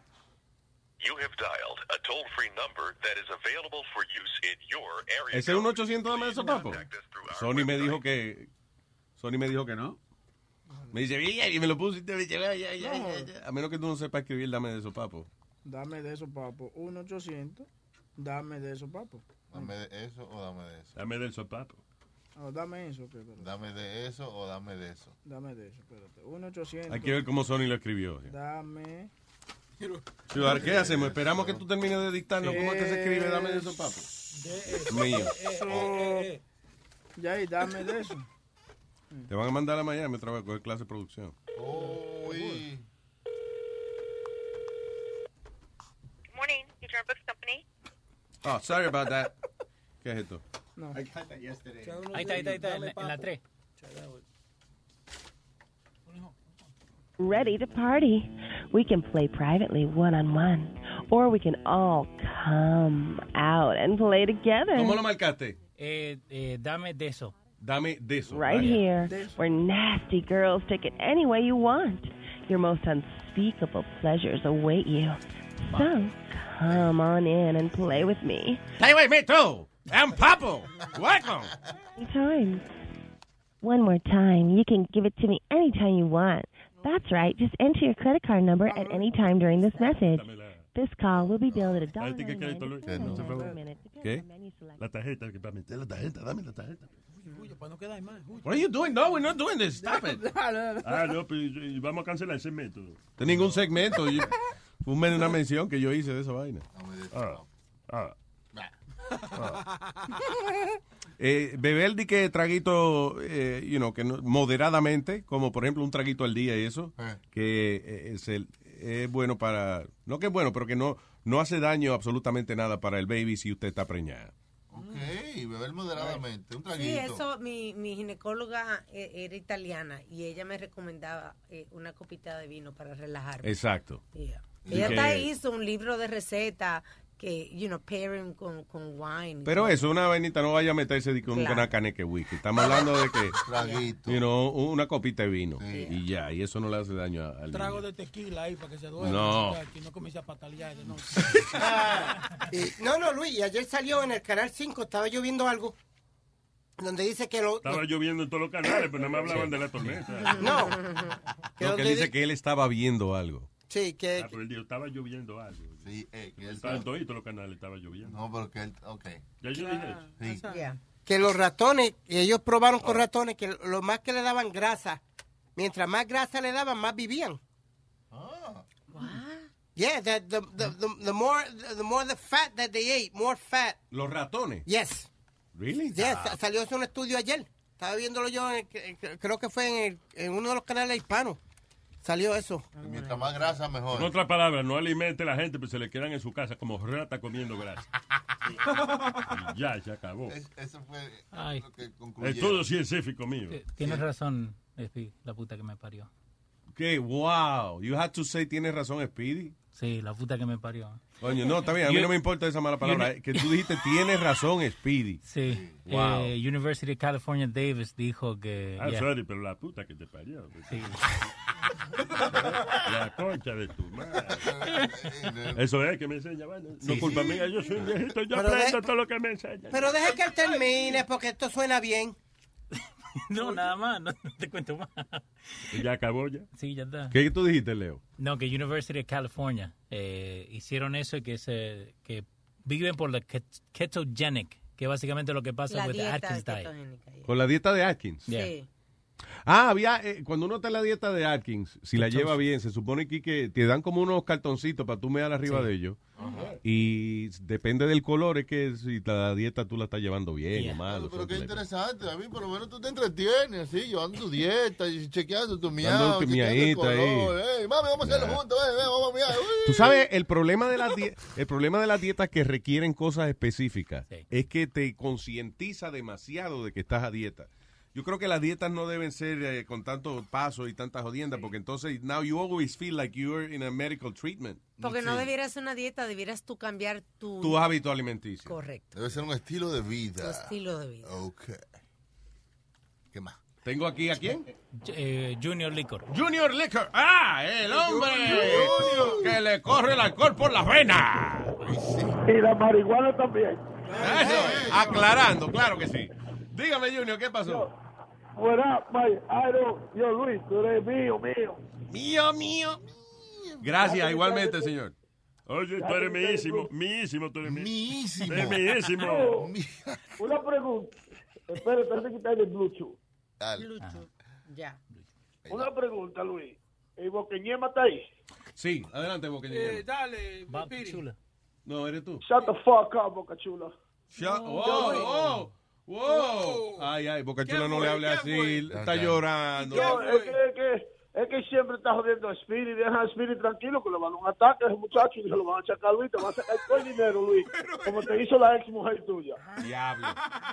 Speaker 5: You have dialed a toll-free number that is available for use in your area.
Speaker 15: ¿Ese es un ochocientos dame de eso Papo? Sony me dijo que Sony me dijo que no. Me dice, "Mira", y me lo puse y te dice, "Ya, ya, ya, ya, ya". A menos que tú no sepas escribir, dame de eso, papo.
Speaker 6: Dame de eso, papo. uno ochocientos, dame de eso, papo.
Speaker 10: Dame de eso o dame de eso.
Speaker 1: Dame de eso, papo.
Speaker 6: Oh, dame eso, ¿qué? Espérate.
Speaker 10: Dame de eso o dame de eso.
Speaker 6: Dame de eso, espérate. uno ochocientos.
Speaker 15: Hay que ver cómo Sony lo escribió.
Speaker 6: Dame.
Speaker 15: Sí, ahora, ¿qué hacemos? Esperamos que tú termines de dictarnos cómo es que se escribe, dame de eso, papo. Mío.
Speaker 6: Eso. Ya, y dame de eso.
Speaker 15: Te van a mandar a Miami otra vez a coger clase de producción.
Speaker 10: Uy.
Speaker 23: Morning, Future Books Company.
Speaker 15: Oh, sorry about that. ¿Qué es esto?
Speaker 6: No.
Speaker 9: I got that yesterday.
Speaker 8: Ahí está, ahí está, ahí está, en la, en la tres.
Speaker 24: Ready to party. We can play privately one-on-one, or we can all come out and play together.
Speaker 15: ¿Cómo lo marcaste?
Speaker 8: Eh, eh, dame de eso.
Speaker 15: Dame de eso.
Speaker 24: Right here, where nasty girls take it any way you want. Your most unspeakable pleasures await you. So, come on in and play with me.
Speaker 15: Play with me too. I'm Papo. Welcome.
Speaker 24: Anytime. One more time. You can give it to me anytime you want. That's right. Just enter your credit card number at any time during this message. This call will be billed at a dollar ninety-nine.
Speaker 15: ¿Qué?
Speaker 1: La tarjeta, que para meter la tarjeta, dame la tarjeta.
Speaker 15: What are you doing? No, we're not doing this. Stop it.
Speaker 1: Ah, no, pues y vamos a cancelar el segmento.
Speaker 15: De ningún segmento. Yo- Fue una una mención que yo hice de esa vaina.
Speaker 1: Ah, ah.
Speaker 15: Eh, beber di que traguito, eh, you know, que no- moderadamente, como por ejemplo un traguito al día y eso,
Speaker 10: Eh.
Speaker 15: que eh, es, el- es bueno para, no que es bueno, pero que no, no hace daño absolutamente nada para el baby si usted está preñada.
Speaker 10: Ok, beber moderadamente, un traguito.
Speaker 13: Sí, eso, mi, mi ginecóloga eh, era italiana y ella me recomendaba eh, una copita de vino para relajarme.
Speaker 15: Exacto.
Speaker 13: Yeah.
Speaker 15: Y
Speaker 13: Ella
Speaker 15: que-
Speaker 13: hasta hizo un libro de recetas que, you know, pairing con, con wine.
Speaker 15: Pero eso, una vainita, no vaya a meterse de con
Speaker 13: Claro.
Speaker 15: una caneque whisky. Estamos hablando de que,
Speaker 10: Traguito.
Speaker 15: you know, una copita de vino y ya, y eso no le hace daño a- al
Speaker 7: Trago
Speaker 15: niño.
Speaker 7: de tequila ahí para que se duerma.
Speaker 15: No.
Speaker 7: Que no comience a patalear de noche.
Speaker 14: Y- no, no, Luis, y ayer salió en el Canal cinco, estaba lloviendo algo, donde dice que lo...
Speaker 1: Estaba lloviendo en todos los canales, pero no me hablaban de la tormenta.
Speaker 14: No. Que
Speaker 15: No,
Speaker 14: donde
Speaker 15: que él dice
Speaker 14: di-
Speaker 15: que él estaba viendo algo.
Speaker 14: Sí, que...
Speaker 1: Ah, pero él dijo, estaba lloviendo algo.
Speaker 10: Sí, eh, que él
Speaker 1: Estaba en
Speaker 10: sabe.
Speaker 1: todos los canales, estaba lloviendo.
Speaker 10: No, pero que él, ok.
Speaker 1: Ya yo dije eso.
Speaker 10: Sí.
Speaker 13: Yeah.
Speaker 14: que los ratones, y ellos probaron con ratones que lo más que le daban grasa, mientras más grasa le daban, más vivían. Yeah, the, the, the, the, the more the more the fat that they ate, more fat.
Speaker 15: ¿Los ratones?
Speaker 14: Yes.
Speaker 15: Really?
Speaker 14: Yes, sa- salió eso en un estudio ayer. Estaba viéndolo yo, en el- que- creo que fue en, el- en uno de los canales hispanos. Salió eso.
Speaker 10: Mientras más grasa, mejor.
Speaker 1: En otras palabras, no alimente a la gente, pues se le quedan en su casa como rata comiendo grasa. Y ya, se acabó.
Speaker 10: Es- eso fue
Speaker 8: Ay.
Speaker 10: lo que concluyeron.
Speaker 1: Estudio científico mío.
Speaker 8: Eh, Tienes razón, Speedy, la puta que me parió.
Speaker 15: ¿Qué? Wow. You had to say, tienes razón, Speedy.
Speaker 8: Sí, la puta que me parió.
Speaker 15: Coño, no, está bien. A mí
Speaker 8: You-
Speaker 15: no me importa esa mala palabra.
Speaker 8: you-
Speaker 15: eh, Que tú dijiste, tienes razón, Speedy.
Speaker 8: Sí.
Speaker 15: Wow.
Speaker 8: Eh, University of California Davis dijo que...
Speaker 1: Ah,
Speaker 8: yeah.
Speaker 1: sorry, pero la puta que te parió.
Speaker 8: Sí.
Speaker 1: La concha de tu madre. Eso es que me enseña. Bueno, no
Speaker 8: Sí,
Speaker 1: culpa
Speaker 8: sí.
Speaker 1: mía, yo soy un viejito, yo
Speaker 14: Pero
Speaker 1: aprendo
Speaker 14: de-
Speaker 1: todo lo que me enseña.
Speaker 14: Pero deje que él termine, porque esto suena bien.
Speaker 8: No, nada más, no te cuento más.
Speaker 1: ¿Ya acabó ya?
Speaker 8: Sí, ya está.
Speaker 15: ¿Qué tú dijiste, Leo?
Speaker 8: No, que University of California eh, hicieron eso y que se que viven por la ket- ketogenic, que básicamente lo que pasa
Speaker 13: La
Speaker 8: con the
Speaker 13: dieta
Speaker 8: Atkins diet.
Speaker 13: ketogénica. yeah.
Speaker 15: Con la dieta de Atkins.
Speaker 8: Yeah.
Speaker 13: Sí.
Speaker 15: Ah, había, eh, cuando uno está en la dieta de Atkins, si la
Speaker 8: Entonces-
Speaker 15: lleva bien, se supone que, que te dan como unos cartoncitos para tú mear arriba
Speaker 8: Sí.
Speaker 15: de ellos. Y depende del color, es que si la dieta tú la estás llevando bien
Speaker 8: Yeah.
Speaker 15: o mal.
Speaker 10: Pero,
Speaker 15: o
Speaker 10: pero
Speaker 15: sea,
Speaker 10: qué
Speaker 15: que le-
Speaker 10: interesante, a mí por lo menos tú te entretienes, así, llevando tu dieta y chequeando tu
Speaker 15: Dando
Speaker 10: miau,
Speaker 15: tu
Speaker 10: chequeando el
Speaker 15: miadita ahí.
Speaker 10: color. Ey, mami, vamos a hacerlo
Speaker 15: Yeah.
Speaker 10: juntos, ven, ven, vamos a miar. Uy.
Speaker 15: Tú sabes, el problema de las die- el problema de las dietas que requieren cosas específicas
Speaker 8: Sí.
Speaker 15: es que te concientiza demasiado de que estás a dieta. Yo creo que las dietas no deben ser eh, con tantos pasos y tantas jodiendas, porque entonces now you always feel like you're in a medical treatment.
Speaker 13: Porque no debieras hacer una dieta, debieras tú cambiar tu...
Speaker 15: Tu hábito alimenticio.
Speaker 13: Correcto.
Speaker 10: Debe ser un estilo de
Speaker 13: Tu
Speaker 10: vida.
Speaker 13: estilo de vida.
Speaker 10: Ok. ¿Qué más?
Speaker 15: Tengo aquí a quién?
Speaker 8: Eh, Junior Licor.
Speaker 15: Junior Liquor. ¡Ah! El hombre que le corre el alcohol por las venas.
Speaker 22: Y la marihuana también.
Speaker 15: Eso, aclarando, claro que sí. Dígame, Junior, ¿qué pasó?
Speaker 22: What up, my idol? Yo, Luis, tú eres mío, mío.
Speaker 15: Mío, mío. Gracias, igualmente, señor.
Speaker 1: Oye, tú eres míísimo, míísimo, tú eres
Speaker 10: míísimo.
Speaker 1: Eres míísimo.
Speaker 22: No, una pregunta. Espera, espera, quitar el Bluetooth.
Speaker 13: Lucho. Ya.
Speaker 22: Una pregunta, Luis. ¿El Boqueñema está ahí?
Speaker 15: Sí, adelante, Boqueñema.
Speaker 7: Eh, dale,
Speaker 8: Bob
Speaker 7: Speedy.
Speaker 8: Chula.
Speaker 15: No, eres tú.
Speaker 22: Shut the fuck up, Boca Chula.
Speaker 15: Shut- wow, wow, wow. Ay, ay, Boca Chula no le hable así. Está llorando.
Speaker 22: No, es que, es que, es que siempre está jodiendo a Speedy. Deja a Speedy tranquilo, que le van a un ataque a ese muchacho y se lo van a achacar a Luis. Te va a sacar todo el dinero, Luis. Como te hizo la ex mujer tuya.
Speaker 15: Diablo.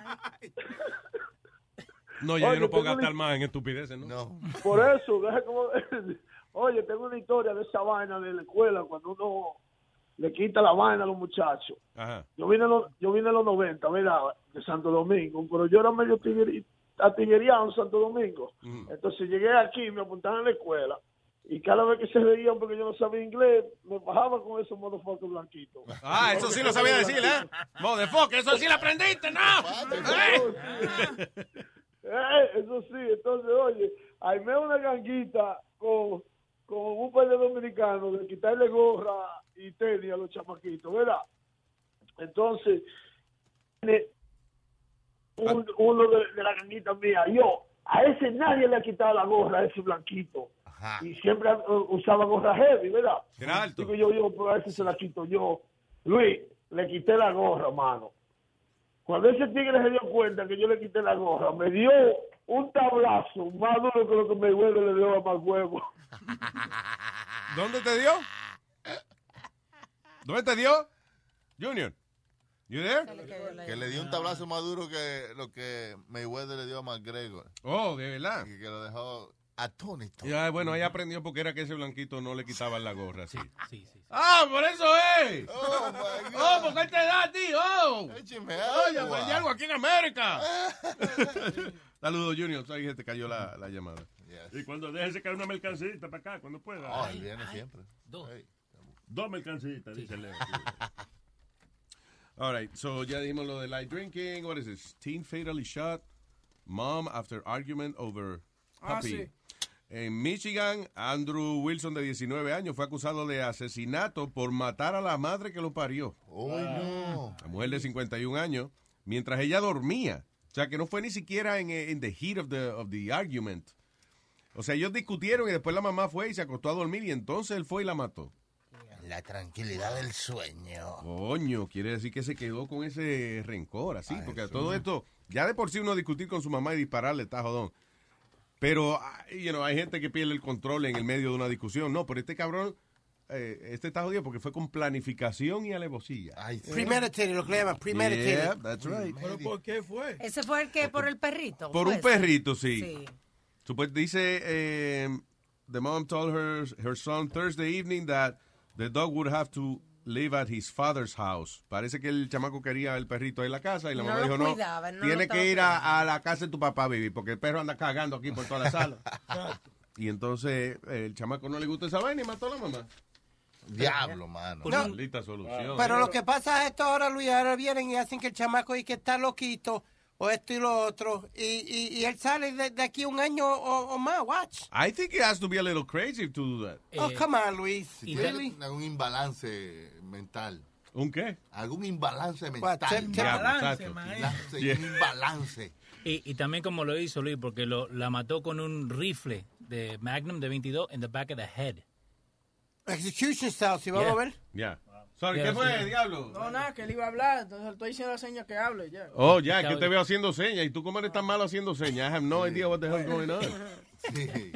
Speaker 15: No, ya
Speaker 22: Oye,
Speaker 15: yo no puedo
Speaker 22: tengo
Speaker 15: gastar
Speaker 22: una-
Speaker 15: más en estupideces, ¿no?
Speaker 10: No.
Speaker 22: Por eso, deja como... Oye, tengo una historia de esa vaina de la escuela cuando uno le quita la vaina a los muchachos.
Speaker 15: Ajá.
Speaker 22: Yo vine, en los, yo vine en los noventa, mira, de Santo Domingo, pero yo era medio tigre, atiguereado en Santo Domingo.
Speaker 15: Mm.
Speaker 22: Entonces llegué aquí, me apuntaban en la escuela, y cada vez que se veían porque yo no sabía inglés, me bajaba con esos motherfuckers blanquitos.
Speaker 15: Ah, eso sí lo sabía decir, ¿eh? Motherfucker, eso sí lo aprendiste, ¿no? ¿Eh?
Speaker 3: Eh, eso sí, entonces, oye, armé una ganguita con, con un par de dominicanos de quitarle gorra y tenis a los chamaquitos, ¿verdad? Entonces, un, uno de, de la ganguita mía, yo, a ese nadie le ha quitado la gorra, a ese blanquito. Ajá. Y siempre uh, usaba gorra heavy, ¿verdad?
Speaker 15: Era alto.
Speaker 3: Digo yo, yo, pero a ese se la quito yo. Luis, le quité la gorra, mano. Cuando ese tigre se dio cuenta que yo le quité la gorra, me dio un tablazo más duro que lo que me huevo le dio a más huevo.
Speaker 15: ¿Dónde te dio? ¿Dónde te dio? Junior, you there?
Speaker 10: Que le dio un tablazo más duro que lo que Mayweather le dio a McGregor.
Speaker 15: Oh, de verdad.
Speaker 10: Y que lo dejó atónito.
Speaker 15: Ya, bueno, ahí aprendió porque era que ese blanquito no le quitaban la gorra. Sí,
Speaker 8: sí, sí.
Speaker 15: ¡Ah, por eso es!
Speaker 10: ¡Oh, my God!
Speaker 15: ¡Oh, porque él te da a ti! ¡Oh!
Speaker 10: ¡Écheme
Speaker 15: ¡Oye,
Speaker 10: agua!
Speaker 15: aprendí algo aquí en América! Saludos, Junior. Ahí se te cayó la, la llamada.
Speaker 1: Yes. Y cuando déjese caer una mercancita para acá, cuando pueda.
Speaker 10: Oh, él viene ay, siempre.
Speaker 1: Dos. Hey. Dos mercancitas, sí. Dice Leo.
Speaker 15: All right, so ya dijimos lo de light drinking. What is this? Teen fatally shot. Mom after argument over puppy.
Speaker 6: Ah, sí.
Speaker 15: En Michigan, Andrew Wilson, de diecinueve años, fue acusado de asesinato por matar a la madre que lo parió.
Speaker 10: Oh, no.
Speaker 15: La mujer de cincuenta y un años, mientras ella dormía. O sea, que no fue ni siquiera en en the heat of the, of the argument. O sea, ellos discutieron y después la mamá fue y se acostó a dormir y entonces él fue y la mató.
Speaker 10: La tranquilidad del sueño.
Speaker 15: Coño, quiere decir que se quedó con ese rencor, así, Ay, porque todo esto, ya de por sí uno discutir con su mamá y dispararle está jodón. Pero, you know, hay gente que pierde el control en el medio de una discusión. No, pero este cabrón, eh, este está jodido porque fue con planificación y alevosía.
Speaker 14: Sí. Premeditated, lo que le llaman, premeditated.
Speaker 15: Yeah, that's right.
Speaker 7: ¿Pero por qué fue?
Speaker 13: ¿Ese fue el que por el perrito?
Speaker 15: Por un
Speaker 13: ese?
Speaker 15: perrito, sí.
Speaker 13: Sí.
Speaker 15: Supos, dice, eh, the mom told her, her son Thursday evening that the dog would have to live at his father's house. Parece que el chamaco quería el perrito ahí en la casa y la
Speaker 13: no
Speaker 15: mamá dijo,
Speaker 13: cuidaba,
Speaker 15: no,
Speaker 13: no
Speaker 15: tiene que ir a, a la casa de tu papá, baby, porque el perro anda cagando aquí por toda la sala. Y entonces eh, el chamaco no le gustó esa vaina y mató a la mamá.
Speaker 10: Diablo, mano.
Speaker 15: Una maldita solución.
Speaker 14: Pero lo que pasa es esto ahora, Luis, ahora vienen y hacen que el chamaco y que está loquito o esto y lo otro, y, y, y él sale de, de aquí un año o, o más, watch.
Speaker 15: I think he has to be a little crazy to do that.
Speaker 14: Oh, eh, come on, Luis.
Speaker 10: Si really? Tiene algún imbalance mental.
Speaker 15: ¿Un qué?
Speaker 10: Algún imbalance mental.
Speaker 14: What,
Speaker 15: yeah,
Speaker 10: balance, imbalance, yeah. imbalance.
Speaker 8: Y, y también como lo hizo Luis, porque lo, la mató con un rifle de Magnum de veintidós en the back of the head.
Speaker 14: Execution style, ¿sí vamos
Speaker 8: yeah.
Speaker 14: a ver?
Speaker 15: Ya. Yeah. Sorry, ¿qué fue, diablo?
Speaker 6: No, nada, que él iba a hablar, entonces le estoy diciendo la seña que hable, ya.
Speaker 15: Oh, ya, que te veo haciendo señas, y tú cómo eres tan malo haciendo señas. I have no idea what the hell's going on.
Speaker 10: Sí.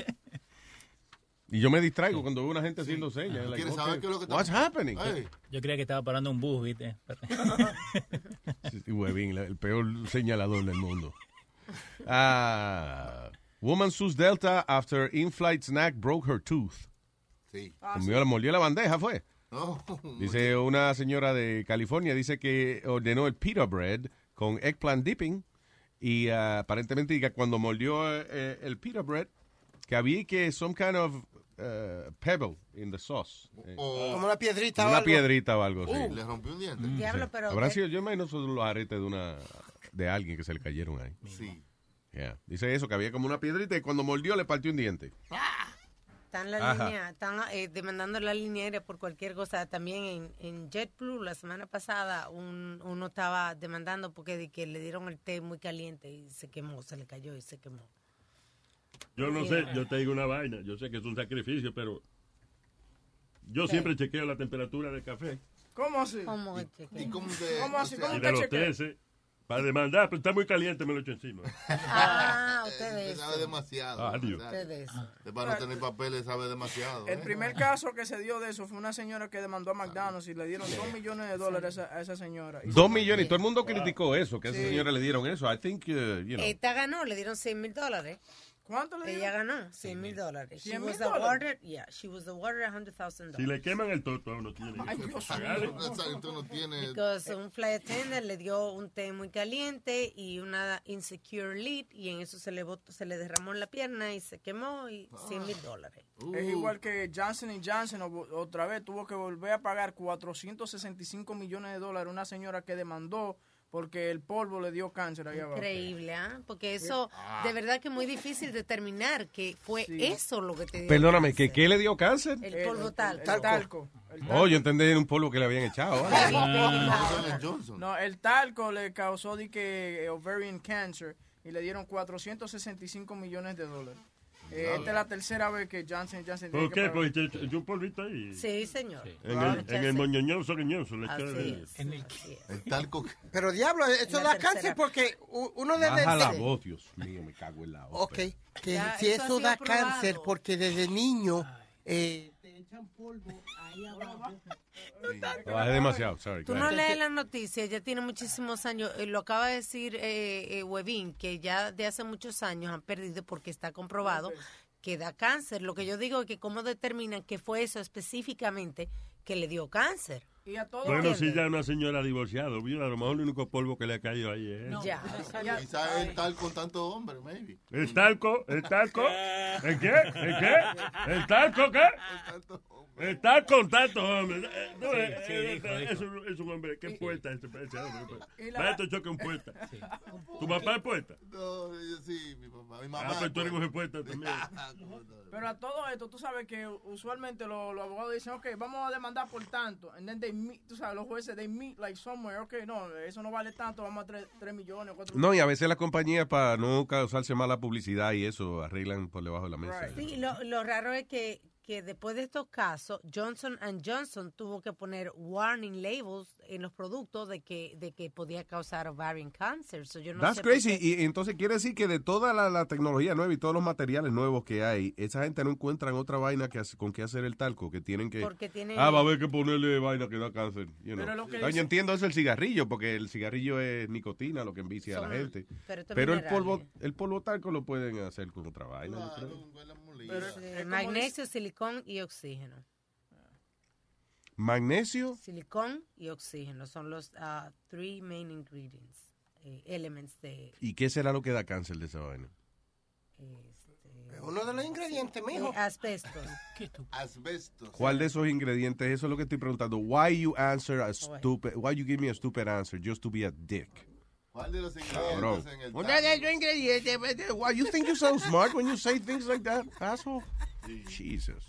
Speaker 15: Y yo me distraigo cuando veo una gente sí. haciendo señas. Like,
Speaker 10: ¿Quieres
Speaker 15: okay,
Speaker 10: saber qué es lo que está
Speaker 15: What's happening?
Speaker 10: Hey.
Speaker 8: Yo creía que estaba parando un bus, ¿viste?
Speaker 15: Huevín, el peor señalador del mundo. Uh, woman sues Delta after in-flight snack broke her tooth.
Speaker 10: Sí.
Speaker 15: Ah, sí. Le mordió la bandeja, fue.
Speaker 10: Oh,
Speaker 15: dice una señora de California, dice que ordenó el pita bread con eggplant dipping y uh, aparentemente que cuando mordió uh, el pita bread que había que some kind of uh, pebble in the sauce.
Speaker 14: Oh. Como una piedrita o
Speaker 15: una
Speaker 14: algo.
Speaker 15: piedrita o algo,
Speaker 10: uh,
Speaker 15: sí.
Speaker 10: Le rompió un diente.
Speaker 13: Mm, Diablo,
Speaker 15: sí.
Speaker 13: pero
Speaker 15: Habrá
Speaker 13: ¿qué?
Speaker 15: sido, yo imagino son los aretes de una de alguien que se le cayeron ahí.
Speaker 10: Sí.
Speaker 15: Yeah. Dice eso, que había como una piedrita y cuando mordió le partió un diente.
Speaker 13: Están la línea, están eh, demandando la línea aérea por cualquier cosa. También en, en JetBlue la semana pasada un, uno estaba demandando porque de que le dieron el té muy caliente y se quemó, se le cayó y se quemó.
Speaker 1: Yo no sé, yo te digo una vaina, yo sé que es un sacrificio, pero yo siempre chequeo la temperatura del café.
Speaker 6: ¿Cómo así?
Speaker 13: ¿Cómo,
Speaker 10: ¿Y, y cómo, de,
Speaker 6: ¿Cómo así? ¿Cómo
Speaker 1: y
Speaker 6: te
Speaker 1: de los
Speaker 6: chequea?
Speaker 1: teces, para demandar, pero está muy caliente, me lo echo encima.
Speaker 13: Ah, ustedes.
Speaker 10: Sabe demasiado.
Speaker 1: Ah, Dios.
Speaker 13: Ustedes.
Speaker 10: De para no tener papeles sabe demasiado.
Speaker 6: El
Speaker 10: ¿eh?
Speaker 6: primer caso que se dio de eso fue una señora que demandó a McDonald's y le dieron dos millones de dólares a esa, a esa señora. Y
Speaker 15: Dos millones, y todo el mundo criticó eso, que a
Speaker 6: Sí.
Speaker 15: esa señora le dieron eso. I think, uh, you know.
Speaker 13: Esta ganó, le dieron seis mil dólares.
Speaker 6: ¿Cuánto le
Speaker 13: Ella
Speaker 6: dieron?
Speaker 13: ganó seis mil dólares. She
Speaker 6: ¿cien
Speaker 13: was
Speaker 6: mil dólares?
Speaker 13: awarded, yeah, she was awarded one hundred thousand
Speaker 1: Si
Speaker 13: dollars.
Speaker 1: le queman el toto a uno, tiene
Speaker 6: Ay,
Speaker 1: que
Speaker 6: Dios
Speaker 1: pagarle.
Speaker 10: Exacto, no tiene.
Speaker 13: Because un flight attendant le dio un té muy caliente y una insecure lead y en eso se le botó, se le derramó en la pierna y se quemó y cien mil dólares.
Speaker 6: Es igual que Johnson y Johnson o- otra vez tuvo que volver a pagar cuatrocientos sesenta y cinco millones de dólares una señora que demandó porque el polvo le dio cáncer ahí abajo.
Speaker 13: Increíble, ¿ah? ¿eh? Porque eso, de verdad que es muy difícil determinar que fue sí. eso lo que te dio
Speaker 15: Perdóname,
Speaker 13: cáncer.
Speaker 15: ¿que qué le dio cáncer?
Speaker 13: El polvo tal,
Speaker 6: el, el talco. El talco.
Speaker 15: Oh, yo entendí un polvo que le habían echado.
Speaker 6: No, el talco le causó de que ovarian cancer y le dieron cuatrocientos sesenta y cinco millones de dólares. Eh, esta es la tercera vez que Johnson Johnson...
Speaker 1: ¿Por qué? Porque echó un polvito ahí.
Speaker 13: Sí, señor. Sí.
Speaker 1: En, el, en el moñoñoso, guiñoso. Le echó
Speaker 13: el,
Speaker 1: en
Speaker 10: el, el talco.
Speaker 14: Pero diablo, eso da cáncer porque uno desde...
Speaker 15: Baja la voz, Dios mío, me cago en la voz.
Speaker 14: Ok, que ya, si eso, eso da cáncer porque desde niño eh, te echan polvo ahí abajo.
Speaker 15: No, es demasiado, sorry.
Speaker 13: Tú no lees la noticia, ya tiene muchísimos años, eh, lo acaba de decir eh, eh, Webin, que ya de hace muchos años han perdido porque está comprobado que da cáncer. Lo que yo digo es que cómo determinan que fue eso específicamente que le dio cáncer.
Speaker 6: Y a todos
Speaker 1: bueno, si ya una señora divorciada, a lo mejor el único polvo que le ha caído ahí es.
Speaker 13: No, ya.
Speaker 10: Quizás el talco con tanto hombre, maybe.
Speaker 1: ¿El talco? ¿El talco? ¿El qué? ¿El qué? ¿El talco qué? El talco con tanto hombre. No, sí, es, sí, es, dijo, es, dijo. Un, es un hombre. ¿Qué poeta es ese, ese hombre? Maestro Choque un poeta. Sí. ¿Tu papá es poeta?
Speaker 10: No, yo sí, mi papá. Mi mamá.
Speaker 1: Ah, pues tú eres un poeta también.
Speaker 6: Pero a todo esto, tú sabes que usualmente los, los abogados dicen, ok, vamos a demandar por tanto. And then they meet, tú sabes, los jueces, they meet like somewhere, ok, no, eso no vale tanto, vamos a tres, tres millones, cuatro millones.
Speaker 15: No, y a veces las compañías, para no causarse mala publicidad y eso, arreglan por debajo de la mesa.
Speaker 13: Right. Sí, lo, lo raro es que que después de estos casos, Johnson and Johnson tuvo que poner warning labels en los productos de que de que podía causar ovarian cancer. So yo no
Speaker 15: That's
Speaker 13: sé
Speaker 15: crazy. Y entonces quiere decir que de toda la, la tecnología nueva y todos los materiales nuevos que hay, esa gente no encuentran otra vaina que hace, con que hacer el talco, que tienen que...
Speaker 13: Porque tienen...
Speaker 15: Ah, va a haber que ponerle vaina que da cáncer. You know.
Speaker 6: Pero lo que
Speaker 15: no,
Speaker 6: dice...
Speaker 15: Yo entiendo eso el cigarrillo, porque el cigarrillo es nicotina, lo que envicia Son... a la gente. Pero, Pero el polvo el polvo talco lo pueden hacer con otra vaina.
Speaker 10: Claro,
Speaker 15: ¿no?
Speaker 13: Pero, sí, magnesio, silicón y oxígeno.
Speaker 15: Magnesio,
Speaker 13: silicón y oxígeno son los uh, three main ingredients, eh, elements de.
Speaker 15: ¿Y qué será lo que da cáncer de esa vaina?
Speaker 14: Este, Uno de los ingredientes, mijo.
Speaker 13: Eh, asbestos.
Speaker 10: ¿Qué tú? Asbestos.
Speaker 15: ¿Cuál de esos ingredientes? Eso es lo que estoy preguntando. Why you answer a stupid? Why you give me a stupid answer just to be a dick?
Speaker 10: ¿Cuál de los ingredientes
Speaker 15: Bro.
Speaker 10: en el
Speaker 15: Uno de los ingredientes. Why you think you so smart when you say things like that, asshole? Jesus.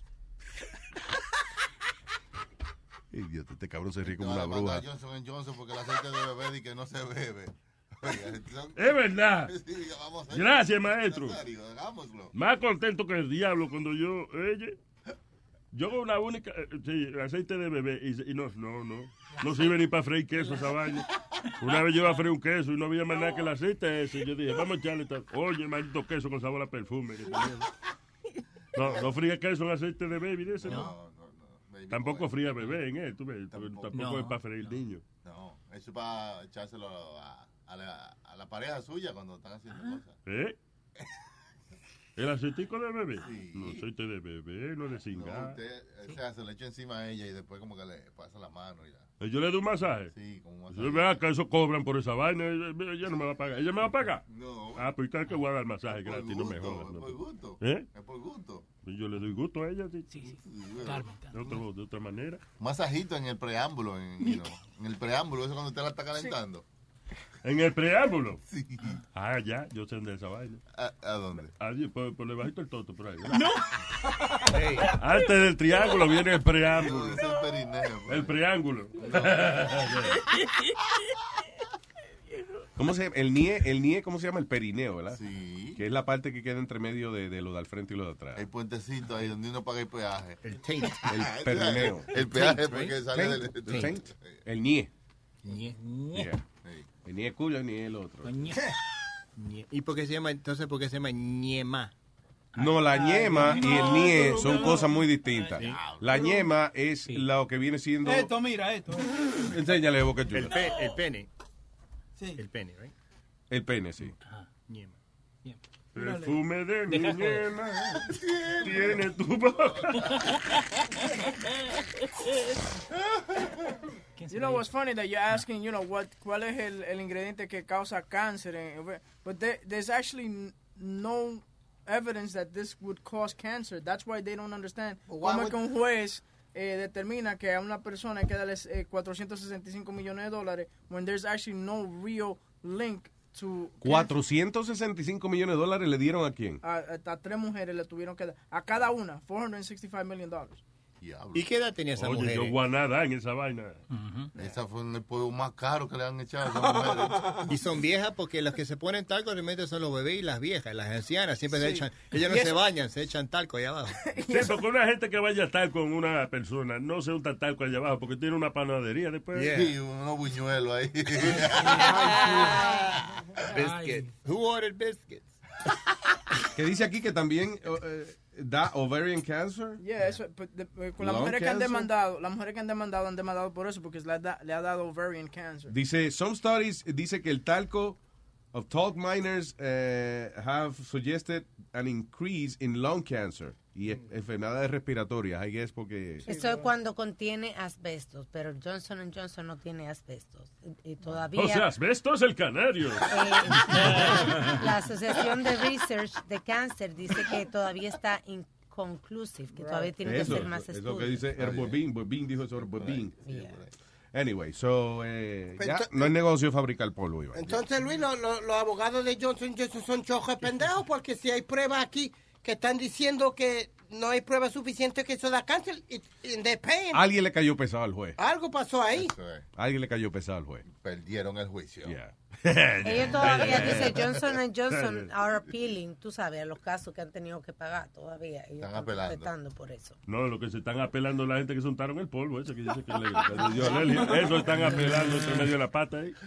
Speaker 15: Idiota, este cabrón se ríe como una bruja.
Speaker 10: Johnson and Johnson porque el aceite de bebé y que no se bebe.
Speaker 1: Es verdad.
Speaker 10: Sí, vamos a
Speaker 1: Gracias, maestro.
Speaker 10: Hagámoslo.
Speaker 1: Más contento que el diablo cuando yo, oye, yo con una única, eh, sí, aceite de bebé y, y no, no, no, no sirve ni para freír queso esa vaina. Una vez yo iba a freír un queso y no había más nada que el aceite ese. Y yo dije, vamos a echarle tal. Oye, maldito queso con sabor a perfume. Que tenía. No, no fría queso en aceite de bebé, ese no.
Speaker 10: No, no, no.
Speaker 1: Tampoco fría bebé en él, tú ves. Tampoco, tampoco no. Es para freír niños.
Speaker 10: No, eso es para echárselo a, a, la, a la pareja suya cuando están haciendo
Speaker 1: Ajá.
Speaker 10: cosas.
Speaker 1: ¿Eh? ¿El aceitico de bebé?
Speaker 10: Sí.
Speaker 1: No, aceite de bebé, no de cingada.
Speaker 10: No, usted se hace, le echa encima a ella y después como que le pasa la mano y ya.
Speaker 1: ¿Yo le doy un masaje?
Speaker 10: Sí, como un masaje.
Speaker 1: Yo vea que eso cobran por esa vaina. Ella no me va a pagar. ¿Ella me va a pagar?
Speaker 10: No.
Speaker 1: Ah, pues tal que voy a dar masaje
Speaker 10: es
Speaker 1: gratis,
Speaker 10: gusto,
Speaker 1: no me jodas.
Speaker 10: Es
Speaker 1: no.
Speaker 10: por gusto.
Speaker 1: ¿Eh?
Speaker 10: Es por gusto.
Speaker 1: Yo le doy gusto a ella, sí.
Speaker 8: Sí, sí.
Speaker 10: Claro.
Speaker 1: De, otro, de otra manera.
Speaker 10: Masajito en el preámbulo, en, you know, en el preámbulo, eso cuando usted la está calentando.
Speaker 1: Sí. ¿En el preámbulo?
Speaker 10: Sí.
Speaker 1: Ah, ya, yo sé de esa vaina.
Speaker 10: ¿A, a dónde?
Speaker 1: Allí, por, por debajito el toto, por ahí.
Speaker 8: No.
Speaker 1: Hey. Antes del triángulo viene el preámbulo.
Speaker 10: No, es el perineo.
Speaker 1: Pues. El preámbulo. No.
Speaker 15: ¿Cómo se llama? El nie, el nie, ¿cómo se llama? El perineo, ¿verdad?
Speaker 10: Sí.
Speaker 15: Que es la parte que queda entre medio de, de lo de al frente y lo de atrás.
Speaker 10: El puentecito ahí donde uno paga el peaje.
Speaker 15: El taint. El perineo.
Speaker 10: El peaje
Speaker 15: taint,
Speaker 10: porque
Speaker 15: right?
Speaker 10: sale
Speaker 15: taint,
Speaker 10: del...
Speaker 15: El taint. El nie.
Speaker 8: Nie. Nie.
Speaker 15: Yeah. El nie culo ni el otro.
Speaker 8: Nie.
Speaker 9: ¿Y por qué se llama, entonces, por qué se llama ñema?
Speaker 15: No, la ñema y el nie son cosas muy distintas. La ñema es sí. lo que viene siendo...
Speaker 7: Esto, mira, esto.
Speaker 15: Enséñale, Boca Chula.
Speaker 9: El, pe, el pene.
Speaker 7: Sí.
Speaker 9: El pene, right?
Speaker 15: El pene, sí.
Speaker 9: Ajá, ñema.
Speaker 1: Perfume de mi ñema tiene tu boca.
Speaker 6: You know what's funny that you're asking, you know, what cuál es el, el ingrediente que causa cáncer, en, but there, there's actually no evidence that this would cause cancer. That's why they don't understand. Como que un juez eh, determina que a una persona hay que darle eh, cuatrocientos sesenta y cinco millones de dólares when there's actually no real link to...
Speaker 15: cuatrocientos sesenta y cinco millones de dólares le dieron a quién?
Speaker 6: A, a, a tres mujeres le tuvieron que dar, a cada una, cuatrocientos sesenta y cinco million dollars.
Speaker 9: ¿Y qué edad tenía esa
Speaker 1: Oye,
Speaker 9: mujer?
Speaker 1: yo guanada en esa vaina.
Speaker 10: Uh-huh. Esa fue el pollo más caro que le han echado a esas mujeres.
Speaker 9: Y son viejas porque las que se ponen talco realmente son los bebés y las viejas, las ancianas siempre
Speaker 1: Sí.
Speaker 9: se echan, ellas no
Speaker 1: Y
Speaker 9: se
Speaker 1: eso-
Speaker 9: bañan, se echan talco allá abajo.
Speaker 1: Sí, porque una gente que vaya a estar con una persona no se unta talco allá abajo porque tiene una panadería después.
Speaker 10: Yeah. Sí, unos buñuelos ahí.
Speaker 9: Biscuit. Who ordered biscuits?
Speaker 15: Que dice aquí que también eh, da ovarian cancer.
Speaker 6: Yeah, eso, pues, de- eh, con las
Speaker 15: Lung
Speaker 6: mujeres que han
Speaker 15: cancer.
Speaker 6: demandado, las mujeres que han demandado han demandado por eso porque le ha, da- le ha dado ovarian cancer.
Speaker 15: Dice, some studies dice que el talco of talc miners eh, have suggested an increase in lung cancer y e- enfermedades respiratorias. I guess porque
Speaker 13: Eso es cuando contiene asbestos, pero Johnson and Johnson no tiene asbestos. Y, y todavía...
Speaker 1: O sea, asbestos el canario.
Speaker 13: La Asociación de Research de Cáncer dice que todavía está inconclusive, que todavía tiene que
Speaker 15: eso,
Speaker 13: hacer más
Speaker 15: eso es
Speaker 13: estudios.
Speaker 15: lo que dice Herbobin. Bobin dijo eso, Herbobin. Anyway, so, eh,
Speaker 14: Pero
Speaker 15: ya,
Speaker 14: ento-
Speaker 15: no es negocio fabricar polvo, Iván.
Speaker 14: Entonces, Luis, lo- lo- los abogados de Johnson Johnson son chojos de pendejos porque si hay pruebas aquí que están diciendo que no hay pruebas suficientes que eso da cáncer, y, y they're paying.
Speaker 15: Alguien le cayó pesado al juez.
Speaker 14: Algo pasó ahí.
Speaker 15: Alguien le cayó pesado al juez.
Speaker 10: Perdieron el juicio.
Speaker 13: Ellos todavía, dice Johnson and Johnson are appealing, tú sabes, a los casos que han tenido que pagar todavía. Ellos
Speaker 1: Están
Speaker 13: están
Speaker 1: apelando.
Speaker 13: protestando por eso.
Speaker 1: No, lo que se están apelando la gente que se untaron el polvo, ese que dice que le, que le dio alergia. Eso están apelando entre medio de la pata ahí.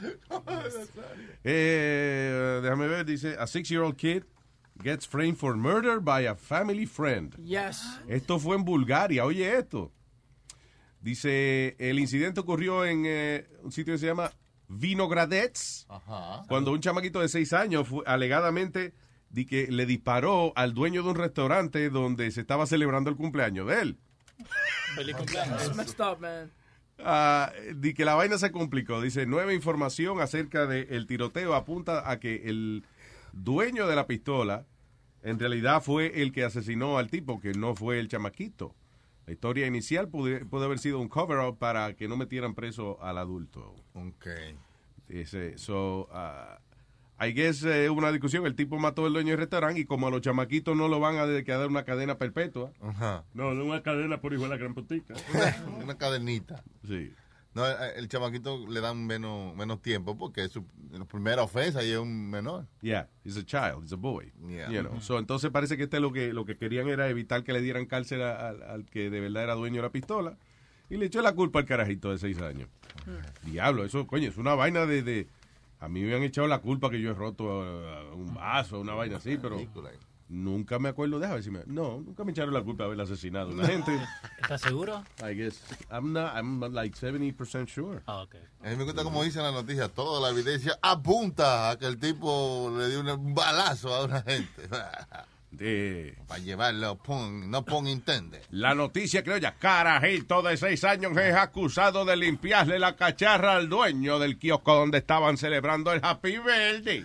Speaker 15: Eh, déjame ver, dice, a six-year-old kid gets framed for murder by a family friend.
Speaker 6: Yes.
Speaker 15: Esto fue en Bulgaria, oye esto. Dice, el incidente ocurrió en eh, un sitio que se llama Vinogradets,
Speaker 10: Ajá.
Speaker 15: cuando un chamaquito de seis años fue, alegadamente di que le disparó al dueño de un restaurante donde se estaba celebrando el cumpleaños de él.
Speaker 8: Feliz
Speaker 6: It's messed up, man.
Speaker 15: Ah, di que la vaina se complicó. Dice, nueva información acerca del tiroteo apunta a que el dueño de la pistola en realidad fue el que asesinó al tipo, que no fue el chamaquito. La historia inicial puede, puede haber sido un cover-up para que no metieran preso al adulto.
Speaker 10: Ok.
Speaker 15: Dice, so, uh, I guess eh, hubo una discusión, el tipo mató al dueño del restaurante y como a los chamaquitos no lo van a de- que a dar una cadena perpetua.
Speaker 10: Ajá.
Speaker 1: No, de una cadena por hijo de la gran putica.
Speaker 10: Una cadenita.
Speaker 15: Sí.
Speaker 10: No, el, el chamaquito le dan menos, menos tiempo porque es su la primera ofensa y es un menor.
Speaker 15: Yeah, he's a child, he's a boy.
Speaker 10: Yeah.
Speaker 15: You know. So, entonces parece que este lo que lo que querían era evitar que le dieran cárcel a- al, al que de verdad era dueño de la pistola y le echó la culpa al carajito de seis años. Diablo, eso, coño, es una vaina de, de... A mí me han echado la culpa que yo he roto uh, un vaso, una vaina así, pero nunca me acuerdo. Déjame ver si me... No, nunca me echaron la culpa de haber asesinado a una gente.
Speaker 8: ¿Estás seguro?
Speaker 15: I guess. I'm not, I'm like seventy percent sure.
Speaker 8: Ah, ok.
Speaker 10: A mí me gusta como dice en la noticia, toda la evidencia apunta a que el tipo le dio un balazo a una gente.
Speaker 15: De...
Speaker 10: Para llevarlo, pon, no pon intende.
Speaker 15: La noticia criolla, carajito de seis años es acusado de limpiarle la cacharra al dueño del kiosco donde estaban celebrando el Happy Birthday.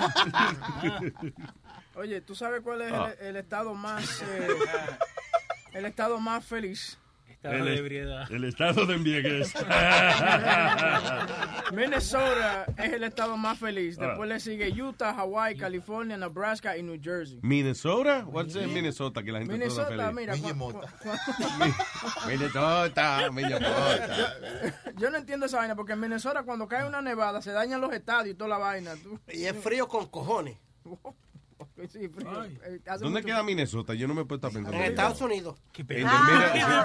Speaker 6: Oye, ¿tú sabes cuál es
Speaker 15: Ah.
Speaker 6: el, el estado más eh, el estado más feliz?
Speaker 8: Estado de ebriedad.
Speaker 1: El estado de embriaguez.
Speaker 6: Minnesota es el estado más feliz.
Speaker 15: Ah.
Speaker 6: Después le sigue Utah, Hawaii, California, Nebraska y New Jersey.
Speaker 15: Minnesota? What's in Minnesota? Que la gente
Speaker 6: Minnesota,
Speaker 15: toda feliz.
Speaker 6: mira,
Speaker 10: Miñe
Speaker 6: cu-
Speaker 10: mota.
Speaker 15: Minnesota, Minnesota.
Speaker 6: Yo no entiendo esa vaina porque en Minnesota cuando cae una nevada se dañan los estadios y toda la vaina. Tú-
Speaker 14: Y es frío con cojones.
Speaker 6: Sí, frío. Eh, hace
Speaker 15: ¿Dónde
Speaker 6: mucho-
Speaker 15: queda Minnesota? Yo no me puedo estar pensando.
Speaker 14: En Estados Unidos.
Speaker 15: En el- mira,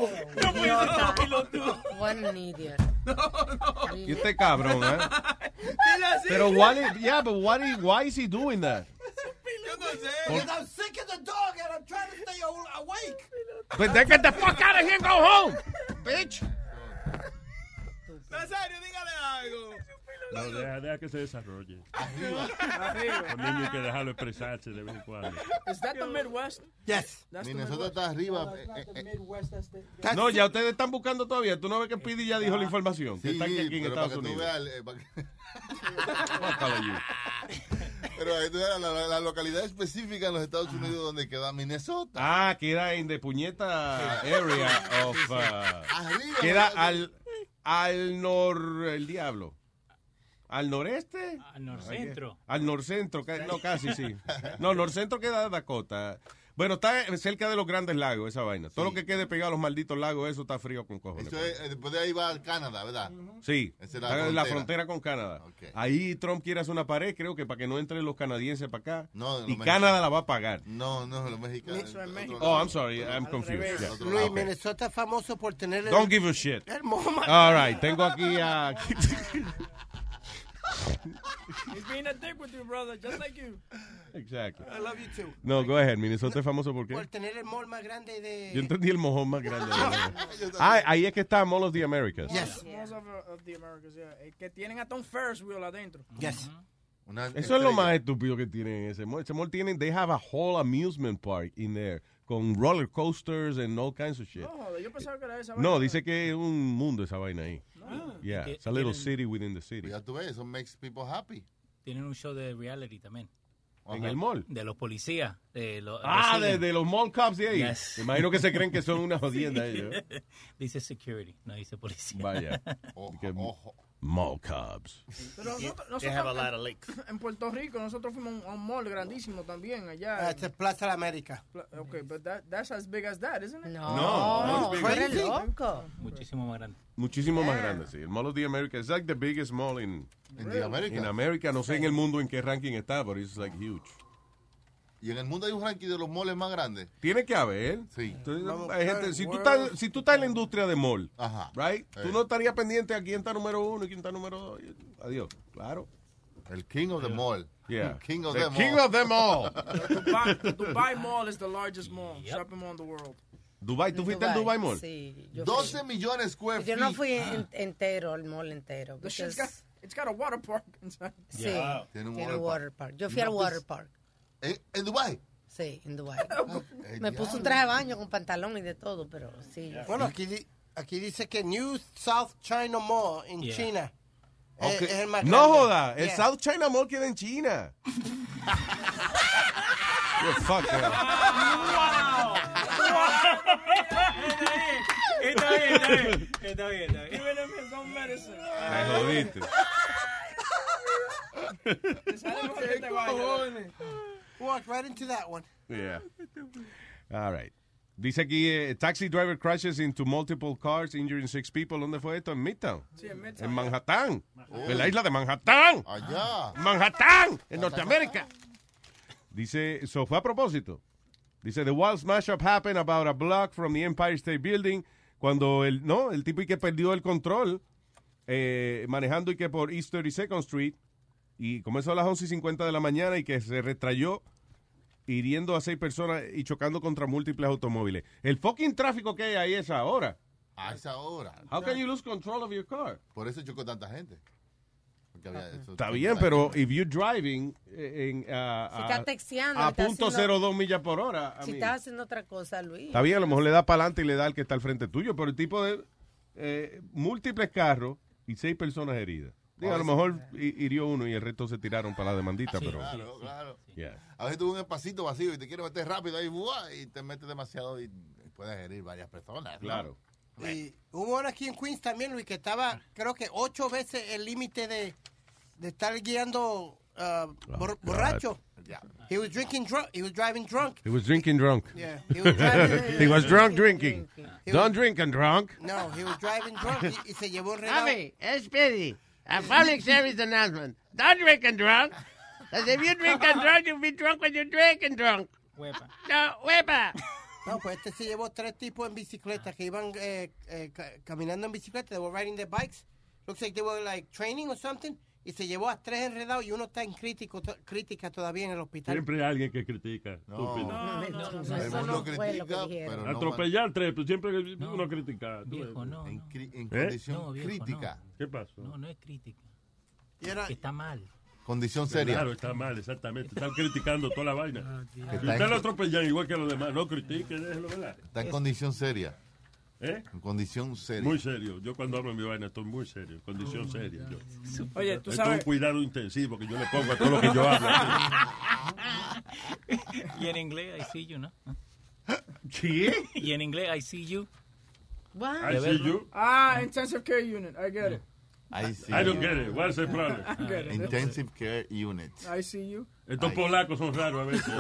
Speaker 13: What an idiot.
Speaker 15: y este cabrón, ¿eh? Pero why, yeah, but why, why is he doing that?
Speaker 14: Because I'm sick of the dog and I'm trying to stay awake.
Speaker 15: Pues then get the fuck out of here and go home, bitch.
Speaker 7: Nazario, dígale algo.
Speaker 1: No, deja, deja que se desarrolle. Los niños hay que dejarlo expresarse de vez en cuando.
Speaker 6: Is that the Midwest?
Speaker 14: Yes.
Speaker 6: That's the
Speaker 10: Minnesota
Speaker 6: Midwest.
Speaker 10: está arriba. eh, eh,
Speaker 15: No, ya ustedes están buscando todavía. Tú no ves que Speedy ya dijo la información. Que
Speaker 10: Sí,
Speaker 15: está aquí en
Speaker 10: pero
Speaker 15: Estados
Speaker 10: para que tú
Speaker 15: Unidos.
Speaker 10: veas, eh, para que-
Speaker 15: Fuck all of you.
Speaker 10: Pero la, la, la localidad específica en los Estados Unidos donde queda Minnesota.
Speaker 15: Ah, queda en the puñeta area of... Uh,
Speaker 10: Arriba,
Speaker 15: queda
Speaker 10: ¿verdad?
Speaker 15: al, al nor... el diablo. ¿Al noreste?
Speaker 8: Al norcentro.
Speaker 15: Al norcentro, ca- no, casi sí. No, norcentro queda Dakota. Bueno, está cerca de los Grandes Lagos, esa vaina. Todo lo que quede pegado a los malditos lagos, eso está frío con cojones.
Speaker 10: Eso es, después de ahí va al Canadá, ¿verdad?
Speaker 15: Sí,
Speaker 10: Esa es
Speaker 15: está
Speaker 10: la
Speaker 15: en la
Speaker 10: frontera.
Speaker 15: frontera con Canadá.
Speaker 10: Ok.
Speaker 15: Ahí Trump quiere hacer una pared, creo que para que no entren los canadienses para acá.
Speaker 10: No, los
Speaker 15: y
Speaker 10: mexicanos.
Speaker 15: Canadá la va a pagar.
Speaker 10: No, no, los mexicanos.
Speaker 13: Eso es
Speaker 10: México.
Speaker 15: Oh, I'm sorry, I'm confused. Yeah.
Speaker 14: Luis,
Speaker 15: Okay.
Speaker 14: Minnesota es famoso por tener el,
Speaker 15: Don't give a shit.
Speaker 14: el mojo más
Speaker 15: All right, tengo aquí a...
Speaker 6: He's being a dick with you, brother, just like you.
Speaker 15: Exactly.
Speaker 14: I love you too.
Speaker 15: No, go ahead. Minnesota es famoso por
Speaker 14: Por
Speaker 15: qué.
Speaker 14: tener el mall más grande de...
Speaker 15: Yo entendí el mojón más grande. Ah, ahí es que está Mall of the Americas.
Speaker 14: Yes.
Speaker 6: Most of, of the Americas, yeah. Eh, Que tienen hasta un Ferris wheel adentro.
Speaker 14: Yes.
Speaker 10: Una
Speaker 15: Eso es lo
Speaker 10: estrella.
Speaker 15: más estúpido que tienen en ese mall. Ese mall tienen, they have a whole amusement park in there, con roller coasters and all kinds of shit.
Speaker 6: No, joder, yo pensaba que era esa
Speaker 15: No,
Speaker 6: vaina.
Speaker 15: dice que es un mundo esa vaina ahí.
Speaker 6: No.
Speaker 15: Yeah,
Speaker 8: Que
Speaker 15: it's a little
Speaker 8: tienen-
Speaker 15: city within the city.
Speaker 10: Ya tú ves, eso makes people happy.
Speaker 8: Tienen un show de reality también.
Speaker 15: En el mall.
Speaker 8: De los policías. De los,
Speaker 15: Ah,
Speaker 8: los
Speaker 15: de,
Speaker 8: siguen.
Speaker 15: de los mall cops de ahí.
Speaker 8: Yes.
Speaker 15: Me imagino que se creen que son una jodienda ellos.
Speaker 8: Dice security, no dice policía.
Speaker 15: Vaya. Que- Mall cops.
Speaker 6: Pero nosotros,
Speaker 9: They have a
Speaker 6: nosotros
Speaker 9: lot of lakes.
Speaker 6: en, en Puerto Rico, nosotros fuimos a un mall grandísimo también allá.
Speaker 14: Ah, este es Plaza de la América.
Speaker 6: Okay, but that, that's as big as that, isn't it?
Speaker 13: No,
Speaker 15: No,
Speaker 13: no,
Speaker 15: no,
Speaker 13: eres
Speaker 15: crazy.
Speaker 13: loco.
Speaker 8: Muchísimo más grande.
Speaker 15: Muchísimo más grande, sí. El Mall of the Americas es like the biggest mall in,
Speaker 10: En the America.
Speaker 15: in America. No sé en el mundo en qué ranking está, pero it's like huge.
Speaker 10: Y en el mundo hay un ranking de los malls más grandes.
Speaker 15: Tiene que haber.
Speaker 10: Sí.
Speaker 15: Entonces,
Speaker 14: Vamos,
Speaker 15: hay gente,
Speaker 14: world.
Speaker 15: si, tú estás, si tú estás en la industria de mall,
Speaker 10: Ajá.
Speaker 15: right,
Speaker 10: Eh.
Speaker 15: tú no estarías pendiente a quién está número uno y quién está número dos. Adiós. Claro.
Speaker 10: El king of the mall.
Speaker 15: Yeah.
Speaker 10: El king of
Speaker 15: The
Speaker 10: them
Speaker 15: king
Speaker 10: all.
Speaker 15: of them all.
Speaker 6: Dubai, Dubai Mall is the largest mall, shopping mall in the world.
Speaker 15: Dubai, ¿tú fuiste al Dubai Mall?
Speaker 13: Sí, yo fui.
Speaker 10: doce millones square
Speaker 13: Yo
Speaker 10: feet.
Speaker 13: no fui en- entero, el mall entero.
Speaker 6: The shit's
Speaker 13: because-
Speaker 6: got, it's got a water park inside.
Speaker 13: Sí,
Speaker 10: Tiene
Speaker 13: tiene
Speaker 10: un
Speaker 13: un
Speaker 10: water
Speaker 13: water park. Yo fui al
Speaker 10: No,
Speaker 13: water
Speaker 10: pues-
Speaker 13: park.
Speaker 10: ¿En, en Dubai?
Speaker 13: Sí, en Dubai.
Speaker 10: Eh,
Speaker 13: Me puse un traje de baño con pantalón y de todo, pero sí.
Speaker 14: Bueno, aquí, di- aquí dice que New South China Mall en
Speaker 8: Yeah.
Speaker 14: China
Speaker 10: Ok.
Speaker 14: es, es el más
Speaker 15: No
Speaker 14: grande.
Speaker 15: joda, el
Speaker 14: Yeah.
Speaker 15: South China Mall queda en China. You're fucked, man.
Speaker 8: Está bien, está bien. Está bien, está bien.
Speaker 6: Giving him his own medicine.
Speaker 15: Me jodiste.
Speaker 6: Este vaina.
Speaker 14: Walk right into that one.
Speaker 15: Yeah. All right. Dice aquí, eh, taxi driver crashes into multiple cars, injuring six people. ¿Dónde fue esto? En Midtown.
Speaker 6: Sí, en Midtown.
Speaker 15: En Manhattan. En la isla de Manhattan.
Speaker 10: Allá.
Speaker 15: Manhattan, en Norteamérica. Dice, eso fue a propósito. Dice, the wild smash up happened about a block from the Empire State Building. Cuando el, no, el tipo y que perdió el control, eh, manejando y que por East thirty-second Street, y comenzó a las once y cincuenta de la mañana y que se retrayó, hiriendo a seis personas y chocando contra múltiples automóviles. El fucking tráfico que hay ahí es ahora.
Speaker 10: A esa hora.
Speaker 15: How can you lose control of your car?
Speaker 10: Por eso chocó tanta gente. Porque había eso-
Speaker 15: Está bien, pero if you're driving eh, en, a,
Speaker 13: Si
Speaker 15: a-
Speaker 13: estás texteando,
Speaker 15: a
Speaker 13: estás
Speaker 15: punto
Speaker 13: haciendo-
Speaker 15: cero dos millas por hora. I
Speaker 13: Si
Speaker 15: mean,
Speaker 13: estás haciendo otra cosa, Luis.
Speaker 15: está bien, a lo mejor le da para adelante y le da al que está al frente tuyo, pero el tipo de eh, múltiples carros y seis personas heridas. Digo, a lo mejor hi- hirió uno y el resto se tiraron para la demandita, pero...
Speaker 10: Claro, claro.
Speaker 15: Yeah.
Speaker 10: A veces tuvo un espacito vacío y te quieres meter rápido ahí ¡buah! Y te metes demasiado y puedes herir varias personas. ¿no?
Speaker 15: Claro.
Speaker 14: Y hubo uno aquí en Queens también, Luis, que estaba, creo que ocho veces el límite de, de estar guiando uh, bor- borracho.
Speaker 10: Yeah.
Speaker 14: He was drinking drunk. He was driving drunk.
Speaker 15: He was drinking drunk.
Speaker 14: Yeah. He was driving.
Speaker 15: He was drunk drinking.
Speaker 14: He
Speaker 15: Don't
Speaker 14: was-
Speaker 15: drink and drunk.
Speaker 14: No, he was driving drunk y, y se llevó enredado.
Speaker 2: Javi, it's Speedy. A public service announcement. Don't drink and drunk. Because if you drink and drunk, you'll be drunk when you drink and drunk.
Speaker 8: Huepa.
Speaker 2: No, huepa.
Speaker 14: No, pues este se llevó tres tipos en bicicleta que iban eh, eh, ca- caminando en bicicleta. They were riding their bikes. Looks like they were like training or something. Y se llevó a tres enredados y uno está en crítico, to- crítica todavía en el hospital.
Speaker 1: Siempre hay alguien que critica.
Speaker 10: No,
Speaker 1: estúpido.
Speaker 13: No, no, no,
Speaker 10: El
Speaker 13: eso
Speaker 10: mundo
Speaker 13: no fue lo que
Speaker 10: critica,
Speaker 13: dijeron.
Speaker 10: pero no
Speaker 1: Atropellar tres, pues siempre uno critica. Tú
Speaker 8: Viejo,
Speaker 1: ves.
Speaker 8: no.
Speaker 10: en,
Speaker 8: no.
Speaker 10: cri- en
Speaker 1: ¿Eh?
Speaker 10: condición
Speaker 8: No, viejo,
Speaker 10: crítica.
Speaker 1: ¿Qué pasó?
Speaker 8: No, no es crítica.
Speaker 14: Y era-
Speaker 8: Está mal.
Speaker 10: Condición seria.
Speaker 1: Claro, está mal, exactamente. Están criticando toda la vaina. Si
Speaker 10: Está
Speaker 1: usted
Speaker 10: en-
Speaker 1: lo atropellan igual que los demás, no critique, déjelo, ¿verdad?
Speaker 10: Está en condición seria.
Speaker 1: ¿Eh?
Speaker 10: En condición seria.
Speaker 1: Muy serio. Yo cuando hablo en mi vaina estoy muy serio. Condición seria. Yo.
Speaker 6: Oye, tú
Speaker 1: Esto
Speaker 6: sabes...
Speaker 1: es un cuidado intensivo que yo le pongo a todo lo que yo hablo.
Speaker 8: Y en inglés, I see you, ¿no?
Speaker 1: ¿Qué?
Speaker 8: Y en inglés, I see you.
Speaker 13: What?
Speaker 1: I see you.
Speaker 6: Ah, intensive care unit. I get it.
Speaker 10: I see
Speaker 1: I don't
Speaker 10: you.
Speaker 1: get it. What's the problem?
Speaker 6: I get it.
Speaker 10: Intensive care unit.
Speaker 6: I see you.
Speaker 1: Estos polacos son raros a veces.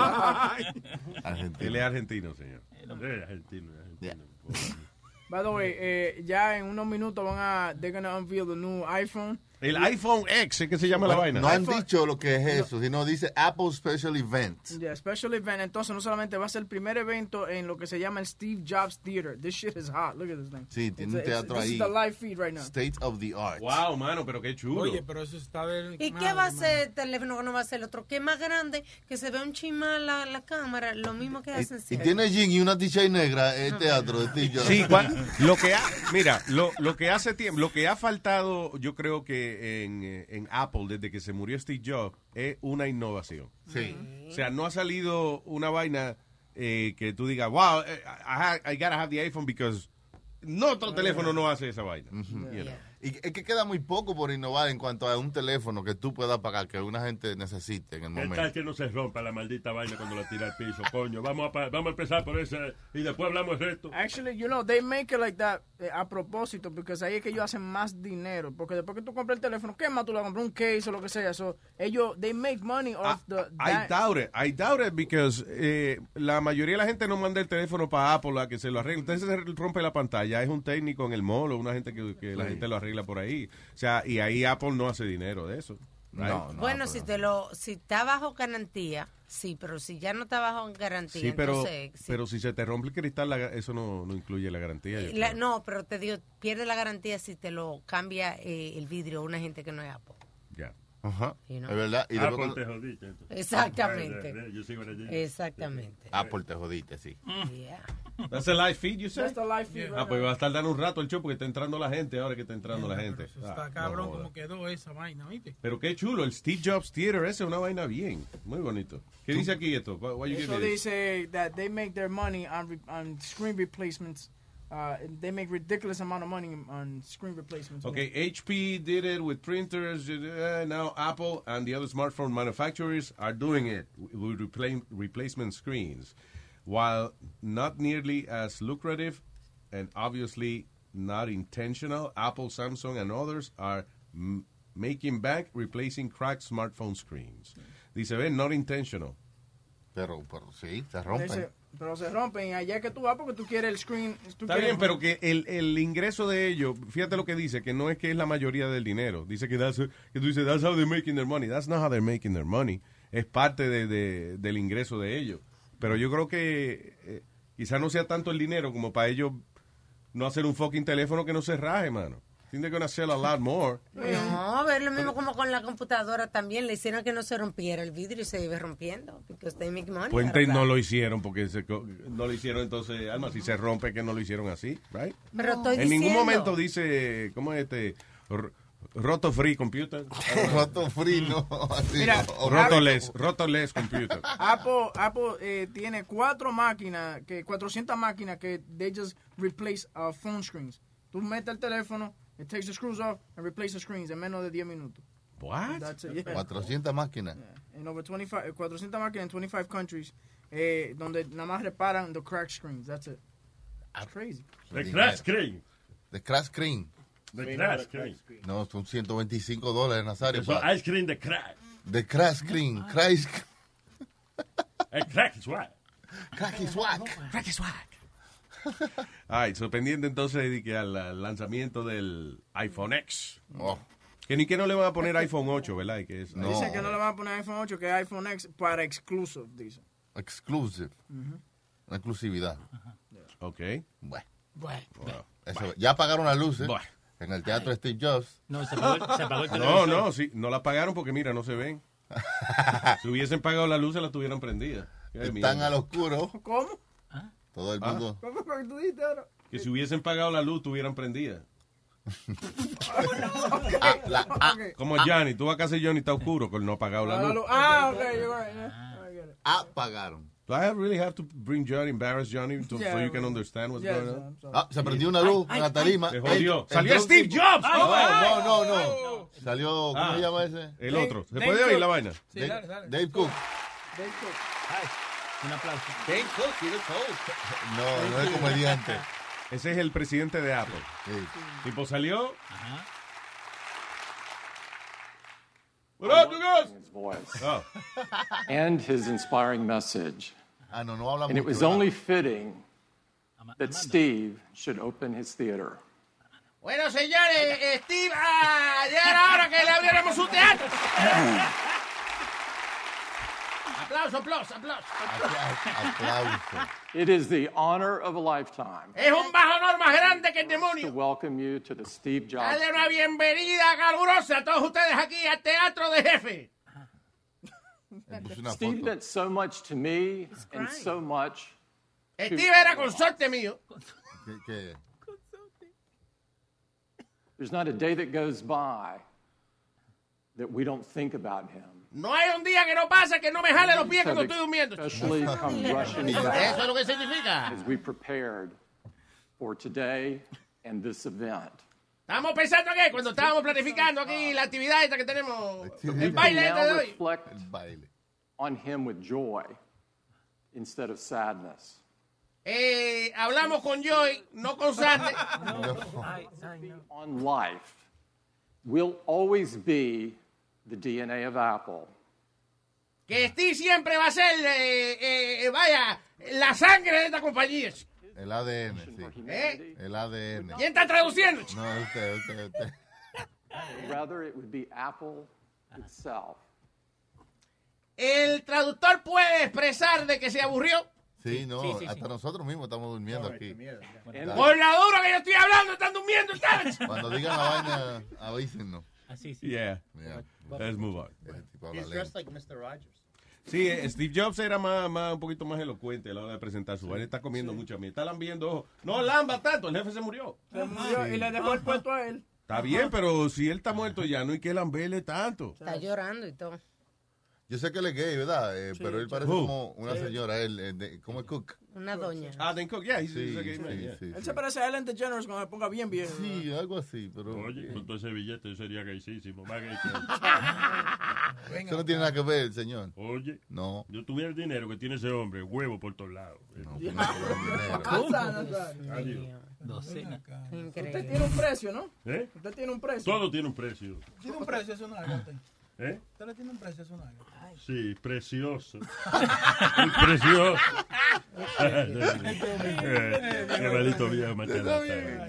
Speaker 10: Argentino.
Speaker 15: Él es argentino, señor.
Speaker 1: Eh, argentino, argentino.
Speaker 6: By the way, eh, ya en unos minutos van a... They're gonna unveil the new iPhone.
Speaker 15: El iPhone X, ¿qué se llama la vaina?
Speaker 10: No han dicho lo que es eso, sino dice Apple Special Event.
Speaker 6: Yeah, special event. Entonces, no solamente va a ser el primer evento en lo que se llama el Steve Jobs Theater. This shit is hot. Look at this thing.
Speaker 10: Sí, tiene
Speaker 6: It's
Speaker 10: un
Speaker 6: a-
Speaker 10: teatro
Speaker 6: it's-
Speaker 10: ahí.
Speaker 6: This is the live feed right now.
Speaker 10: State of the art.
Speaker 15: Wow, mano, pero qué chulo.
Speaker 7: Oye, pero eso está del...
Speaker 13: ¿Y qué va a ser el teléfono que no va a ser el otro? Que es más grande, que se ve un chisma la, la cámara, lo mismo que hacen
Speaker 10: Y
Speaker 13: siempre.
Speaker 10: tiene jean y una t-shirt negra el teatro de Steve Jobs.
Speaker 15: Sí, cua- lo que ha, mira, lo, lo que hace tiempo, lo que ha faltado, yo creo que en, eh, en Apple desde que se murió Steve Jobs es una innovación.
Speaker 10: Sí.
Speaker 15: O sea, no ha salido una vaina eh, que tú digas, wow, eh, I, ha- I gotta have the iPhone because no otro teléfono no hace esa vaina. You know.
Speaker 10: Y es que queda muy poco por innovar en cuanto a un teléfono que tú puedas pagar, que una gente necesite en el
Speaker 1: ¿Qué tal
Speaker 10: momento.
Speaker 1: que no se rompa la maldita vaina cuando la tira al piso, coño? Vamos a, pa- vamos a empezar por ese y después hablamos del resto.
Speaker 6: Actually, you know, they make it like that eh, a propósito, porque ahí es que ellos hacen más dinero. Porque después que tú compras el teléfono, ¿qué más tú le compras? Un case o lo que sea. So, ellos, they make money off the...
Speaker 15: I
Speaker 6: that-
Speaker 15: doubt it. I doubt it because eh, la mayoría de la gente no manda el teléfono para Apple a que se lo arregle. Entonces se rompe la pantalla. Es un técnico en el mall o una gente que, que la
Speaker 10: Sí.
Speaker 15: gente lo arregla por ahí. O sea, y ahí Apple no hace dinero de eso. Right?
Speaker 10: No, no,
Speaker 13: Bueno,
Speaker 10: pero-
Speaker 13: si te lo, si está bajo garantía, sí, pero si ya no está bajo garantía,
Speaker 15: Sí, pero,
Speaker 13: entonces... sí.
Speaker 15: pero si se te rompe el cristal, la- eso no, no incluye la garantía. yo
Speaker 13: La-
Speaker 15: creo.
Speaker 13: no, pero te digo, pierde la garantía si te lo cambia eh, el vidrio una gente que no es Apple.
Speaker 15: Ya.
Speaker 10: Ajá.
Speaker 13: You know?
Speaker 10: Es verdad. Y
Speaker 1: Ah,
Speaker 10: después
Speaker 1: pues te
Speaker 10: cuando-
Speaker 1: jodiste. entonces.
Speaker 13: Exactamente.
Speaker 1: Eh, eh, Yo sigo allí.
Speaker 13: Exactamente.
Speaker 10: Apple te jodiste, sí.
Speaker 13: Yeah.
Speaker 15: That's a live feed, you say?
Speaker 6: That's the live feed
Speaker 15: Ah,
Speaker 6: right
Speaker 15: pues
Speaker 6: now.
Speaker 15: va a estar dando un rato el show porque está entrando la gente ahora que está entrando la gente.
Speaker 7: Eso
Speaker 15: Ah,
Speaker 7: está
Speaker 15: no
Speaker 7: cabrón
Speaker 15: joda.
Speaker 7: como quedó esa vaina, ¿viste?
Speaker 15: Pero qué chulo, el Steve Jobs Theater, ese es una vaina bien, muy bonito. ¿Qué dice aquí esto? Why- why you
Speaker 6: Eso
Speaker 15: give me this?
Speaker 6: dice that they make their money on, re- on screen replacements. Uh, they make ridiculous amount of money on screen replacements.
Speaker 15: Okay, H P did it with printers. Uh, now Apple and the other smartphone manufacturers are doing it with repla- replacement screens. While not nearly as lucrative and obviously not intentional, Apple, Samsung, and others are m- making bank replacing cracked smartphone screens. Dice, ven, not intentional.
Speaker 10: Pero, pero sí, se rompen.
Speaker 6: Dice, pero se rompen y allá que tú vas porque tú quieres el screen. Tú
Speaker 15: Está
Speaker 6: quieres-
Speaker 15: bien, pero que el, el ingreso de ellos, fíjate lo que dice, que no es que es la mayoría del dinero. Dice que, that's, que tú dices, that's how they're making their money. That's not how they're making their money. Es parte de, de- del ingreso de ellos. Pero yo creo que eh, quizás no sea tanto el dinero como para ellos no hacer un fucking teléfono que no se raje, mano. I think they're gonna sell a lot more.
Speaker 13: No, ver lo mismo como con la computadora también. Le hicieron que no se rompiera el vidrio y se iba rompiendo. Because they make money.
Speaker 15: Pues
Speaker 13: out of
Speaker 15: entonces no
Speaker 13: that.
Speaker 15: lo hicieron porque se co- no lo hicieron entonces, Alma, si se rompe que no lo hicieron así, right?
Speaker 13: Pero estoy
Speaker 15: En ningún
Speaker 13: diciendo-
Speaker 15: momento dice, ¿cómo es este? R- Roto free computer.
Speaker 10: Roto free, no. así
Speaker 6: Mira,
Speaker 10: no.
Speaker 15: Roto less, roto less computer.
Speaker 6: Apple, Apple eh, tiene cuatro máquinas, que cuatrocientas máquinas que they just replace uh, phone screens. Tú metes el teléfono, it takes the screws off and replace the screens en menos de diez minutos.
Speaker 15: What?
Speaker 6: That's it, yeah.
Speaker 10: cuatrocientas máquinas.
Speaker 6: En over twenty-five, eh, cuatrocientas máquinas en twenty-five countries, eh, donde nada más reparan the cracked screens. That's it. It's crazy.
Speaker 1: The crash screen.
Speaker 10: The crash screen.
Speaker 1: The crash screen.
Speaker 10: No, son ciento veinticinco dólares, Nazario.
Speaker 1: Eso,
Speaker 10: pa-
Speaker 1: ice cream de crack.
Speaker 10: The crash screen. Crash.
Speaker 1: El crack is what?
Speaker 10: Crack is whack.
Speaker 1: Crack is whack.
Speaker 15: Ay, so pendiente entonces de que al, al lanzamiento del iPhone X.
Speaker 10: Oh.
Speaker 15: Que ni que no le van a poner iPhone ocho, ¿verdad? Y que es,
Speaker 6: Dicen que no le van a poner iPhone ocho, que es iPhone X para exclusive, dicen.
Speaker 10: Exclusive.
Speaker 6: Ujú.
Speaker 10: Una exclusividad.
Speaker 15: Ok.
Speaker 10: Bueno.
Speaker 13: Bueno.
Speaker 10: Bueno, eso- ya apagaron las luces
Speaker 15: Bueno.
Speaker 10: en el teatro Steve Jobs.
Speaker 8: No, se apagó el- se apagó el
Speaker 15: No,
Speaker 8: televisor.
Speaker 15: no, sí, no la pagaron porque mira, no se ven. Si hubiesen pagado la luz, se la tuvieran prendida. Qué
Speaker 10: Están
Speaker 15: mierda.
Speaker 10: al oscuro.
Speaker 6: ¿Cómo?
Speaker 10: Todo el
Speaker 15: Ah.
Speaker 10: mundo.
Speaker 6: ¿Cómo fue que tú dijiste ahora?
Speaker 15: Que si hubiesen pagado la luz, tuvieran prendida.
Speaker 10: Ah, la- ah,
Speaker 15: Como
Speaker 10: ah,
Speaker 15: Johnny, tú vas a casa de Johnny, está oscuro, que él no ha pagado la luz.
Speaker 6: Ah, ok, you're right. Yeah. I get it.
Speaker 10: Apagaron.
Speaker 15: Do I have, really have to bring Johnny, embarrass Johnny, to,
Speaker 7: Yeah,
Speaker 15: so you can understand what's
Speaker 7: yes,
Speaker 15: going on?
Speaker 10: Ah, se prendió una luz en la tarima.
Speaker 15: Se jodió.
Speaker 10: El-
Speaker 15: Salió
Speaker 10: el-
Speaker 15: Steve Jobs.
Speaker 10: No,
Speaker 15: Ay,
Speaker 10: no, no, no. Salió, ¿cómo
Speaker 15: Ah,
Speaker 10: se llama ese?
Speaker 15: el otro. ¿Se puede oír la vaina?
Speaker 10: Dave, Dave Cook.
Speaker 7: Dave Cook.
Speaker 8: Un aplauso.
Speaker 9: Dave Cook, you look old.
Speaker 10: No, no es comediante.
Speaker 15: Ese es el presidente de Apple. Tipo salió.
Speaker 8: Ajá.
Speaker 15: What up, you guys?
Speaker 4: His voice
Speaker 15: Oh.
Speaker 4: and his inspiring message.
Speaker 10: Ah, no, no habla
Speaker 4: And it
Speaker 10: mucho,
Speaker 4: was
Speaker 10: ¿verdad?
Speaker 4: only fitting that Steve should open his theater.
Speaker 2: Bueno, señores, eh, Steve, ah, ya era hora que le abriéramos su teatro. Aplauso, aplauso, aplauso.
Speaker 10: Aplauso.
Speaker 4: It is the honor of a lifetime
Speaker 2: Es un bajo honor más grande que el
Speaker 4: to
Speaker 2: demonio.
Speaker 4: welcome you to the Steve Jobs.
Speaker 2: Dale una bienvenida calurosa a todos ustedes aquí al Teatro de Jefe.
Speaker 4: Steve meant so much to me and so much to
Speaker 2: Steve era consorte mío.
Speaker 10: ¿Qué, qué?
Speaker 4: There's not a day that goes by that we don't think about him.
Speaker 2: No hay un día que no pasa que no me jale los pies cuando estoy durmiendo.
Speaker 4: Especially come rushing
Speaker 2: Eso
Speaker 4: back
Speaker 2: es lo que significa.
Speaker 4: as we prepared for today and this event.
Speaker 2: Estamos pensando que cuando estábamos planificando aquí la actividad esta que tenemos, el
Speaker 4: We
Speaker 2: baile
Speaker 4: can
Speaker 2: este de
Speaker 4: now
Speaker 2: hoy.
Speaker 4: reflect on him with joy instead of sadness.
Speaker 2: Eh, hablamos con Joy, no con Sandy.
Speaker 4: On life will always be the D N A of Apple.
Speaker 2: Que Steve siempre va a ser, eh, eh, vaya, la sangre de esta compañía.
Speaker 10: El A D N, sí.
Speaker 2: ¿Eh?
Speaker 10: El A D N.
Speaker 2: ¿Quién está traduciendo?
Speaker 10: No, usted, usted, usted.
Speaker 4: Rather, it would be Apple itself.
Speaker 2: El traductor puede expresar de que se aburrió.
Speaker 10: Sí, no,
Speaker 2: Sí, sí,
Speaker 10: hasta
Speaker 2: sí.
Speaker 10: nosotros mismos estamos durmiendo aquí.
Speaker 2: Por la dura que yo estoy hablando, están durmiendo ustedes.
Speaker 10: Cuando digan la vaina, avísennos.
Speaker 8: Así, sí.
Speaker 15: Yeah.
Speaker 10: Yeah.
Speaker 15: Let's move on.
Speaker 10: Ese tipo habla
Speaker 9: He's
Speaker 10: lento.
Speaker 9: dressed like mister Rogers.
Speaker 15: Sí, eh, Steve Jobs era más, más, un poquito más elocuente a la hora de presentar su vaina. Está comiendo mucho a mí. Está lambiendo ojos. No lamba tanto, el jefe se murió.
Speaker 6: Se murió y le dejó el puesto a él.
Speaker 15: Está bien, pero si él está muerto ya no hay que lamberle tanto.
Speaker 13: Está llorando y todo.
Speaker 10: Yo sé que él es gay, ¿verdad? Eh,
Speaker 13: Sí.
Speaker 10: pero él parece
Speaker 15: Who?
Speaker 10: como una
Speaker 13: Sí.
Speaker 10: señora, él, eh, de- como es Cook.
Speaker 13: Una doña.
Speaker 15: Ah, Dan Cook, yeah, he's,
Speaker 10: Sí,
Speaker 15: he's a gay man,
Speaker 10: sí,
Speaker 15: yeah.
Speaker 10: sí,
Speaker 6: Él
Speaker 10: sí.
Speaker 6: se parece a Ellen DeGeneres cuando se ponga bien viejo.
Speaker 10: Sí, algo así, pero...
Speaker 1: Oye, con todo ese billete yo sería gaysísimo, más gay que él.
Speaker 10: Eso no tiene nada que ver, señor.
Speaker 1: Oye,
Speaker 10: No.
Speaker 1: yo tuviera el dinero que tiene ese hombre, huevo por todos lados. Adiós.
Speaker 8: Docena.
Speaker 6: Usted tiene un precio, ¿no?
Speaker 1: ¿Eh?
Speaker 6: Usted tiene un precio.
Speaker 1: Todo tiene un precio.
Speaker 7: Tiene un precio, eso no usted.
Speaker 1: ¿Eh?
Speaker 7: Usted le tiene un precio, eso no
Speaker 1: Sí, precioso. Muy precioso. Eh, Qué maldito viejo machado.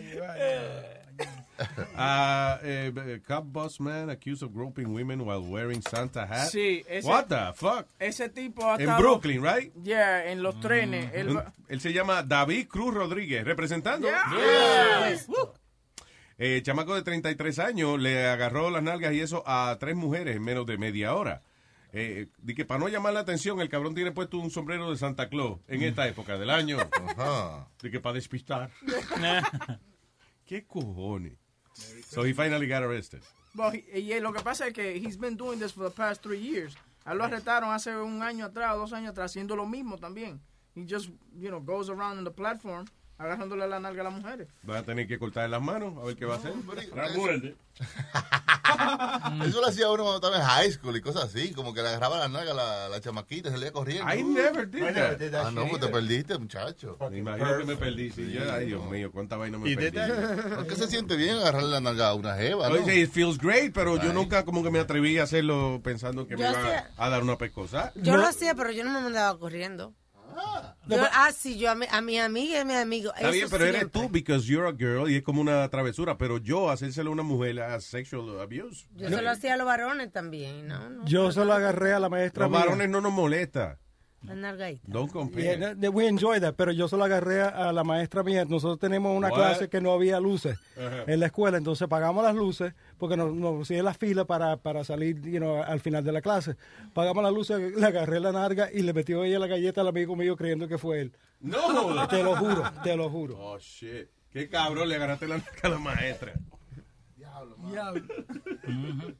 Speaker 15: Uh, eh, cop boss man accused of groping women while wearing Santa hat.
Speaker 6: Sí, ese-
Speaker 15: What the fuck?
Speaker 6: Ese tipo ha
Speaker 15: En
Speaker 6: estado-
Speaker 15: Brooklyn, right?
Speaker 6: Yeah, en los trenes. Él
Speaker 15: Un-
Speaker 6: va-
Speaker 15: Él se llama David Cruz Rodríguez, representando.
Speaker 6: Yeah.
Speaker 15: Woo. Eh, chamaco de treinta y tres años le agarró las nalgas y eso a tres mujeres en menos de media hora. Eh, di que para no llamar la atención, el cabrón tiene puesto un sombrero de Santa Claus en esta época del año.
Speaker 10: Ajá.
Speaker 15: Di que para despistar. ¿Qué cojones? So he finally got arrested.
Speaker 6: Well, he- y lo que pasa es que he's been doing this for the past three years. A él lo arrestaron hace un año atrás o dos años atrás haciendo lo mismo también. He just, you know, goes around in the platform agarrándole la nalga a las mujeres.
Speaker 15: Va a tener que cortarle las manos a ver qué va a hacer.
Speaker 1: La muerde.
Speaker 10: Eso lo hacía uno cuando estaba en high school y cosas así, como que le agarraba la nalga a la, la chamaquita y salía corriendo.
Speaker 15: I never did
Speaker 10: I
Speaker 15: that.
Speaker 10: Ah, no, pues te perdiste, muchacho.
Speaker 15: Me imagino que me perdí. Sí, yo, ay, Dios mío, cuánta vaina me
Speaker 10: ¿Y
Speaker 15: perdí.
Speaker 10: ¿Por qué se siente bien agarrarle la nalga a una jeva, no?
Speaker 15: Oye, it feels great, pero yo
Speaker 10: Ay.
Speaker 15: nunca como que me atreví a hacerlo pensando que
Speaker 13: Yo
Speaker 15: me iba
Speaker 13: hacía-
Speaker 15: a dar una pescosa.
Speaker 13: Yo lo hacía, pero yo no me mandaba corriendo. Yo, ah, sí, yo a mi, a mi amiga y a mi amigo.
Speaker 15: Está bien,
Speaker 13: eso
Speaker 15: pero eres
Speaker 13: siempre.
Speaker 15: tú because you're a girl y es como una travesura, pero yo hacérselo a una mujer es sexual abuse.
Speaker 13: Yo se lo hacía a los varones también, ¿no? no
Speaker 11: Yo se lo agarré a la maestra
Speaker 15: Los
Speaker 11: mía.
Speaker 15: varones no nos molesta.
Speaker 13: La nalgadita.
Speaker 15: Don't compare.
Speaker 11: Yeah, that- that we enjoy that, pero yo se lo agarré a, a la maestra mía. Nosotros tenemos una
Speaker 15: What?
Speaker 11: clase que no había luces
Speaker 15: Ajá.
Speaker 11: en la escuela, entonces pagamos las luces porque nos, nos hacían la fila para, para salir you know, al final de la clase. Pagamos las luces, le agarré la narga y le metió ella la galleta al amigo mío creyendo que fue él.
Speaker 15: No.
Speaker 11: Te lo juro, te lo juro.
Speaker 15: Oh, shit. Qué cabrón le agarraste la narca a la maestra.
Speaker 7: Diablo.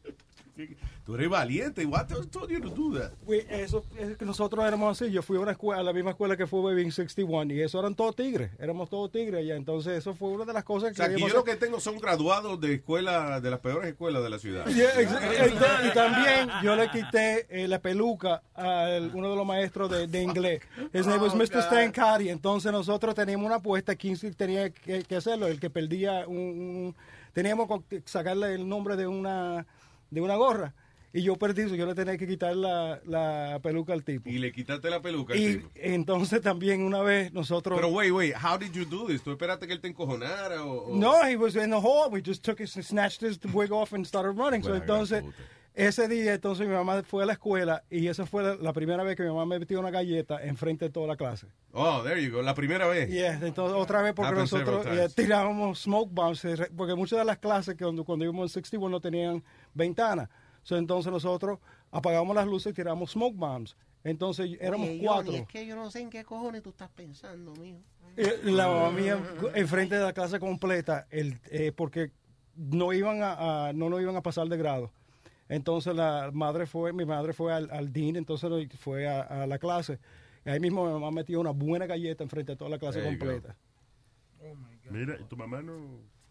Speaker 15: Tú eres valiente. What told you to do that?
Speaker 11: We- eso es que nosotros éramos así. Yo fui a una escuela, a la misma escuela que fue Baby en sesenta y uno, y eso eran todos tigres. Éramos todos tigres allá. Entonces, eso fue una de las cosas
Speaker 15: O
Speaker 11: que.
Speaker 15: sea, aquí yo
Speaker 11: habíamos
Speaker 15: lo que tengo son graduados de escuela, de las peores escuelas de la ciudad.
Speaker 11: Y, y- y también yo le quité eh, la peluca a el- uno de los maestros de, de inglés. His name was mister Stan Cuddy. Entonces nosotros teníamos una apuesta, quién sí tenía que, que hacerlo. El que perdía un, un- teníamos que sacarle el nombre de una de una gorra. Y yo perdí eso, yo le tenía que quitar la, la peluca al tipo.
Speaker 15: Y le quitaste la peluca al
Speaker 11: Y
Speaker 15: tipo.
Speaker 11: entonces también una vez nosotros...
Speaker 15: Pero wait, wait, how did you do this? ¿Tú esperaste que él te encojonara o...? o-
Speaker 11: No, he was in the hall. We just took his, snatched his wig off and started running. So,
Speaker 15: Bueno,
Speaker 11: entonces, ese día, entonces mi mamá fue a la escuela y esa fue la, la primera vez que mi mamá me metió una galleta enfrente de toda la clase.
Speaker 15: Oh, there you go, la primera vez.
Speaker 11: Yeah, entonces otra vez porque
Speaker 15: Happened
Speaker 11: nosotros
Speaker 15: several
Speaker 11: eh,
Speaker 15: times.
Speaker 11: tirábamos smoke bombs, eh, porque muchas de las clases que cuando, cuando íbamos en sesenta y uno no tenían ventanas. So, entonces nosotros apagamos las luces y tiramos smoke bombs. Entonces éramos
Speaker 2: Oye,
Speaker 11: cuatro.
Speaker 2: Johnny, es que yo no sé en qué cojones tú estás pensando, mijo.
Speaker 11: Eh, La mamá mía enfrente de la clase completa, el, eh, porque no iban a, a- no nos iban a pasar de grado. Entonces la madre fue, mi madre fue al, al dean, entonces fue a, a la clase. Y ahí mismo mi mamá metió una buena galleta enfrente de toda la clase
Speaker 1: There you
Speaker 11: completa.
Speaker 1: Mira, ¿y tu mamá no?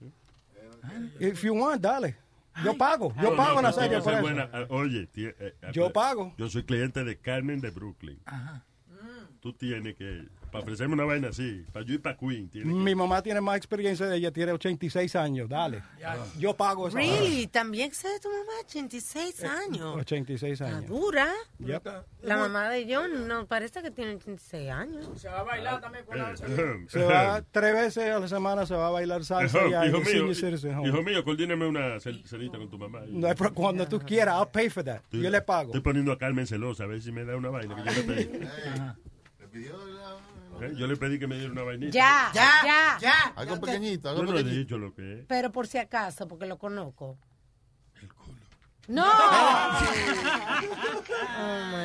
Speaker 11: If you want, dale. Yo pago, yo
Speaker 1: No,
Speaker 11: pago,
Speaker 1: no,
Speaker 11: Nazario,
Speaker 1: tiene que
Speaker 11: por
Speaker 1: ser
Speaker 11: eso.
Speaker 1: buena. Ah, Oye, tie- eh,
Speaker 11: Yo
Speaker 1: eh,
Speaker 11: pago.
Speaker 1: Yo soy cliente de Carmen de Brooklyn.
Speaker 11: Ajá.
Speaker 1: Tú tienes que, para ofrecerme una vaina así, para yo ir para Queen, tienes que-
Speaker 11: Mi mamá tiene más experiencia de ella, tiene ochenta y seis años, dale. Yo pago esa
Speaker 13: Really, también sé de tu mamá, ochenta y seis años.
Speaker 11: ochenta y seis
Speaker 13: Está
Speaker 11: años.
Speaker 13: dura.
Speaker 11: Yep.
Speaker 13: La mamá de John no parece que tiene ochenta y seis años.
Speaker 6: Se va a bailar también con la
Speaker 11: Se va tres veces a la semana, se va a bailar salsa y a
Speaker 1: hijo
Speaker 11: en el
Speaker 1: mío,
Speaker 11: Senior Citizen Home.
Speaker 1: hijo mío, coordíname una cel- cenita con tu mamá.
Speaker 11: No hay pro- cuando tú quieras, I'll pay for that.
Speaker 1: Estoy-
Speaker 11: Yo le pago.
Speaker 1: Estoy poniendo a Carmen celosa, a ver si me da una vaina que yo le pedí. Eh, Yo le pedí que me diera una vainita.
Speaker 13: Ya, ya, ya. ya.
Speaker 10: Algo
Speaker 13: Ya te-
Speaker 10: pequeñito,
Speaker 1: Yo
Speaker 10: algo
Speaker 1: no he
Speaker 10: pequeñito.
Speaker 1: dicho lo que es.
Speaker 13: Pero por si acaso, porque lo conozco. ¡No!
Speaker 1: Ah.
Speaker 13: Oh, my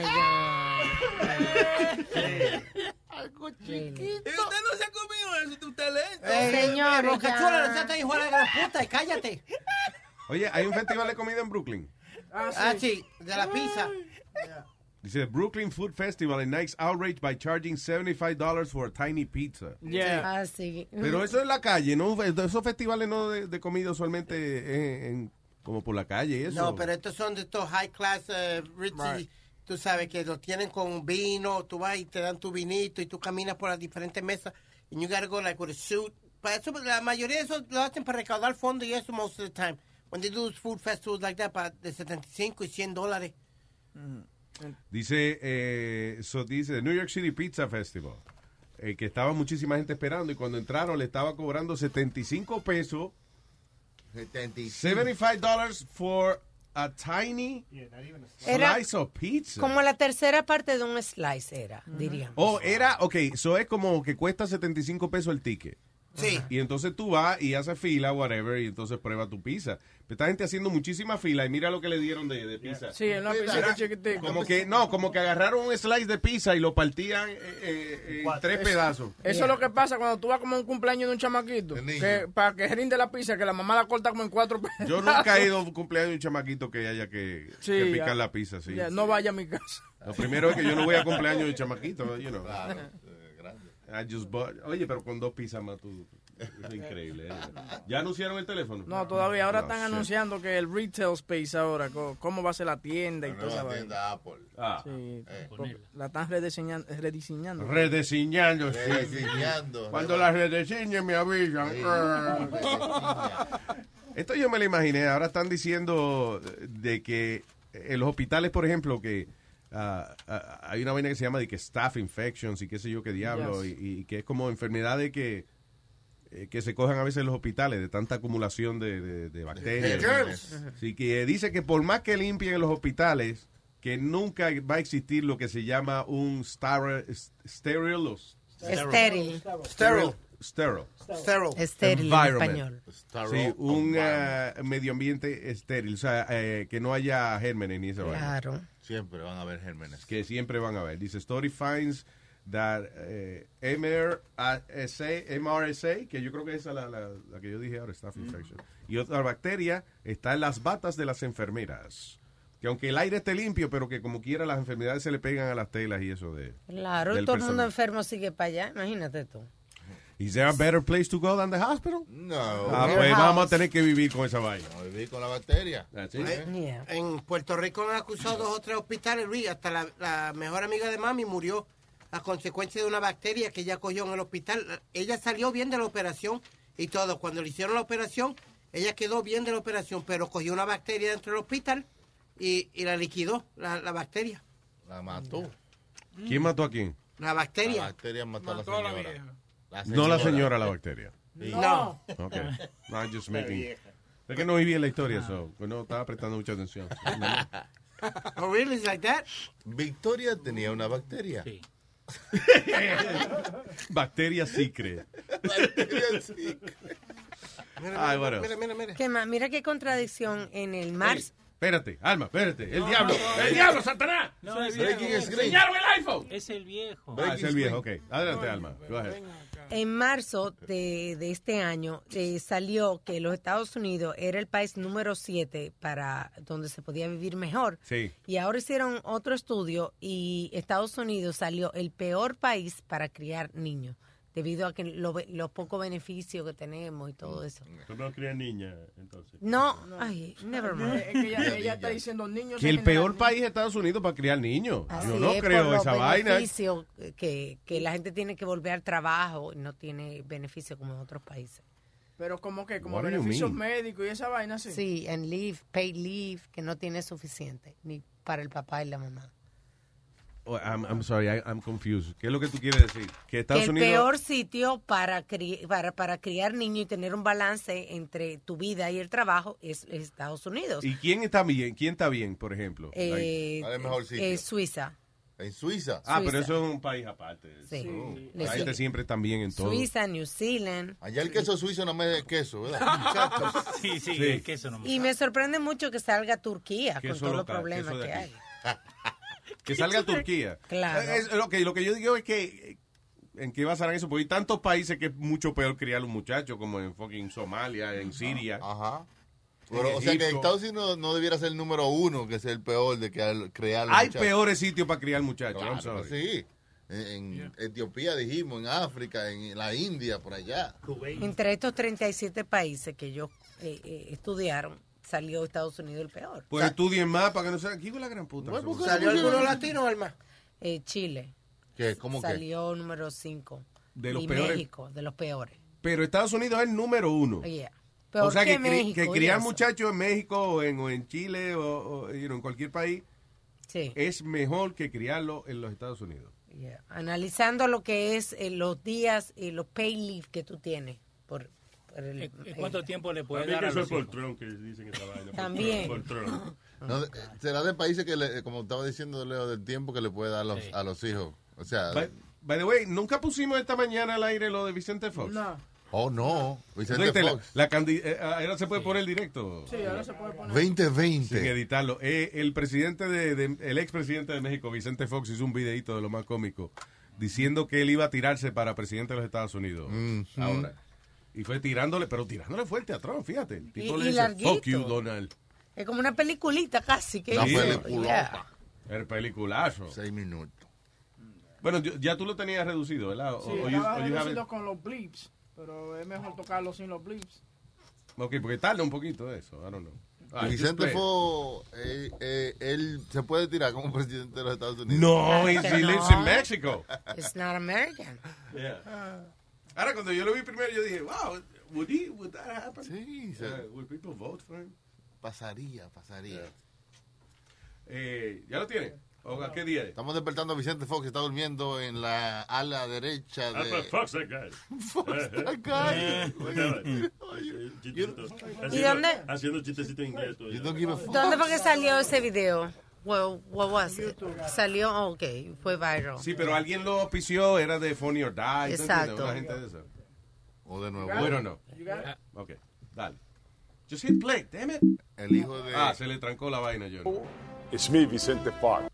Speaker 13: God.
Speaker 2: Algo
Speaker 13: chiquito.
Speaker 7: Usted no se ha comido eso, tu talento.
Speaker 13: Señores,
Speaker 14: Boca
Speaker 13: ya.
Speaker 14: Chula, no seas tan hijo de la gran puta y cállate.
Speaker 15: Oye, hay un festival de comida en Brooklyn.
Speaker 14: Ah, sí, de la pizza.
Speaker 15: Dice Brooklyn Food Festival ignites outrage by charging seventy-five dollars for a tiny pizza.
Speaker 13: Ah, sí.
Speaker 15: Pero eso en la calle, ¿no? Esos festivales no de, de comida usualmente en, en- como por la calle y eso.
Speaker 14: No, pero estos son de estos high class, uh, rich,
Speaker 15: Right.
Speaker 14: tú sabes que lo tienen con vino, tú vas y te dan tu vinito y tú caminas por las diferentes mesas and you gotta go like with a suit. Para eso, la mayoría de eso lo hacen para recaudar fondos y eso most of the time. When they do food festivals like that, para de setenta y cinco y cien dólares.
Speaker 15: Dice, eh, so dice New York City Pizza Festival, eh, que estaba muchísima gente esperando y cuando entraron le estaba cobrando setenta y cinco pesos,
Speaker 10: setenta y cinco.
Speaker 15: seventy-five dollars for a tiny
Speaker 13: Era
Speaker 15: slice of pizza.
Speaker 13: Como la tercera parte de un slice era, diríamos.
Speaker 15: Oh, era, ok, eso es como que cuesta setenta y cinco pesos el ticket.
Speaker 14: Sí.
Speaker 15: Y entonces tú vas y haces fila, whatever, y entonces prueba tu pizza. Pero esta gente haciendo muchísima fila y mira lo que le dieron de, de pizza.
Speaker 6: Sí, en una pizza chiquitica.
Speaker 15: Como que, no, como que agarraron un slice de pizza y lo partían eh, eh, en tres pedazos.
Speaker 6: Eso es lo que pasa cuando tú vas como a un cumpleaños de un chamaquito. Que, para que rinde la pizza, que la mamá la corta como en cuatro pedazos.
Speaker 15: Yo nunca he ido a un cumpleaños de un chamaquito que haya que,
Speaker 6: Sí,
Speaker 15: que picar
Speaker 6: ya.
Speaker 15: la pizza, sí.
Speaker 6: Ya, no vaya a mi casa.
Speaker 15: Lo primero es que yo no voy a cumpleaños de chamaquito, you know. I just bought- Oye, pero con dos pizzas más tú... Es increíble. ¿eh? ¿Ya anunciaron el teléfono?
Speaker 6: No, todavía. Ahora
Speaker 15: No,
Speaker 6: están
Speaker 15: shit.
Speaker 6: anunciando que el retail space ahora, co- cómo va a ser la tienda y
Speaker 10: La
Speaker 6: toda esa
Speaker 10: nueva
Speaker 6: vaina.
Speaker 10: tienda Apple.
Speaker 15: Ah.
Speaker 6: Sí,
Speaker 10: Eh.
Speaker 6: porque la están rediseñando. rediseñando.
Speaker 15: Redesignando, sí.
Speaker 10: Redesignando.
Speaker 15: Cuando las redesiñen me avisan. Esto yo me lo imaginé. Ahora están diciendo de que en los hospitales, por ejemplo, que ah, ah, hay una vaina que se llama de que staph infections y qué sé yo qué diablo,
Speaker 6: Yes.
Speaker 15: y, y que es como enfermedades que eh, que se cojan a veces en los hospitales de tanta acumulación de, de, de bacterias.
Speaker 10: De germs.
Speaker 15: Así que dice que por más que limpien en los hospitales, que nunca va a existir lo que se llama un stara- sterile o
Speaker 13: Estéril.
Speaker 14: Sterile.
Speaker 15: sterile.
Speaker 14: Sterile.
Speaker 13: Estéril en
Speaker 15: Environment.
Speaker 13: español.
Speaker 15: Sí, un eh, medio ambiente estéril, o sea, eh, que no haya gérmenes ni esa vaina.
Speaker 13: Claro.
Speaker 10: Siempre van a haber gérmenes.
Speaker 15: Que siempre van a ver. Dice, Story finds that eh, M R S A, M R S A, que yo creo que esa es la, la, la que yo dije ahora, staph infection, y otra bacteria está en las batas de las enfermeras. Que aunque el aire esté limpio, pero que como quiera las enfermedades se le pegan a las telas y eso de...
Speaker 13: Claro, todo el mundo enfermo sigue para allá, imagínate tú.
Speaker 15: Is there a better place to go than the hospital?
Speaker 10: No.
Speaker 15: Ah, pues vamos a tener que vivir con esa vaina.
Speaker 10: Vamos a vivir con la bacteria.
Speaker 14: Yeah. En Puerto Rico han acusado dos o tres hospitales, Luis. Hasta la, la mejor amiga de mami murió a consecuencia de una bacteria que ella cogió en el hospital. Ella salió bien de la operación y todo. Cuando le hicieron la operación, ella quedó bien de la operación, pero cogió una bacteria dentro del hospital y, y la liquidó, la, la bacteria.
Speaker 10: La mató.
Speaker 15: ¿Quién mató a quién?
Speaker 14: La bacteria.
Speaker 10: La bacteria mató, mató a la señora. La
Speaker 15: La no la señora, la bacteria.
Speaker 14: No.
Speaker 15: Ok. No, I'm just making... Es que no viví en la historia, so, pues no estaba prestando mucha atención.
Speaker 14: Oh, really? It's like that?
Speaker 10: Victoria tenía una bacteria.
Speaker 8: Sí.
Speaker 15: Bacteria secret.
Speaker 10: Bacteria secret.
Speaker 14: Mira,
Speaker 15: Ay, bueno.
Speaker 14: mira, mira, mira.
Speaker 13: ¿Qué más? Mira qué contradicción en el marzo.
Speaker 15: Espérate, Alma, espérate. El
Speaker 8: No,
Speaker 15: diablo.
Speaker 8: no, no.
Speaker 15: El diablo, Satanás.
Speaker 8: No, es
Speaker 10: Breaking
Speaker 8: viejo.
Speaker 10: screen.
Speaker 15: Enseñaron el iPhone.
Speaker 8: Es el viejo.
Speaker 15: Ah, es el viejo, ok. Adelante, Alma. Go ahead.
Speaker 13: En marzo de, de este año eh, salió que los Estados Unidos era el país número siete para donde se podía vivir mejor.
Speaker 15: Sí.
Speaker 13: Y ahora hicieron otro estudio y Estados Unidos salió el peor país para criar niños, debido a que lo, los pocos beneficios que tenemos y todo eso.
Speaker 1: ¿Tú no crías niñas, entonces?
Speaker 13: No, ay, never mind.
Speaker 6: Es que ella, ella está diciendo niños.
Speaker 15: Que el
Speaker 6: en
Speaker 15: peor
Speaker 6: general.
Speaker 15: país es Estados Unidos para criar niños.
Speaker 13: Así
Speaker 15: Yo no
Speaker 13: es,
Speaker 15: creo
Speaker 13: por los
Speaker 15: esa vaina.
Speaker 13: beneficios que, que la gente tiene que volver al trabajo y no tiene beneficios como en otros países.
Speaker 6: Pero como que, como
Speaker 15: What do you
Speaker 6: beneficios
Speaker 15: mean?
Speaker 6: médicos y esa vaina, sí.
Speaker 13: Sí, en leave, paid leave, que no tiene suficiente, ni para el papá y la mamá.
Speaker 15: Oh, I'm, I'm sorry, I, I'm confused. ¿Qué es lo que tú quieres decir? Que
Speaker 13: Que
Speaker 15: Estados
Speaker 13: el
Speaker 15: Unidos...
Speaker 13: peor sitio para, cri- para, para criar niños y tener un balance entre tu vida y el trabajo es, es Estados Unidos.
Speaker 15: ¿Y quién está bien? ¿Quién está bien, por ejemplo?
Speaker 13: Eh,
Speaker 10: ¿Cuál es el mejor sitio?
Speaker 13: eh, Suiza.
Speaker 10: En Suiza.
Speaker 15: Ah,
Speaker 13: Suiza.
Speaker 15: pero eso es un país aparte.
Speaker 13: Sí.
Speaker 15: Oh,
Speaker 13: Sí.
Speaker 15: la gente siempre está bien en todo.
Speaker 13: Suiza, New Zealand.
Speaker 10: Allá el queso suizo no me es queso, ¿verdad?
Speaker 8: Sí, sí,
Speaker 15: Sí.
Speaker 8: es que eso no me
Speaker 13: Y me sorprende mucho que salga Turquía
Speaker 15: Queso
Speaker 13: con todos los
Speaker 15: local,
Speaker 13: problemas
Speaker 15: queso de
Speaker 13: que
Speaker 15: aquí.
Speaker 13: hay.
Speaker 15: Que salga Turquía.
Speaker 13: Claro.
Speaker 15: Es- es- ok, lo que yo digo es que eh, ¿en qué basarán eso? Porque hay tantos países que es mucho peor criar a un muchacho, como en fucking Somalia, en Siria.
Speaker 10: Ajá.
Speaker 15: en
Speaker 10: Pero, o sea que
Speaker 15: Egipto.
Speaker 10: Estados Unidos no debiera ser el número uno, que es el peor de que crear los
Speaker 15: Hay
Speaker 10: muchachos.
Speaker 15: peores sitios para criar muchachos.
Speaker 10: Claro
Speaker 15: I'm sorry.
Speaker 10: que sí. En, en Etiopía dijimos, en África, en la India, por allá.
Speaker 13: Entre estos treinta y siete países que ellos eh, eh, estudiaron, salió Estados Unidos el peor.
Speaker 15: Pues estudien más para que no sean aquí con la gran puta.
Speaker 14: ¿Salió alguno latino, Alma?
Speaker 13: Eh, Chile
Speaker 10: ¿Qué? ¿Cómo que?
Speaker 13: salió número cinco.
Speaker 15: De los
Speaker 13: y
Speaker 15: peores.
Speaker 13: México, de los peores.
Speaker 15: Pero Estados Unidos es el número uno.
Speaker 13: Yeah. Peor
Speaker 15: O sea, que,
Speaker 13: que
Speaker 15: cri-
Speaker 13: México,
Speaker 15: que
Speaker 13: y
Speaker 15: criar
Speaker 13: eso.
Speaker 15: muchachos en México o en, o en Chile o, o, you know, en cualquier país
Speaker 13: Sí.
Speaker 15: es mejor que criarlo en los Estados Unidos.
Speaker 13: Yeah. Analizando lo que es eh, los días y los pay leave que tú tienes. Por, por el,
Speaker 8: ¿Y cuánto
Speaker 13: eh,
Speaker 8: tiempo le
Speaker 1: Para
Speaker 8: puede
Speaker 1: mí
Speaker 8: dar
Speaker 1: que
Speaker 8: a
Speaker 1: eso
Speaker 8: los
Speaker 1: es por
Speaker 8: hijos?
Speaker 1: Trump que dicen esa vaina. por
Speaker 13: También.
Speaker 1: Trump, por Trump.
Speaker 10: No, eh, será de países que, le- como estaba diciendo Leo, del tiempo que le puede dar a los,
Speaker 8: Sí.
Speaker 10: a los hijos. O sea,
Speaker 15: By, by the way, nunca pusimos esta mañana al aire lo de Vicente Fox.
Speaker 6: No.
Speaker 10: oh no, Vicente
Speaker 15: ¿Viste? La,
Speaker 10: Fox.
Speaker 15: la candi- eh, ahora se puede poner directo.
Speaker 6: Sí, ahora se puede poner.
Speaker 10: veinte
Speaker 15: Sin
Speaker 10: veinte.
Speaker 15: editarlo. Eh, el presidente de, de- el expresidente de México, Vicente Fox, hizo un videito de lo más cómico diciendo que él iba a tirarse para presidente de los Estados Unidos
Speaker 10: Mhm.
Speaker 15: ahora. Y fue tirándole, pero tirándole fuerte a Trump, fíjate. El tipo
Speaker 13: Y-
Speaker 15: le
Speaker 13: y
Speaker 15: dice,
Speaker 13: larguito.
Speaker 15: fuck you, Donald.
Speaker 13: es como una peliculita casi. Que
Speaker 10: Una
Speaker 13: hizo.
Speaker 10: peliculota.
Speaker 13: Yeah.
Speaker 15: El peliculazo.
Speaker 10: Seis minutos.
Speaker 15: Bueno, yo- ya tú lo tenías reducido, ¿verdad? O-
Speaker 6: Sí,
Speaker 15: o you-
Speaker 6: estaba
Speaker 15: o you have
Speaker 6: reducido
Speaker 15: it-
Speaker 6: con los blips, pero es mejor tocarlo sin los blips.
Speaker 15: Ok, porque tarda un poquito de eso. I don't know. Ah, just
Speaker 10: Vicente
Speaker 15: play it.
Speaker 10: Fox, eh, eh, él se puede tirar como presidente de los Estados Unidos.
Speaker 15: No,
Speaker 13: Claro
Speaker 15: he,
Speaker 13: que
Speaker 15: he
Speaker 13: no.
Speaker 15: lives in Mexico.
Speaker 13: It's not American.
Speaker 15: Yeah. Ahora, cuando yo lo vi primero, yo dije, wow, would, he, would that happen?
Speaker 10: Sí, se-
Speaker 15: Uh, would people vote for him?
Speaker 10: pasaría, pasaría.
Speaker 15: Eh, ¿Ya lo tiene? ¿O a qué día es?
Speaker 10: Estamos despertando a Vicente Fox, que está durmiendo en la ala derecha
Speaker 1: Ah,
Speaker 10: de...
Speaker 1: but fuck that guy.
Speaker 10: Fuck that guy.
Speaker 1: Haciendo-
Speaker 13: ¿Y dónde?
Speaker 1: Haciendo chistecito en inglés. tú,
Speaker 10: You
Speaker 1: ya.
Speaker 10: don't give a fuck.
Speaker 13: ¿Dónde fue que salió ese video? Well, what was it? Salió, oh, ok, fue viral.
Speaker 15: Sí, pero alguien lo auspició, era de Funny or Die. ¿tú
Speaker 13: Exacto.
Speaker 15: entiendes? Una gente de esa.
Speaker 10: O de nuevo.
Speaker 15: Bueno, no.
Speaker 6: You got it?
Speaker 15: Ok, dale. Just hit play, damn it.
Speaker 10: El hijo de...
Speaker 15: Ah, se le trancó la vaina, Johnny.
Speaker 16: It's me, Vicente Fox.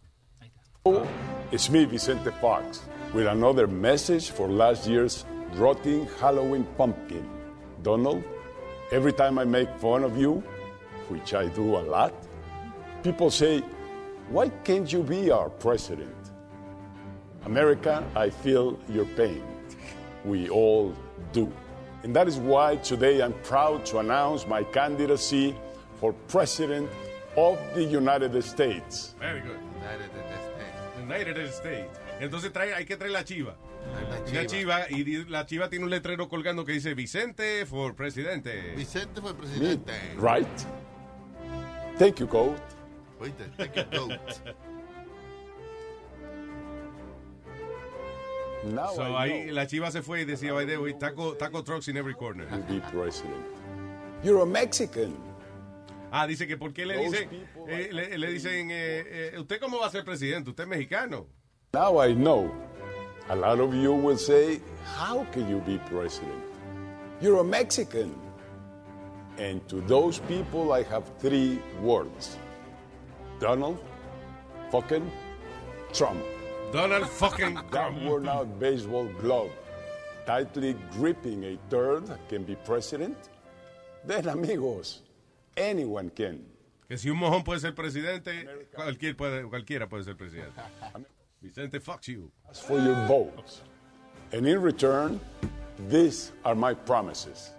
Speaker 16: It's me, Vicente Fox, with another message for last year's rotting Halloween pumpkin. Donald, every time I make fun of you, which I do a lot, People say, why can't you be our president? America, I feel your pain. We all do. And that is why today I'm proud to announce my candidacy for president of the United States.
Speaker 15: Very good. United States. Entonces trae, hay que traer la chiva. La chiva, y di- la chiva tiene un letrero colgando que dice Vicente for presidente.
Speaker 10: Vicente for presidente.
Speaker 16: Me, right? Thank you, Goat.
Speaker 10: Oíste, thank you, Goat.
Speaker 16: Now
Speaker 15: So
Speaker 16: I
Speaker 15: ahí
Speaker 16: know
Speaker 15: la chiva se fue y decía, by the way, taco, taco trucks in every corner.
Speaker 16: you'll be president. You're a Mexican.
Speaker 15: Ah, dice que por qué le
Speaker 16: Those
Speaker 15: dicen,
Speaker 16: people
Speaker 15: eh, le, le dicen, eh, eh, ¿usted cómo va a ser presidente? ¿Usted es mexicano?
Speaker 16: Now I know. A lot of you will say, how can you be president? You're a Mexican. And to those people, I have three words. Donald fucking Trump.
Speaker 15: Donald fucking
Speaker 16: That
Speaker 15: Trump.
Speaker 16: worn-out baseball glove tightly gripping a third can be president? Then, amigos, anyone can.
Speaker 15: Que si un mojón puede ser presidente, cualquier puede, cualquiera puede ser presidente. Vicente, fuck you.
Speaker 16: Ask for your votes. And in return, these are my promises.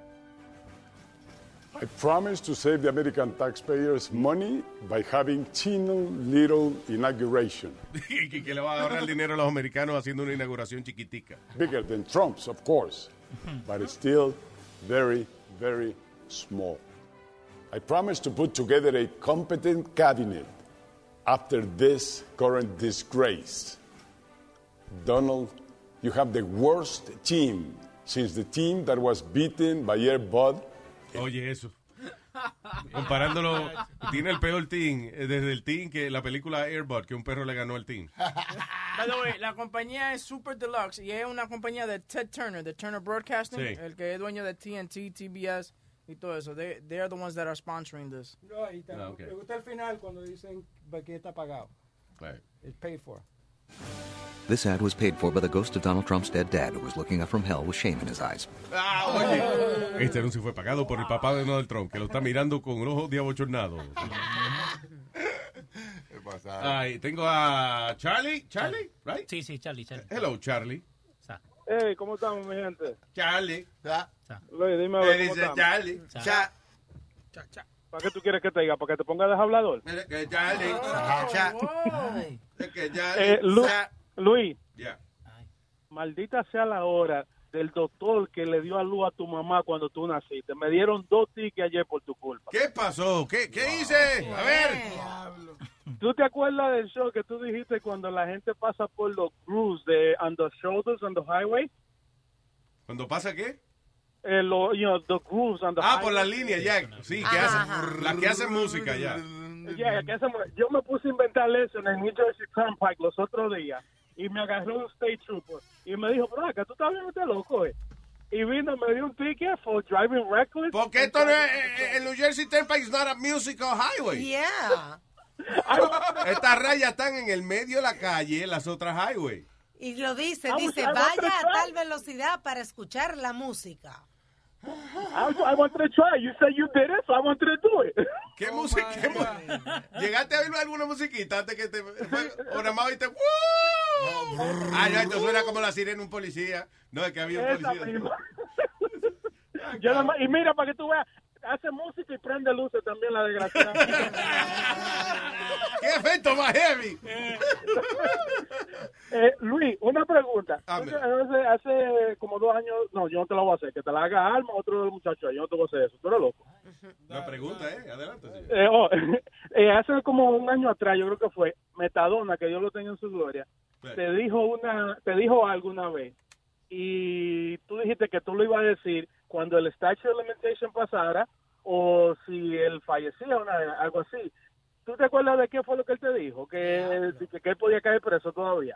Speaker 16: I promise to save the American taxpayers money by having teeny little inauguration.
Speaker 15: que, que le va a ahorrar el dinero a los americanos haciendo una inauguración chiquitica.
Speaker 16: Bigger than Trump's, of course, but still very, very small. I promise to put together a competent cabinet after this current disgrace. Donald, you have the worst team since the team that was beaten by Air Bud.
Speaker 15: Oye, eso. Comparándolo, tiene el peor team, eh, desde el team que la película Air Bud, que un perro le ganó al team.
Speaker 6: By the way, la compañía es Super Deluxe y es una compañía de Ted Turner, de Turner Broadcasting,
Speaker 15: Sí.
Speaker 6: el que es dueño de T N T, T B S y todo eso. They, they are the ones that are sponsoring this.
Speaker 11: No, y te-
Speaker 15: Ah, okay.
Speaker 11: Me gusta el final cuando dicen que está pagado.
Speaker 15: Right.
Speaker 11: It's paid for.
Speaker 17: This ad was paid for by the ghost of Donald Trump's dead dad, who was looking up from hell with shame in his eyes.
Speaker 15: Ah, oye. Este anuncio fue pagado por el papá de Donald Trump, que lo está mirando con un ojo de abochornado.
Speaker 10: ¿Qué pasa?
Speaker 15: Ay, tengo a Charlie. Charlie, right?
Speaker 8: Sí, sí, Charlie, Charlie.
Speaker 15: Hello, Charlie.
Speaker 18: Hey, ¿cómo estamos, mi gente?
Speaker 15: Charlie.
Speaker 18: Luis, dime a ver cómo estamos.
Speaker 15: Charlie.
Speaker 18: Cha. ¿Para qué tú quieres que te diga? ¿Para que te pongas de hablador?
Speaker 15: Que Charlie. Que
Speaker 18: Eh, Lu- Luis,
Speaker 15: Yeah.
Speaker 18: maldita sea la hora del doctor que le dio a luz a tu mamá cuando tú naciste. Me dieron dos tickets ayer por tu culpa.
Speaker 15: ¿Qué pasó? ¿Qué, qué hice? A ver.
Speaker 18: ¿Tú te acuerdas del show que tú dijiste cuando la gente pasa por los grooves de on the shoulders on the highway?
Speaker 15: ¿Cuando pasa qué?
Speaker 18: Eh, lo, you know, the grooves on the
Speaker 15: Ah,
Speaker 18: highway.
Speaker 15: por la línea, ya. Sí, que hacen, la que hacen música, ya.
Speaker 18: Yeah, que hacemos- yo me puse a inventar eso en el New Jersey Turnpike los otros días y me agarró un state trooper y me dijo, bro, que tú estás viendo este loco, eh. Y vino, me dio un ticket for driving reckless.
Speaker 15: Porque esto no es, eh, el New Jersey Turnpike is not a musical highway.
Speaker 13: Yeah.
Speaker 15: Estas rayas están en el medio de la calle, las otras highway.
Speaker 13: Y lo dice,
Speaker 18: I
Speaker 13: dice,
Speaker 18: was- I wanted
Speaker 13: vaya
Speaker 18: to
Speaker 13: a
Speaker 18: try.
Speaker 13: tal velocidad para escuchar la música.
Speaker 18: I, I wanted to try. You said you did it, so I wanted to do it.
Speaker 15: ¿Qué música? qué mu- ¿Llegaste a oír alguna musiquita antes que te... O nada más oíste... ¡Woo! Ah, no, esto suena como la sirena de un policía. No, es que había un
Speaker 18: Esa
Speaker 15: policía.
Speaker 18: misma. Yo nada más- y mira, para que tú veas, hace música y prende luces también la desgraciada.
Speaker 15: ¡Qué efecto más heavy!
Speaker 18: Eh, Luis, una pregunta.
Speaker 15: Amén.
Speaker 18: Hace, hace como dos años, no, yo no te la voy a hacer, que te la haga Alma, otro de los muchachos, yo no te voy a hacer eso, tú eres loco.
Speaker 15: La pregunta, ¿eh? Adelante. Sí.
Speaker 18: Eh, oh, eh, hace como un año atrás, yo creo que fue, Metadona, que Dios lo tenga en su gloria,
Speaker 15: Sí.
Speaker 18: te dijo una, te dijo algo una vez, y tú dijiste que tú lo ibas a decir cuando el statute of limitation pasara, o si él fallecía, una, algo así. ¿Tú te acuerdas de qué fue lo que él te dijo? Que, que, que él podía caer preso todavía.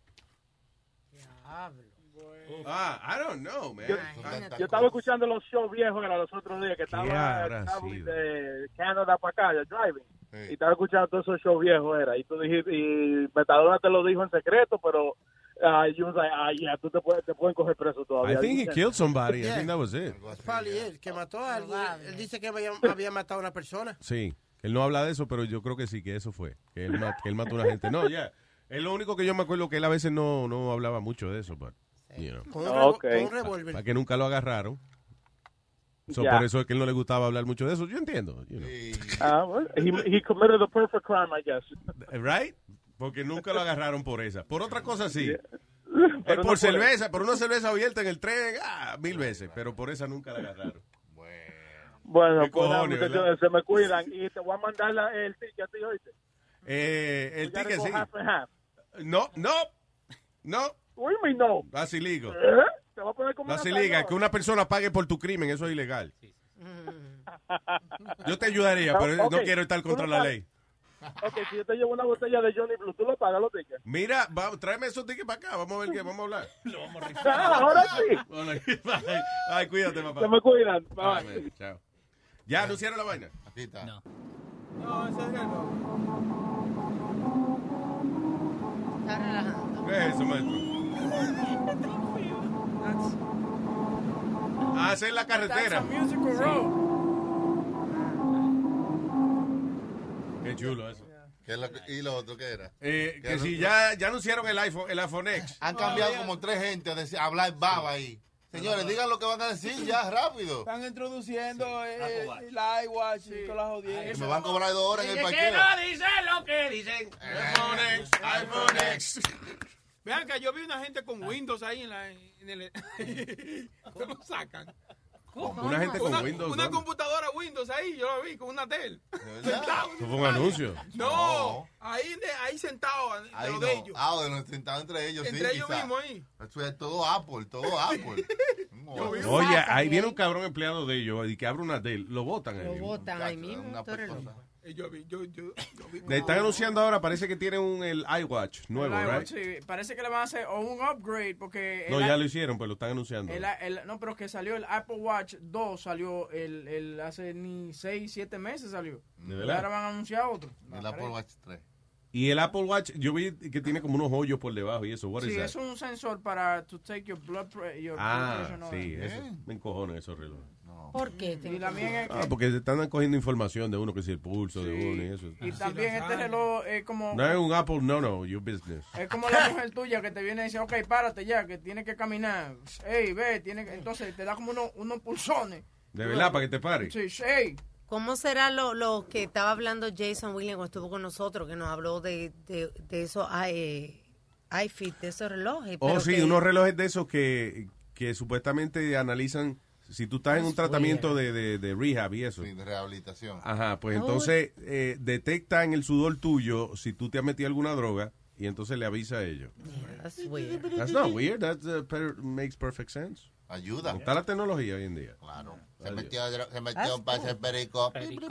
Speaker 15: Ah, I don't know, man.
Speaker 18: Yo, yo estaba escuchando los shows viejos era los otros días que estaba,
Speaker 15: habrá
Speaker 18: estaba
Speaker 15: sido?
Speaker 18: de Canadá para acá, de driving. Y estaba escuchando todos esos shows viejos era. Y tú dijiste, y Metadona te lo dijo en secreto, pero uh, you was like, ah, yeah, tú te, puedes, te pueden coger preso todavía.
Speaker 15: I think he killed somebody. I
Speaker 14: Yeah.
Speaker 15: think that was it.
Speaker 14: Probably is, que mató a alguien. Él dice que había, había matado a una persona.
Speaker 15: Sí. Él no habla de eso, pero yo creo que sí, que eso fue. Que él, mat- que él mató a una gente. No, ya. Es lo único que yo me acuerdo que él a veces no, no hablaba mucho de eso. But, you know.
Speaker 14: Con un, revo- con un revólver.
Speaker 15: Para que nunca lo agarraron. So,
Speaker 18: Ya.
Speaker 15: Por eso es que él no le gustaba hablar mucho de eso. Yo entiendo. You know.
Speaker 18: Ah, well, he, he committed the perfect crime, I guess.
Speaker 15: Right? Porque nunca lo agarraron por esa. Por otra cosa sí.
Speaker 18: Yeah.
Speaker 15: Eh,
Speaker 18: Pero
Speaker 15: por
Speaker 18: no por
Speaker 15: cerveza, por una cerveza abierta en el tren, ah, mil veces. Pero por esa nunca la agarraron.
Speaker 18: Bueno,
Speaker 15: ¿Qué
Speaker 18: pues nada,
Speaker 15: cojones,
Speaker 18: muchachos,
Speaker 15: verdad?
Speaker 18: se me cuidan. Y te voy a mandar la, el ticket, ¿sí, oíste?
Speaker 15: Eh, el
Speaker 18: We gotta
Speaker 15: ticket
Speaker 18: go
Speaker 15: sí.
Speaker 18: half and half.
Speaker 15: No, no, no.
Speaker 18: What do you mean no?
Speaker 15: Basilico.
Speaker 18: ¿Eh? Te va a poner como una
Speaker 15: Basilica,
Speaker 18: cañona.
Speaker 15: que una persona pague por tu crimen, eso es ilegal. Yo te ayudaría, pero no
Speaker 18: Ok,
Speaker 15: quiero estar
Speaker 18: tú
Speaker 15: contra
Speaker 18: lo
Speaker 15: la
Speaker 18: pagas.
Speaker 15: ley.
Speaker 18: Ok, si yo te llevo una botella de Johnny Blue, ¿tú lo pagas los tickets?
Speaker 15: Mira, va, tráeme esos tickets para acá, vamos a ver qué, vamos a hablar.
Speaker 18: Ah, ahora sí.
Speaker 15: Bueno, bye. Ay, cuídate, papá.
Speaker 18: Se me cuidan. Bye.
Speaker 15: Ay, man, chao. ¿Ya anunciaron la vaina?
Speaker 10: Aquí está.
Speaker 8: No.
Speaker 7: No, ese es el no.
Speaker 13: Está relajando.
Speaker 15: ¿Qué es eso, maestro? Ah, esa es la carretera.
Speaker 6: That's a musical road.
Speaker 15: Qué chulo eso.
Speaker 10: ¿Qué es lo que- ¿Y lo otro qué era?
Speaker 15: Eh,
Speaker 10: ¿Qué
Speaker 15: que
Speaker 10: es
Speaker 15: si
Speaker 10: lo-
Speaker 15: ya, ya anunciaron el iPhone, el iPhone X.
Speaker 10: Han cambiado como tres gente a, decir, a hablar baba ahí. Señores, digan lo que van a decir ya, rápido.
Speaker 7: Están introduciendo eh, el iWatch y todas las audiencias.
Speaker 10: Que me van a cobrar dos horas en el parqueo.
Speaker 6: dicen lo que dicen.
Speaker 15: iPhone X, iPhone X.
Speaker 7: Vean que yo vi una gente con Windows ahí en, la, en el... ¿Cómo lo sacan?
Speaker 15: Una gente con
Speaker 7: una,
Speaker 15: Windows.
Speaker 7: Una
Speaker 15: ¿dónde?
Speaker 7: computadora Windows ahí, yo la vi con una Dell. Sentado.
Speaker 15: Eso fue un anuncio.
Speaker 7: No,
Speaker 10: No.
Speaker 7: ahí, de- ahí sentado, de
Speaker 10: Ahí
Speaker 7: lo
Speaker 10: no.
Speaker 7: de ellos.
Speaker 10: Ah, de los sentados entre ellos,
Speaker 7: Entre
Speaker 10: sí,
Speaker 7: ellos
Speaker 10: quizá.
Speaker 7: mismos ahí.
Speaker 10: Eso es todo Apple, todo Apple.
Speaker 7: Yo vi-
Speaker 15: Oye, ahí viene un cabrón empleado de ellos y que abre una Dell. Lo botan ahí
Speaker 13: Lo
Speaker 15: mismo.
Speaker 13: botan ahí
Speaker 10: Muchacho,
Speaker 13: mismo.
Speaker 10: una
Speaker 13: tú eres
Speaker 10: persona.
Speaker 13: loco.
Speaker 7: Eh, Yo vi, yo, yo, yo vi.
Speaker 15: Le están anunciando ahora, parece que tienen un el iWatch nuevo,
Speaker 6: El
Speaker 15: right?
Speaker 6: iWatch, sí. Parece que le van a hacer o un upgrade porque...
Speaker 15: No,
Speaker 6: el
Speaker 15: ya
Speaker 6: i-
Speaker 15: lo hicieron, pero lo están anunciando.
Speaker 6: el, el- no, pero que salió el Apple Watch dos, salió el, el hace ni seis, siete meses salió.
Speaker 15: ¿De
Speaker 6: Y
Speaker 15: verdad?
Speaker 6: ahora van a anunciar otro.
Speaker 10: El Apple Watch tres.
Speaker 15: Y el Apple Watch, yo vi que tiene como unos hoyos por debajo y eso. What
Speaker 6: Sí,
Speaker 15: is that?
Speaker 6: es un sensor para to take your blood pressure. Your blood
Speaker 15: Ah,
Speaker 6: pressure, no,
Speaker 15: sí,
Speaker 6: eh.
Speaker 15: eso. Me encojones esos relojes.
Speaker 13: ¿Por qué?
Speaker 6: Y también es que-
Speaker 15: Ah, porque están cogiendo información de uno, que si el pulso de uno y eso.
Speaker 6: Y también este reloj es como...
Speaker 15: No es un Apple, no, no, your business.
Speaker 6: Es como la mujer tuya que te viene y dice, ok, párate ya, que tienes que caminar. Ey, ve, tiene que... Entonces te da como unos, unos pulsones.
Speaker 15: De verdad, para que te pare.
Speaker 6: Sí, ey.
Speaker 13: ¿Cómo será lo, lo que estaba hablando Jason Williams cuando estuvo con nosotros, que nos habló de, de, de esos eh, iFit, de esos relojes?
Speaker 15: Oh,
Speaker 13: pero
Speaker 15: sí,
Speaker 13: que-
Speaker 15: unos relojes de esos que, que supuestamente analizan si tú estás en un tratamiento de, de, de rehab y eso.
Speaker 10: Sí, de rehabilitación.
Speaker 15: Ajá, pues
Speaker 10: Oh.
Speaker 15: entonces eh, detecta en el sudor tuyo si tú te has metido alguna droga y entonces le avisa a ellos.
Speaker 13: That's weird.
Speaker 15: That's not weird, that uh, per- makes perfect sense.
Speaker 10: Ayuda.
Speaker 15: Está la tecnología hoy en día.
Speaker 10: Claro. Se
Speaker 15: Adiós.
Speaker 10: metió, dro- se metió para hacer perico.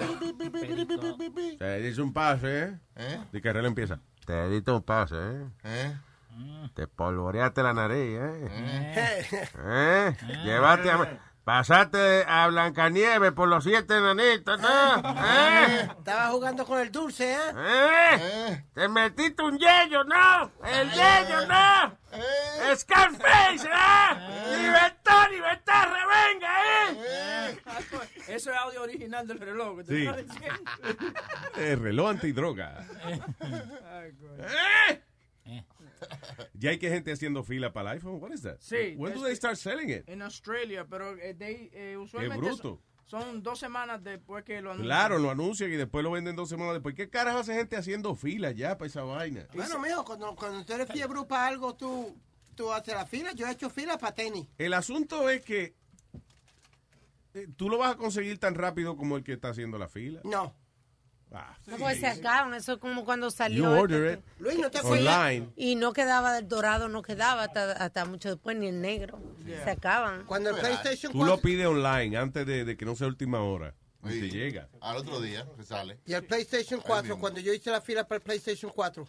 Speaker 15: Te dice un pase, ¿eh?
Speaker 10: ¿Eh?
Speaker 15: Y que el reloj empieza. Te diste un pase, ¿eh?
Speaker 10: ¿Eh?
Speaker 15: Te polvoreaste la nariz, ¿eh? ¿Eh? Llévate a... Pasaste a Blancanieves por los siete enanitos, ¿no? ¿Eh?
Speaker 14: Estaba jugando con el dulce, ¿eh?
Speaker 15: ¿Eh? Te metiste un yello, ¿no? El yello, ¿no? Scarface, ¿eh? Libertad, libertad, revenga, ¿eh?
Speaker 6: Eso es audio original del reloj. Que te
Speaker 15: Sí.
Speaker 6: está diciendo.
Speaker 15: El reloj antidroga.
Speaker 6: Ay, coño.
Speaker 15: ¿Eh? Ya hay que gente haciendo fila para el iPhone. What is that?
Speaker 6: Sí.
Speaker 15: When do
Speaker 6: es-
Speaker 15: they start selling it?
Speaker 6: En Australia, pero eh, they, eh, usualmente
Speaker 15: bruto.
Speaker 6: Son, son dos semanas después que lo anuncian.
Speaker 15: Claro, lo anuncian y después lo venden dos semanas después. ¿Qué carajo hace gente haciendo fila ya para esa vaina?
Speaker 14: Bueno, mijo, cuando, cuando tú eres fiebre para algo, tú, tú haces la fila. Yo he hecho fila para tenis.
Speaker 15: El asunto es que eh, tú lo vas a conseguir tan rápido como el que está haciendo la fila.
Speaker 14: No.
Speaker 15: Ah,
Speaker 13: No, pues se acaban, eso es como cuando salió.
Speaker 15: You
Speaker 13: este
Speaker 15: order
Speaker 13: que-
Speaker 15: it
Speaker 14: Luis, no te
Speaker 15: online.
Speaker 13: Y no quedaba el dorado, no quedaba hasta, hasta mucho después, ni el negro. Se acaban.
Speaker 14: Cuando el PlayStation
Speaker 15: Tú lo pides online antes de, de que no sea última hora. Y
Speaker 10: Sí.
Speaker 15: te llega.
Speaker 10: Al otro día que sale.
Speaker 14: Y el PlayStation cuatro, cuando yo hice la fila para el PlayStation cuatro.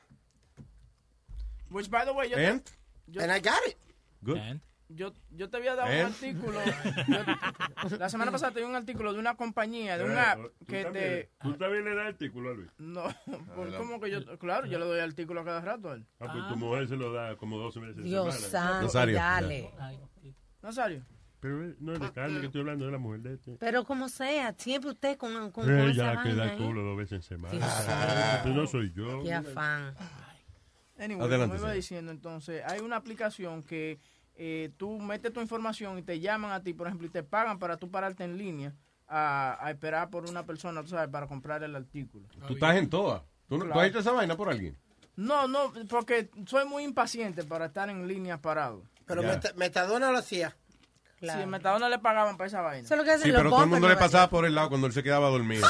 Speaker 6: Which, by the way, yo,
Speaker 15: And?
Speaker 6: te, yo,
Speaker 14: And I got it.
Speaker 15: Good.
Speaker 6: yo, yo te había dado
Speaker 15: And?
Speaker 6: un artículo. yo- la semana pasada te di un artículo de una compañía, de un app
Speaker 1: ¿Tú
Speaker 6: que
Speaker 1: también,
Speaker 6: te...
Speaker 1: ¿Tú también le das artículo a Luis?
Speaker 6: No, por como que yo... Claro, yo le doy artículo a cada rato a él.
Speaker 1: Ah, pues tu mujer se lo da como doce veces
Speaker 13: Dios
Speaker 1: a semana.
Speaker 13: santo,
Speaker 15: Nazario.
Speaker 13: dale.
Speaker 6: Nazario.
Speaker 1: Pero eh, no es de carne que estoy hablando, de la mujer de este.
Speaker 13: Pero como sea, siempre usted con, con, con
Speaker 1: Ella
Speaker 13: esa
Speaker 1: que da
Speaker 13: vaina, ¿eh?
Speaker 1: culo dos veces en semana.
Speaker 13: Sí, sí.
Speaker 1: Pero no soy yo.
Speaker 13: Qué afán.
Speaker 6: Anyway,
Speaker 1: Adelante,
Speaker 6: como iba
Speaker 1: señor.
Speaker 6: diciendo, entonces, hay una aplicación que eh, tú metes tu información y te llaman a ti, por ejemplo, y te pagan para tú pararte en línea a, a esperar por una persona, tú sabes, para comprar el artículo.
Speaker 15: Tú estás en toda. ¿Tú, no-
Speaker 6: Claro.
Speaker 15: ¿tú has hecho esa vaina por alguien?
Speaker 6: No, no, porque soy muy impaciente para estar en línea parado.
Speaker 14: Pero Meta- Metadona lo hacía.
Speaker 6: Si en Metadona le pagaban para esa vaina.
Speaker 13: Eso es lo que hacen
Speaker 15: Sí,
Speaker 13: los
Speaker 15: pero todo el mundo
Speaker 13: bumpers,
Speaker 15: le
Speaker 13: ¿no?
Speaker 15: pasaba por el lado cuando él se quedaba dormido.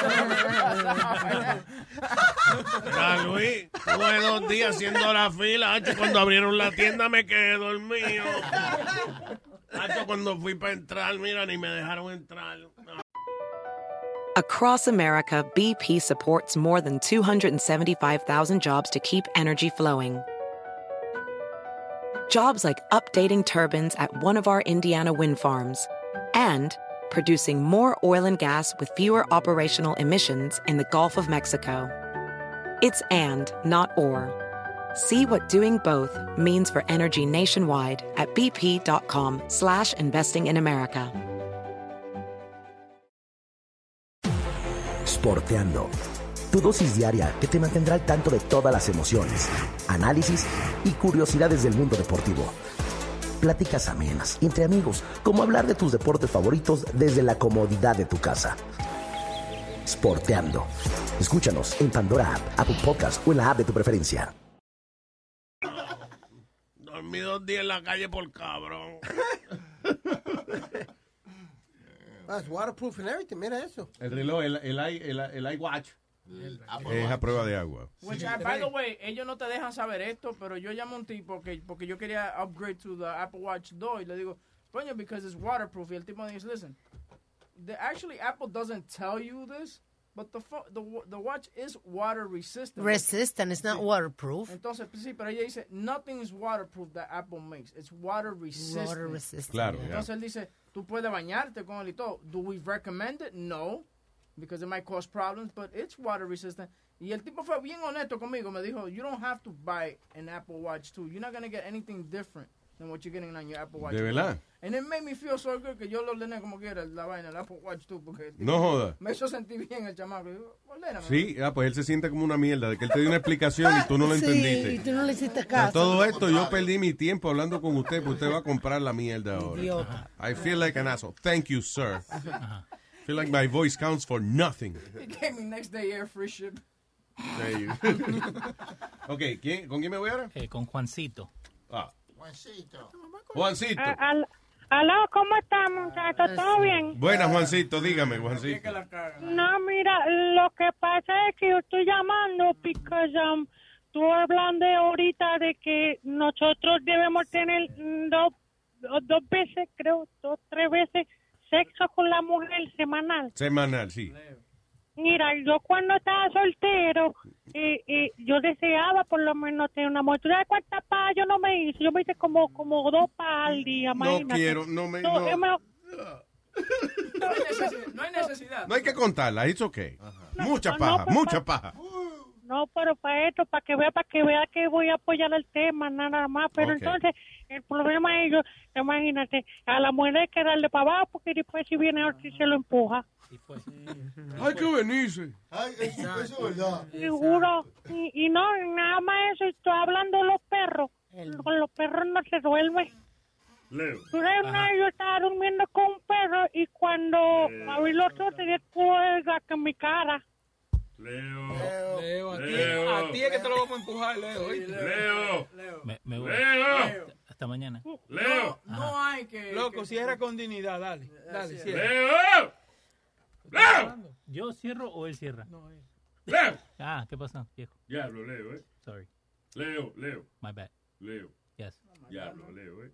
Speaker 2: Ah, Luis, tuve dos días haciendo la fila. Hacho, cuando abrieron la tienda me quedé dormido. Hacho, cuando fui para entrar, mira, ni me dejaron entrar. No.
Speaker 12: Across America, B P supports more than two hundred seventy-five thousand jobs to keep energy flowing. Jobs like updating turbines at one of our Indiana wind farms and producing more oil and gas with fewer operational emissions in the Gulf of Mexico. It's and, not or. See what doing both means for energy nationwide at bp.com slash investing in America.
Speaker 19: Sporteando. Tu dosis diaria que te mantendrá al tanto de todas las emociones, análisis y curiosidades del mundo deportivo. Pláticas amenas, entre amigos, como hablar de tus deportes favoritos desde la comodidad de tu casa. Sporteando. Escúchanos en Pandora App, Apple Podcast o en la app de tu preferencia.
Speaker 2: Dormí dos días en la calle por cabrón.
Speaker 14: That's waterproof and everything, mira eso.
Speaker 15: El reloj, el, el, i- el, el iWatch. Es a prueba de agua.
Speaker 6: Which, uh, by the way, ellos no te dejan saber esto, pero yo llamo a un tipo que, porque yo quería upgrade to the Apple Watch dos y le digo, coño, because it's waterproof. Y el tipo me dice, listen, the, actually Apple doesn't tell you this, but the, pho- the the watch is water resistant.
Speaker 13: Resistant, it's not waterproof.
Speaker 6: Entonces, sí, pero ella dice, nothing is waterproof that Apple makes. It's water resistant.
Speaker 13: Water resistant.
Speaker 15: Claro,
Speaker 6: Entonces él dice, tú puedes bañarte con él y todo. Do we recommend it? No. Because it might cause problems, but it's water resistant. Y el tipo fue bien honesto conmigo. Me dijo, you don't have to buy an Apple Watch two. You're not going to get anything different than what you're getting on your Apple Watch.
Speaker 15: ¿De verdad?
Speaker 6: And it made me feel so good que yo lo ordené como quiera, la vaina, el Apple Watch two. Porque el tipo
Speaker 15: No joda.
Speaker 6: me hizo sentir bien el chamaco. Digo, ordéname.
Speaker 15: Sí, ah, pues él se siente como una mierda de que él te dio una explicación y tú no lo
Speaker 13: Sí,
Speaker 15: entendiste.
Speaker 13: y tú no le hiciste
Speaker 15: A
Speaker 13: caso.
Speaker 15: todo esto yo perdí mi tiempo hablando con usted, porque usted va a comprar la mierda ahora.
Speaker 13: Idiota.
Speaker 15: I feel like an asshole. Thank you, sir. I feel like my voice counts for nothing.
Speaker 6: He gave me next day air free ship.
Speaker 15: There you- ok, ¿quién, ¿con quién me voy ahora?
Speaker 8: Eh, con Juancito.
Speaker 15: Ah,
Speaker 20: Juancito.
Speaker 15: Juancito.
Speaker 21: Ah, al- Aló, ¿cómo estás, muchachos? ¿Todo bien?
Speaker 15: Buenas, Juancito, dígame, Juancito.
Speaker 21: No, mira, lo que pasa es que yo estoy llamando porque um, tú hablando ahorita de que nosotros debemos tener mm, dos, dos veces, creo, dos, tres veces sexo con la mujer semanal.
Speaker 15: Semanal, sí.
Speaker 21: Mira, yo cuando estaba soltero, eh, eh, yo deseaba por lo menos tener una mujer. ¿Tú sabes cuántas pajas yo no me hice? Yo me hice como, como dos pajas al día,
Speaker 15: No
Speaker 21: imagínate.
Speaker 15: quiero, no me...
Speaker 21: No,
Speaker 15: No,
Speaker 21: yo me-
Speaker 6: No hay necesidad. No hay necesidad.
Speaker 15: no hay que contarla, it's okay. Mucha
Speaker 21: no,
Speaker 15: paja,
Speaker 21: pues,
Speaker 15: mucha
Speaker 21: pa-
Speaker 15: paja.
Speaker 21: No, pero para esto, para que vea, para que vea que voy a apoyar el tema, nada más. Pero
Speaker 15: Ok.
Speaker 21: entonces, el problema es, yo, imagínate, a la mujer hay que darle para abajo, porque después si viene otro y se lo empuja.
Speaker 15: Hay que venirse.
Speaker 20: Ay, eso, eso es verdad.
Speaker 21: Seguro. Y, y no, nada más eso, estoy hablando de los perros. Con los perros no se duerme.
Speaker 1: Leo.
Speaker 21: Tú sabes, una vez yo estaba durmiendo con un perro y cuando abrí los ojos tenía el gato en mi cara.
Speaker 1: Leo.
Speaker 7: Leo, a ti,
Speaker 1: Leo.
Speaker 7: a ti es que te lo vamos a empujar, Leo. ¿oíste?
Speaker 1: Leo.
Speaker 8: Me, me voy.
Speaker 1: Leo.
Speaker 8: Hasta mañana.
Speaker 1: Leo.
Speaker 6: No, no hay que...
Speaker 7: Loco,
Speaker 6: que-
Speaker 7: cierra con dignidad, dale. Dale, cierra.
Speaker 1: Leo. Leo.
Speaker 8: ¿Yo cierro o él cierra?
Speaker 1: Leo.
Speaker 8: Ah, ¿qué pasó, viejo?
Speaker 1: Diablo, Leo, eh.
Speaker 8: Sorry.
Speaker 1: Leo, Leo.
Speaker 8: My bad.
Speaker 1: Leo.
Speaker 8: Yes.
Speaker 1: Diablo, Leo, eh.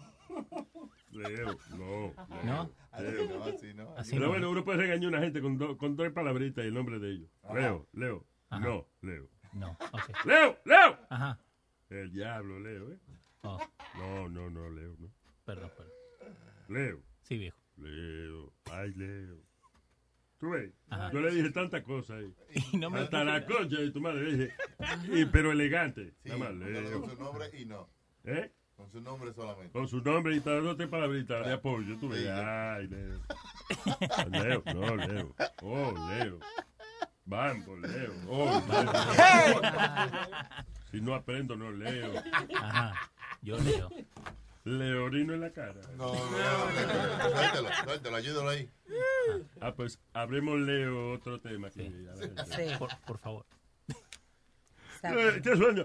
Speaker 1: Leo, no.
Speaker 8: ¿No?
Speaker 1: Leo.
Speaker 10: No, así no.
Speaker 8: Así
Speaker 1: Pero
Speaker 8: no.
Speaker 1: bueno, uno puede regañar a una gente con, do- con dos palabritas y el nombre de ellos.
Speaker 10: Ajá.
Speaker 1: Leo, Leo.
Speaker 8: Ajá.
Speaker 1: No, Leo.
Speaker 8: No, ok.
Speaker 1: Leo, Leo.
Speaker 8: Ajá.
Speaker 1: El diablo, Leo, eh.
Speaker 8: Oh,
Speaker 1: No, no, no, Leo, no.
Speaker 8: perdón, perdón.
Speaker 1: Leo.
Speaker 8: Sí, viejo.
Speaker 1: Leo. Ay, Leo. ¿Tú ves?
Speaker 8: Ajá.
Speaker 1: Yo le dije tantas cosas ahí.
Speaker 8: Y no me-
Speaker 1: Hasta la concha de tu madre le dije. Y, pero elegante.
Speaker 10: Sí,
Speaker 1: Nada más,
Speaker 10: póngale
Speaker 1: Leo.
Speaker 10: su nombre y no.
Speaker 1: ¿Eh?
Speaker 10: Con su nombre solamente.
Speaker 1: Con su nombre y para dándote palabritas de apoyo. Tú ves,
Speaker 10: Sí.
Speaker 1: ay, Leo. Leo, no, Leo. Oh, Leo. Vamos, Leo. Oh, Leo. Si no aprendo, no leo.
Speaker 8: Ajá. Yo leo.
Speaker 1: Leorino en la cara.
Speaker 10: No, no, no. Suéltelo, suéltelo, ayúdalo ahí.
Speaker 1: Ah, pues habremos Leo otro tema. Que, a ver,
Speaker 8: Sí. Por, por favor.
Speaker 1: Eh, ¿Qué sueño?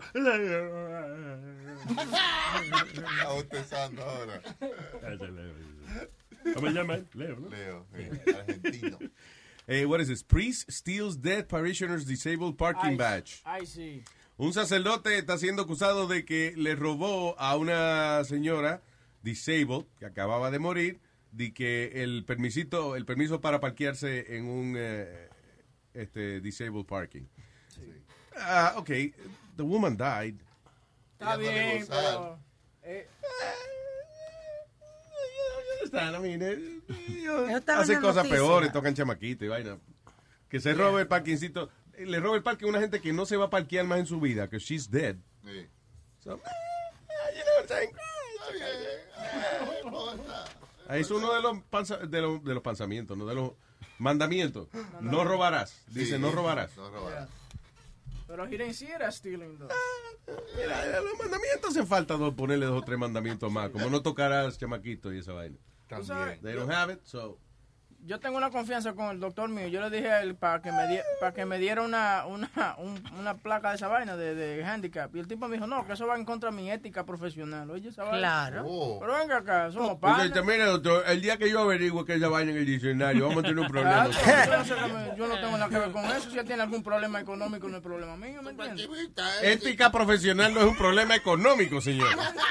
Speaker 10: Está bostezando ahora.
Speaker 1: Ese Leo. ¿Cómo se llama él? Leo, ¿no?
Speaker 10: Leo, sí, argentino.
Speaker 15: Eh, what is this? Priest steals dead parishioners' disabled parking
Speaker 6: Ay,
Speaker 15: badge.
Speaker 6: Ay, sí.
Speaker 15: Un sacerdote está siendo acusado de que le robó a una señora disabled que acababa de morir, de que el permisito, el permiso para parquearse en un eh, este disabled parking. Ah, okay, the woman died.
Speaker 6: Está bien, pero... Eh,
Speaker 15: Están, I mean, eh,
Speaker 13: Eso estaba en
Speaker 15: hacen
Speaker 13: la
Speaker 15: cosas
Speaker 13: noticia.
Speaker 15: peores, tocan chamaquito y vaina. Que se robe el parkingcito. Le roba el parque a una gente que no se va a parquear más en su vida, que she's dead.
Speaker 10: Sí.
Speaker 15: So, you know what I'm saying? Es uno de los, panza- de los, de los pensamientos, no de los mandamientos. No robarás. Dice,
Speaker 10: Sí,
Speaker 15: no robarás.
Speaker 10: No robarás.
Speaker 6: pero he didn't see it as stealing, though.
Speaker 15: Mira, los mandamientos hacen falta dos, ponerle dos o tres mandamientos más, como no tocarás chamaquito y esa vaina.
Speaker 6: Tú sabes,
Speaker 15: They don't have it, so...
Speaker 6: yo tengo una confianza con el doctor mío. Yo le dije a él para que me die- para que me diera una una, un- una placa de esa vaina de, de handicap. Y el tipo me dijo, no, que eso va en contra de mi ética profesional. Oye, esa vaina.
Speaker 13: Claro.
Speaker 10: Oh.
Speaker 6: Pero venga acá, somos
Speaker 15: Porque,
Speaker 6: padres.
Speaker 15: mira, doctor, el día que yo averigüe que esa vaina en el diccionario, vamos a tener un problema.
Speaker 6: Claro, yo, no sé que me- yo no tengo nada que ver con eso. Si él tiene algún problema económico, no es problema mío, ¿me entiendes?
Speaker 15: Ética profesional no es un problema económico, señor.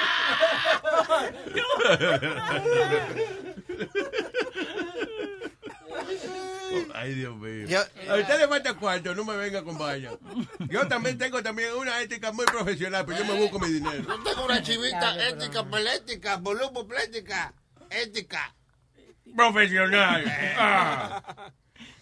Speaker 15: Ay, Dios mío.
Speaker 14: Yo-
Speaker 15: a usted le falta cuarto, no me venga con vaya. Yo también tengo también una ética muy profesional, pero yo me busco mi dinero.
Speaker 20: Yo tengo una chivita ética, pelética, volumen plética, ética.
Speaker 15: Profesional. Ah.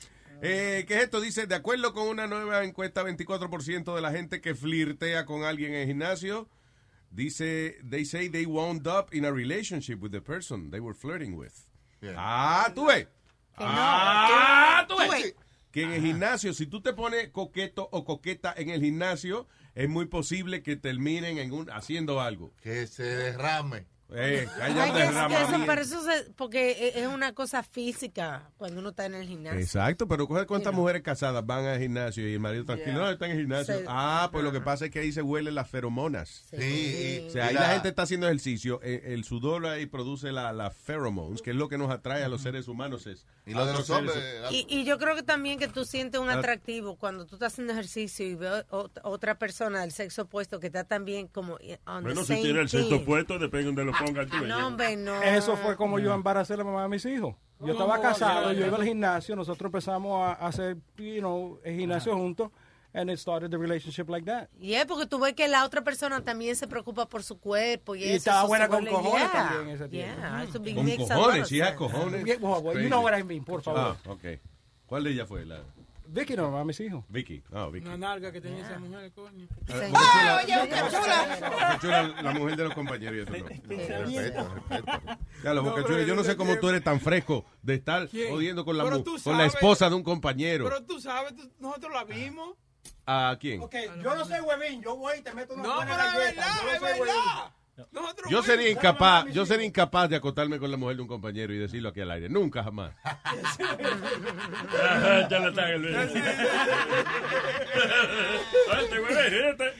Speaker 15: Eh, ¿Qué es esto? Dice, de acuerdo con una nueva encuesta, veinticuatro por ciento de la gente que flirtea con alguien en el gimnasio, dice, they say they wound up in a relationship with the person they were flirting with.
Speaker 10: Bien.
Speaker 15: Ah, tú ves.
Speaker 13: Que no,
Speaker 15: Ah,
Speaker 13: tú-
Speaker 15: tú
Speaker 13: tú
Speaker 15: ves.
Speaker 13: ves.
Speaker 15: Que en el gimnasio, si tú te pones coqueto o coqueta en el gimnasio, es muy posible que terminen en un, haciendo algo.
Speaker 10: Que se derrame.
Speaker 15: Eh, que haya
Speaker 13: Ay,
Speaker 15: un
Speaker 13: que es- que eso,
Speaker 15: derramamiento.
Speaker 13: pero eso se- porque es una cosa física cuando uno está en el gimnasio.
Speaker 15: Exacto, pero coge cuántas mujeres casadas van al gimnasio y el marido tranquilo,
Speaker 13: Yeah.
Speaker 15: no, está en el gimnasio.
Speaker 13: Sí.
Speaker 15: Ah, pues lo que pasa es que ahí se huelen las feromonas.
Speaker 10: Sí, y,
Speaker 15: O sea,
Speaker 10: y
Speaker 15: ahí
Speaker 10: la-
Speaker 15: la gente está haciendo ejercicio, eh, el sudor ahí produce la, la pheromones, que es lo que nos atrae a los seres humanos. Es,
Speaker 10: y lo de los
Speaker 15: otros seres-
Speaker 10: hombres.
Speaker 13: Y, y yo creo que también que tú sientes un
Speaker 15: Ah.
Speaker 13: atractivo cuando tú estás haciendo ejercicio y ves ot- otra persona del sexo opuesto que está también como on
Speaker 1: Bueno,
Speaker 13: the
Speaker 1: si
Speaker 13: same
Speaker 1: tiene el
Speaker 13: team.
Speaker 1: sexto puesto, depende de donde lo pongan tú.
Speaker 13: Ah, no, hombre, no.
Speaker 11: Eso fue como yo embaracé a la mamá de mis hijos. Yo estaba casado, yo iba al gimnasio, nosotros empezamos a hacer, you know, el gimnasio juntos, and it started the relationship like that.
Speaker 13: Y es porque tú ves que la otra persona también se preocupa por su cuerpo y,
Speaker 11: Y
Speaker 13: eso,
Speaker 11: estaba
Speaker 13: eso
Speaker 11: buena
Speaker 13: se
Speaker 11: con
Speaker 13: vuelve-
Speaker 11: cojones
Speaker 13: yeah,
Speaker 11: también ese tiempo.
Speaker 13: yeah, eso big
Speaker 15: Con
Speaker 13: makes a lot
Speaker 15: cojones,
Speaker 13: of
Speaker 15: sí, a
Speaker 13: sense.
Speaker 15: cojones.
Speaker 11: Yeah, well, well, you know what I mean, por favor.
Speaker 15: Ah, ok. ¿Cuál de ellas fue? La...
Speaker 11: Vicky no, mamá, mis hijos.
Speaker 15: Vicky. Ah, Vicky.
Speaker 7: Una nalga que tenía esa mujer, coño.
Speaker 15: Ah,
Speaker 7: oye, Boca Chula.
Speaker 15: Boca Chula, la mujer de los compañeros. y eso no.
Speaker 10: Respeto, respeto.
Speaker 15: Ya, lo
Speaker 7: No,
Speaker 15: Boca
Speaker 7: pero
Speaker 15: Chula, yo no sé
Speaker 7: yo-
Speaker 15: cómo tú eres tan fresco de estar
Speaker 7: ¿Quién?
Speaker 15: jodiendo con la,
Speaker 7: Pero
Speaker 15: mu-
Speaker 7: tú
Speaker 15: con la
Speaker 7: sabes-
Speaker 15: esposa de un compañero.
Speaker 7: Pero tú sabes, tú- nosotros la vimos.
Speaker 15: ¿A quién?
Speaker 11: Ok, yo no soy huevín, yo voy y te meto una
Speaker 7: No,
Speaker 11: buena
Speaker 7: pero es
Speaker 11: galleta.
Speaker 7: verdad,
Speaker 11: Yo no
Speaker 7: es
Speaker 11: soy
Speaker 7: verdad.
Speaker 11: huevín.
Speaker 7: Nosotros
Speaker 15: Yo
Speaker 7: fuimos.
Speaker 15: sería incapaz, yo sería incapaz de acostarme con la mujer de un compañero y decirlo aquí al aire. Nunca, jamás.
Speaker 1: Ya lo está el Vete, güey, vete.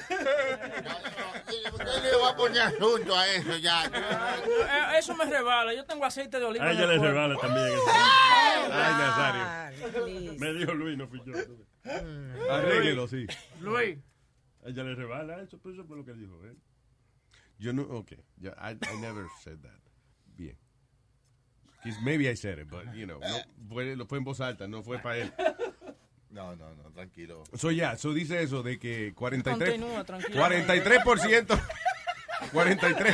Speaker 20: ¿Qué le va a poner asunto a eso ya?
Speaker 6: Eh, Eso me rebala. Yo tengo aceite de oliva.
Speaker 1: A
Speaker 6: en
Speaker 1: ella
Speaker 6: el
Speaker 1: le
Speaker 6: cuerpo.
Speaker 1: rebala también. eso.
Speaker 15: Ay, Nazario.
Speaker 13: Please.
Speaker 1: Me dijo Luis, no fui yo.
Speaker 15: Arréglelo, sí.
Speaker 6: Luis.
Speaker 1: A ella le rebala eso, pues eso fue lo que dijo él.
Speaker 15: Yo no, ok. Yo- I, I never said that. Bien. Quis- Maybe I said it, but, you know, no, fue, lo fue en voz alta, no fue para él.
Speaker 10: No, no, no, tranquilo.
Speaker 15: So, ya, so dice eso de que cuarenta y tres,
Speaker 6: Continúa, tranquilo.
Speaker 15: cuarenta y tres por ciento, cuarenta y tres,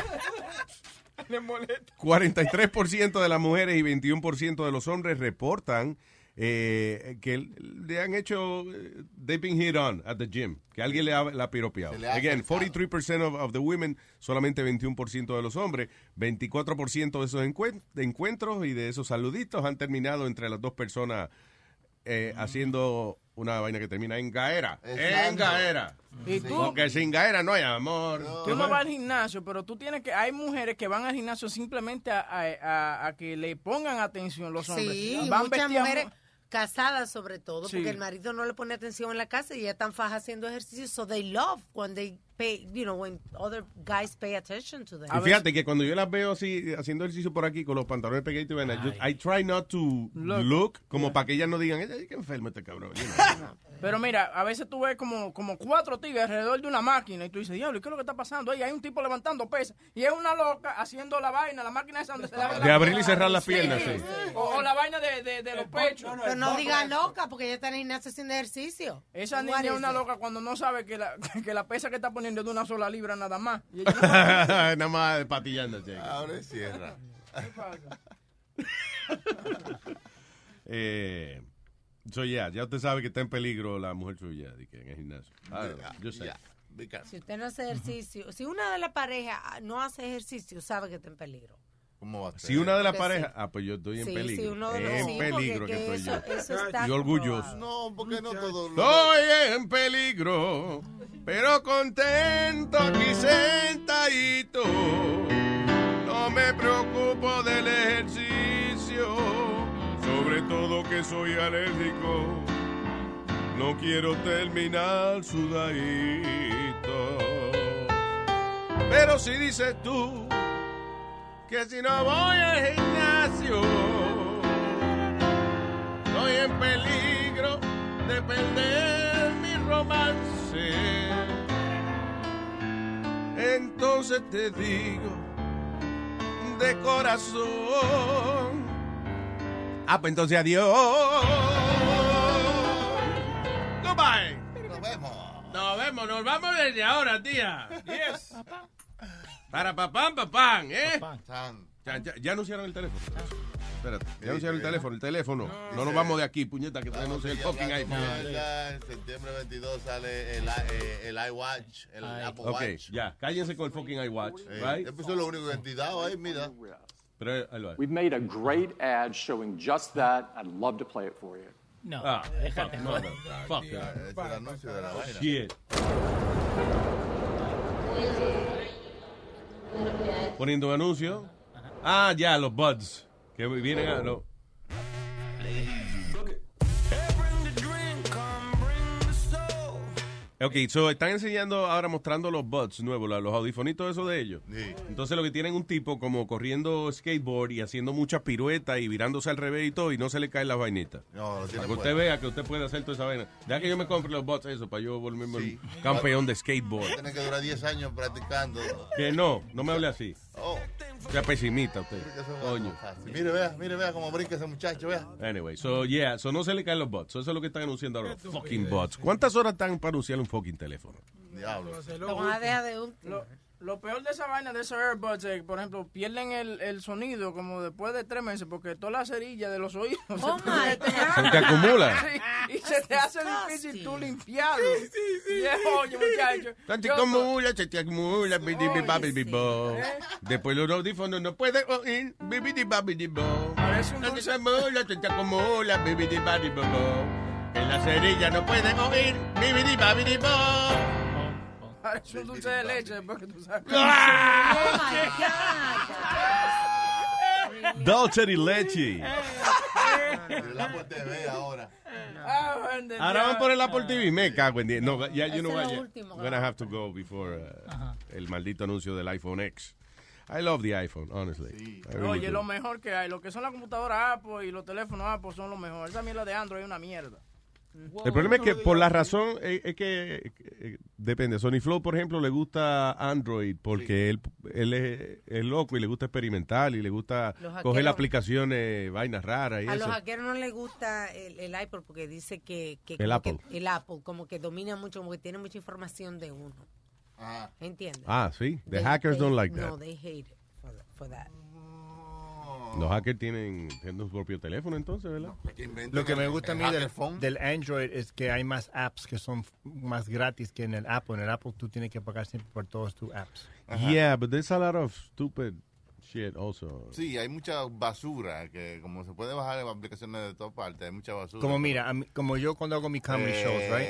Speaker 7: Le molesta.
Speaker 15: cuarenta y tres por ciento de las mujeres y veintiuno por ciento de los hombres reportan eh, que le han hecho, they've been hit on at the gym, que alguien le ha, la ha piropeado. Again, forty-three percent of, of the women, solamente veintiuno por ciento de los hombres, veinticuatro por ciento de esos encuent de encuentros y de esos saluditos han terminado entre las dos personas eh, haciendo una vaina que termina en gaera.
Speaker 6: Exacto.
Speaker 15: En gaera.
Speaker 6: ¿Y tú?
Speaker 15: Porque sin gaera no hay amor.
Speaker 6: Tú no vas al gimnasio, pero tú tienes que... Hay mujeres que van al gimnasio simplemente a, a, a, a que le pongan atención los hombres.
Speaker 13: Sí,
Speaker 6: van
Speaker 13: muchas
Speaker 6: vestidas-
Speaker 13: mujeres casadas sobre todo,
Speaker 6: Sí.
Speaker 13: porque el marido no le pone atención en la casa y ella están fajas haciendo ejercicio, so they love when they pay, you know, when other guys pay attention to them.
Speaker 15: Y fíjate que cuando yo las veo así, haciendo ejercicio por aquí, con los pantalones pegados, y vaina, yo- I try not to look,
Speaker 6: Look.
Speaker 15: como para que ellas no digan, "Ay, qué enfermo este cabrón." you know.
Speaker 6: Pero mira, a veces tú ves como, como cuatro tigres alrededor de una máquina y tú dices, diablo, ¿y qué es lo que está pasando? Ahí hay un tipo levantando pesas y es una loca haciendo la vaina, la máquina esa donde se le abre
Speaker 15: De
Speaker 6: la-
Speaker 15: abrir y cerrar las piernas, sí.
Speaker 6: O, o la vaina de, de, de los pechos.
Speaker 13: Pero no diga loca, porque ella está en el gimnasio haciendo ejercicio.
Speaker 6: Esa
Speaker 13: What
Speaker 6: niña es
Speaker 13: is
Speaker 6: una
Speaker 13: it?
Speaker 6: loca cuando no sabe que la, que la pesa que está poniendo es de una sola libra nada más. Y ella
Speaker 15: Nada más patillando, che.
Speaker 10: Abre y cierra.
Speaker 15: eh, so yeah, ya usted sabe que está en peligro la mujer suya de que en el gimnasio. I don't know, yo sé.
Speaker 13: Si usted no hace ejercicio, si una de las parejas no hace ejercicio, sabe que está en peligro.
Speaker 10: ¿Cómo va a
Speaker 15: Si una de las
Speaker 13: Que
Speaker 15: parejas, ah, pues yo estoy en
Speaker 13: Sí,
Speaker 15: peligro.
Speaker 13: si uno de los-
Speaker 15: en
Speaker 13: sí,
Speaker 15: peligro
Speaker 13: porque
Speaker 15: que
Speaker 13: que
Speaker 15: estoy
Speaker 13: eso-
Speaker 15: yo.
Speaker 13: eso está
Speaker 15: Y orgulloso.
Speaker 10: No, porque no todo lo...
Speaker 15: Estoy en peligro, pero contento aquí sentadito. No me preocupo del ejercicio, sobre todo que soy alérgico. No quiero terminar sudadito. Pero si dices tú que si no voy al gimnasio, estoy en peligro de perder mi romance. Entonces te digo de corazón, ah, pues entonces adiós. Goodbye.
Speaker 10: Nos vemos.
Speaker 2: Nos vemos, nos vamos desde ahora, tía. Yes. Para papán, papán, ¿eh?
Speaker 15: Ya, ya, ya anunciaron el teléfono. Espérate, ya anunciaron el teléfono, el teléfono. No nos vamos de aquí, puñeta, que todavía no sé el fucking iPhone.
Speaker 10: Ya en septiembre veintidós sale el, eh, el iWatch, el Apple
Speaker 15: Ok,
Speaker 10: Watch.
Speaker 15: ya, cállense con el fucking iWatch,
Speaker 10: Eh,
Speaker 15: right?
Speaker 10: Eso es lo único que te dado ahí, mira.
Speaker 15: Pero, ahí lo hay.
Speaker 4: We've made a great ad showing just that. I'd love to play it for you.
Speaker 8: No,
Speaker 15: Ah,
Speaker 8: déjate
Speaker 15: fuck, no,
Speaker 8: joder.
Speaker 15: no, fuck that.
Speaker 10: Es el anuncio de la vaina.
Speaker 15: Shit. Poniendo un anuncio. Ah, ya, los buds. Que vienen a... Lo... Ok, so están enseñando ahora mostrando los buds nuevos, la- los audifonitos esos de ellos.
Speaker 10: Sí.
Speaker 15: Entonces lo que tienen un tipo como corriendo skateboard y haciendo muchas piruetas y virándose al revés y todo y no se le caen las vainitas.
Speaker 10: No, lo tiene
Speaker 15: Para que usted
Speaker 10: puesto.
Speaker 15: vea que usted puede hacer toda esa vaina. Ya que yo me compre los bots eso para yo volverme
Speaker 10: Sí.
Speaker 15: un campeón de skateboard.
Speaker 10: Tiene que durar diez años practicando.
Speaker 15: Que no, no me hable así.
Speaker 10: Oh,
Speaker 15: Sea pesimista usted.
Speaker 10: que eso es
Speaker 15: Coño.
Speaker 10: fácil. Mire, vea, mire, vea cómo brinca ese muchacho, vea.
Speaker 15: Anyway, so yeah, so no se le caen los bots. So eso es lo que están anunciando ahora. Fucking bots. ¿Cuántas horas están para anunciar un fucking teléfono?
Speaker 10: Diablo.
Speaker 13: Lo van a dejar de un...
Speaker 6: Lo, lo peor de esa vaina de esos AirBuds es, por ejemplo, pierden el, el sonido como después de tres meses porque toda la cerilla de los oídos
Speaker 13: Oh,
Speaker 6: se,
Speaker 13: my
Speaker 6: te-
Speaker 15: Se te acumula.
Speaker 6: Sí, y se te hace difícil tú limpiarlo. Sí, sí, sí. Y es, oye, muchacho.
Speaker 15: Se te
Speaker 6: yo-
Speaker 15: acumula, se te acumula, bidi,
Speaker 6: Oye,
Speaker 15: babidi,
Speaker 6: sí.
Speaker 15: bo.
Speaker 6: ¿Eh?
Speaker 15: Después los audífonos no pueden oír, bibidi, babidi, bo.
Speaker 6: Parece un
Speaker 15: Se
Speaker 6: dulce.
Speaker 15: te acumula, se te acumula, bibidi, babidi, bo. En la cerilla no pueden oír, bibidi, babidi, bo.
Speaker 6: Parece un dulce de leche después que tú sabes.
Speaker 15: Dulce de leche.
Speaker 10: El Apple T V ahora.
Speaker 6: Ah, bueno, del
Speaker 15: Ahora van
Speaker 6: diablo.
Speaker 15: por el Apple T V. Me cago en diez. No, ya, you
Speaker 13: Ese
Speaker 15: know
Speaker 13: es
Speaker 15: what,
Speaker 13: lo
Speaker 15: ya-
Speaker 13: último,
Speaker 15: I'm gonna have to go before uh, el maldito anuncio del iPhone X. I love the iPhone, honestly. I really
Speaker 6: Oye,
Speaker 15: do.
Speaker 6: lo mejor que hay, lo que son las computadoras Apple y los teléfonos Apple son lo mejor. Esa mierda de Android es una mierda.
Speaker 15: El problema es que por la razón es, es que eh, depende. Sony Flow, por ejemplo, le gusta Android porque él, él es, es loco y le gusta experimentar y le gusta
Speaker 13: Los
Speaker 15: coger
Speaker 13: hackeros-
Speaker 15: aplicaciones, vainas raras y
Speaker 13: A
Speaker 15: eso.
Speaker 13: los hackeros no les gusta el, el Apple porque dice que, que,
Speaker 15: El
Speaker 13: como
Speaker 15: Apple.
Speaker 13: que el Apple como que domina mucho, como que tiene mucha información de uno. ¿Entiendes?
Speaker 15: Ah, sí. The
Speaker 13: They-
Speaker 15: hackers
Speaker 13: they-
Speaker 15: don't like that.
Speaker 13: No, they hate it for, for that.
Speaker 15: Los hackers tienen, tienen su propio teléfono entonces, ¿verdad?
Speaker 9: Lo que me gusta a mí del, del Android es que hay más apps que son más gratis que en el Apple. En el Apple tú tienes que pagar siempre por todos tus apps.
Speaker 15: Ajá. Yeah, but there's a lot of stupid shit also.
Speaker 10: Sí, hay mucha basura que como se puede bajar en aplicaciones de todas partes, hay mucha basura.
Speaker 9: Como mira, a mí, como yo cuando hago mis comedy
Speaker 10: eh,
Speaker 9: shows, right?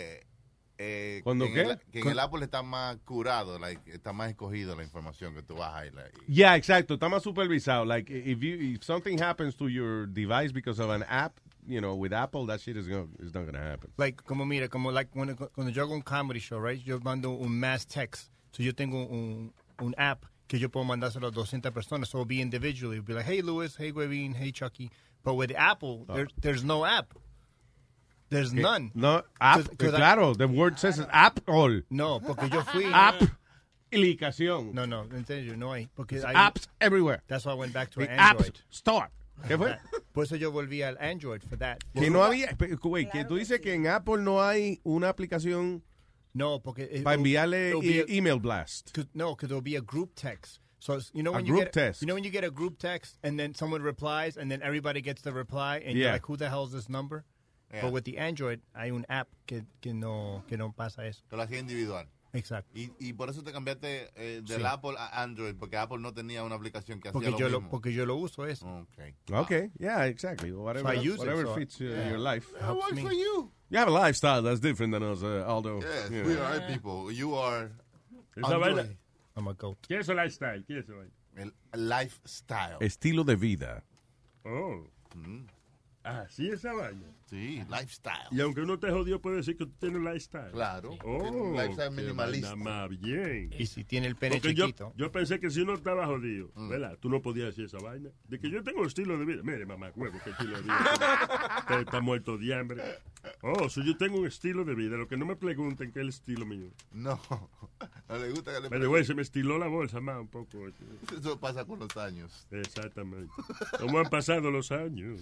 Speaker 10: Eh,
Speaker 15: ¿Cuándo
Speaker 10: que
Speaker 15: qué?
Speaker 10: En el, que en el Apple está más curado, like, está más escogido la información que tú bajas. Like,
Speaker 15: Yeah, exacto. Está más supervisado. Like, if you if something happens to your device because of an app, you know, with Apple, that shit is, gonna, is not going to happen.
Speaker 9: Like, como mira, como like, cuando, cuando yo hago un comedy show, right? Yo mando un mass text. So yo tengo un, un app que yo puedo mandárselo a doscientas personas. So it'll be individually. It'll be like, hey, Louis, hey, Guevin, hey, Chucky. But with Apple, oh. there, there's no app. There's
Speaker 15: Okay.
Speaker 9: none.
Speaker 15: No, app,
Speaker 9: Cause, cause
Speaker 15: claro,
Speaker 9: I,
Speaker 15: the word says app all.
Speaker 9: No, porque yo fui.
Speaker 15: App, aplicación.
Speaker 9: No, no, en serio, no hay. Porque hay
Speaker 15: apps everywhere.
Speaker 9: That's why I went back to
Speaker 15: The
Speaker 9: Android.
Speaker 15: App Store. ¿Qué fue?
Speaker 9: Por eso yo volví al Android for that.
Speaker 15: Que no había, wait, que tú dices que en Apple no hay una aplicación
Speaker 9: no, porque
Speaker 15: para enviarle
Speaker 9: it'll be a,
Speaker 15: email blast.
Speaker 9: Cause, no, because it'll be a group text. So you know
Speaker 15: a
Speaker 9: when you
Speaker 15: group
Speaker 9: get
Speaker 15: text.
Speaker 9: you know when you get a group text and then someone replies and then everybody gets the reply and
Speaker 15: yeah.
Speaker 9: you're like, who the hell is this number?
Speaker 10: Yeah.
Speaker 9: But with the Android hay un app que, que no que no pasa eso.
Speaker 10: Que lo hacía individual.
Speaker 9: Exacto.
Speaker 10: Y, y por eso te cambiaste eh, del
Speaker 9: sí.
Speaker 10: Apple a Android, porque Apple no tenía una aplicación que
Speaker 9: porque
Speaker 10: hacía lo
Speaker 9: yo
Speaker 10: mismo.
Speaker 9: Lo, porque yo lo uso eso.
Speaker 10: Okay.
Speaker 15: Okay, yeah, exactly. Whatever,
Speaker 9: so I use
Speaker 15: whatever
Speaker 9: it, so
Speaker 15: fits uh,
Speaker 9: yeah.
Speaker 15: your life.
Speaker 10: It works
Speaker 9: me.
Speaker 10: for you.
Speaker 15: You have a lifestyle that's different than us, uh, Aldo.
Speaker 10: Yes,
Speaker 15: you
Speaker 10: we
Speaker 15: know.
Speaker 10: are people. You are
Speaker 1: Esa vaina.
Speaker 9: I'm a goat.
Speaker 1: ¿Qué es el lifestyle? ¿Qué es eso?
Speaker 10: El lifestyle.
Speaker 15: Estilo de vida.
Speaker 1: Oh.
Speaker 10: Mm.
Speaker 1: Ah, sí, esa vaina.
Speaker 10: Sí, lifestyle.
Speaker 1: Y aunque uno te jodió, puede decir que tú tienes un lifestyle.
Speaker 10: Claro.
Speaker 1: Oh,
Speaker 10: un lifestyle minimalista.
Speaker 1: Más bien.
Speaker 9: Y si tiene el pene
Speaker 1: Porque
Speaker 9: chiquito.
Speaker 1: Yo, yo pensé que si uno estaba jodido,
Speaker 10: Mm.
Speaker 1: ¿verdad? Tú no podías decir esa vaina. De que yo tengo estilo de vida. Mire, mamá, huevo, qué estilo de vida. Usted está muerto de hambre. Oh, so yo tengo un estilo de vida. Lo que no me pregunten qué es el estilo mío.
Speaker 10: No, no le gusta que le
Speaker 1: Pero güey, se me estiló la bolsa más un poco.
Speaker 10: Eso pasa con los años.
Speaker 1: Exactamente. ¿Cómo han pasado los años?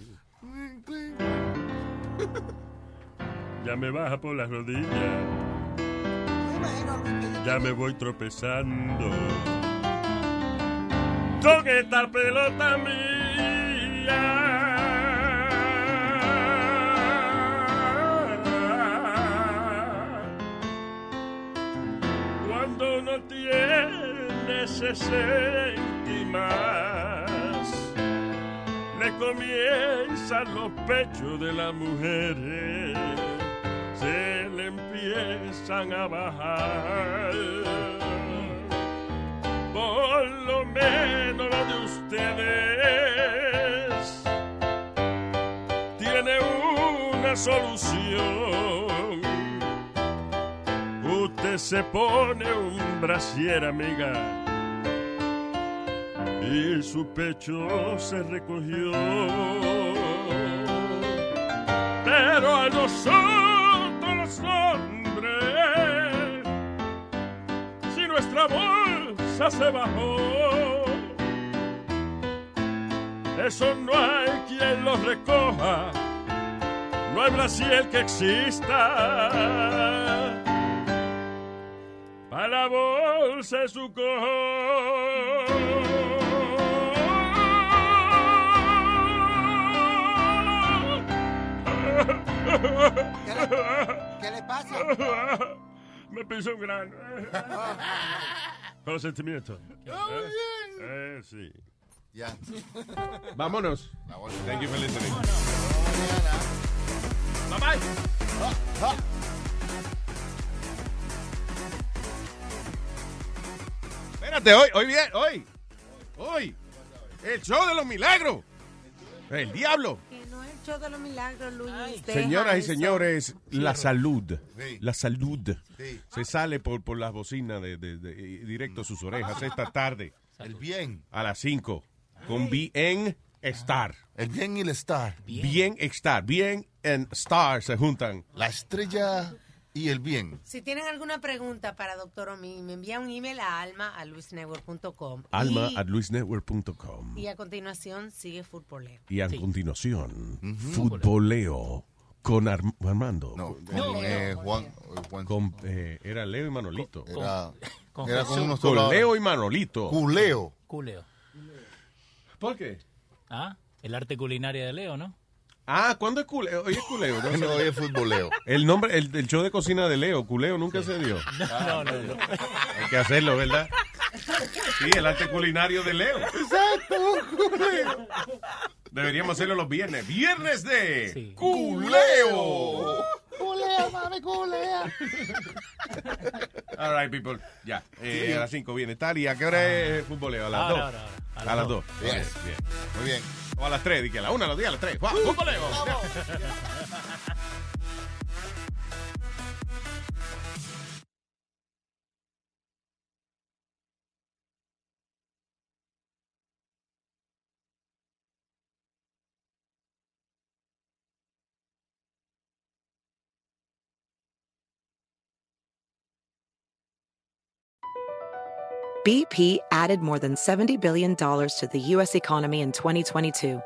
Speaker 1: Ya me baja por las rodillas. Ya me voy tropezando con esta pelota mía. Cuando no tienes ese y más, le comienzan los pechos de las mujeres, se le empiezan a bajar. Por lo menos lo de ustedes tiene una solución. Usted se pone un brasier, amiga, y su pecho se recogió. Pero a nosotros los hombres, si nuestra bolsa se bajó, eso no hay quien lo recoja, no hay brasier que exista. A la bolsa es su cojón.
Speaker 14: ¿Qué le, ¿Qué le pasa?
Speaker 1: Me pisó un grano. Con sentimiento. Eh, eh, sí.
Speaker 10: Ya.
Speaker 15: Vámonos. Thank you for listening.
Speaker 1: Bye bye.
Speaker 10: Ah, ah.
Speaker 15: Espérate, hoy, hoy bien, hoy. Hoy. El show de los milagros. El diablo.
Speaker 13: Que no es el show de los milagros, Luis.
Speaker 15: Señoras y
Speaker 13: Deja
Speaker 15: señores,
Speaker 13: eso.
Speaker 15: la salud.
Speaker 10: Sí.
Speaker 15: La salud.
Speaker 10: Sí.
Speaker 15: Se sale por, por las bocinas de, de- de- directo a sus orejas esta tarde.
Speaker 10: El bien.
Speaker 15: A las cinco. Con Bien Star.
Speaker 10: El bien y el star.
Speaker 15: Bien Star. Bien and Star se juntan.
Speaker 10: La estrella y el bien.
Speaker 13: Si tienen alguna pregunta para Doctor Omi, me envía un email a alma a luisnetwork punto com.
Speaker 15: Alma
Speaker 13: y,
Speaker 15: at luisnetwork punto com.
Speaker 13: y a continuación sigue Futboleo.
Speaker 15: Y a continuación, Futboleo con Ar- Armando.
Speaker 10: No, con
Speaker 13: No,
Speaker 10: eh,
Speaker 13: no,
Speaker 10: Juan. Juan
Speaker 15: Con, eh, era Leo y Manolito.
Speaker 10: era,
Speaker 8: con
Speaker 10: era
Speaker 8: Jesús.
Speaker 10: con unos
Speaker 15: Con
Speaker 10: solos.
Speaker 15: Leo y Manolito.
Speaker 10: Culeo.
Speaker 8: Culeo.
Speaker 15: ¿Por qué?
Speaker 8: Ah, el arte culinario de Leo, ¿no?
Speaker 15: Ah, ¿cuándo es culeo? Hoy es culeo. ¿no?
Speaker 10: No, hoy es futboleo.
Speaker 15: El nombre, el, el show de cocina de Leo, culeo, nunca sí. se dio.
Speaker 8: No, no, no.
Speaker 15: Hay que hacerlo, ¿verdad? Sí, el arte culinario de Leo.
Speaker 10: Exacto, culeo.
Speaker 15: Deberíamos hacerlo los viernes. Viernes de
Speaker 8: Sí.
Speaker 15: culeo.
Speaker 10: Culea, mami, culea.
Speaker 15: All right, people. Ya. Eh, a las cinco viene tal. ¿Y a qué hora es futboleo? A las
Speaker 8: Ahora,
Speaker 15: dos.
Speaker 8: ahora, ahora.
Speaker 15: A, las dos.
Speaker 10: Yes.
Speaker 15: Okay, bien.
Speaker 10: Muy bien.
Speaker 15: O a las tres. Dije a las una, a las diez, a las tres. ¡Wow! ¡Futboleo!
Speaker 12: B P added more than seventy billion dollars to the U S economy in twenty twenty-two.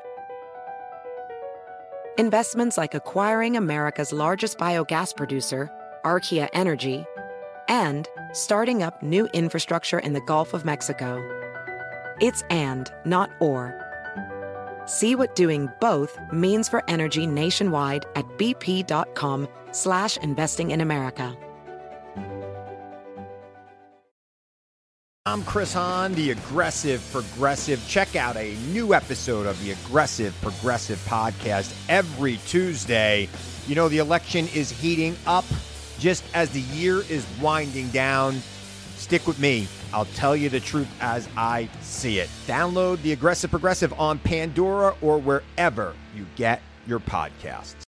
Speaker 12: Investments like acquiring America's largest biogas producer, Archaea Energy, and starting up new infrastructure in the Gulf of Mexico. It's and, not or. See what doing both means for energy nationwide at bp.com slash investing in America.
Speaker 5: I'm Chris Hahn, the Aggressive Progressive. Check out a new episode of the Aggressive Progressive podcast every Tuesday. You know, the election is heating up just as the year is winding down. Stick with me. I'll tell you the truth as I see it. Download the Aggressive Progressive on Pandora or wherever you get your podcasts.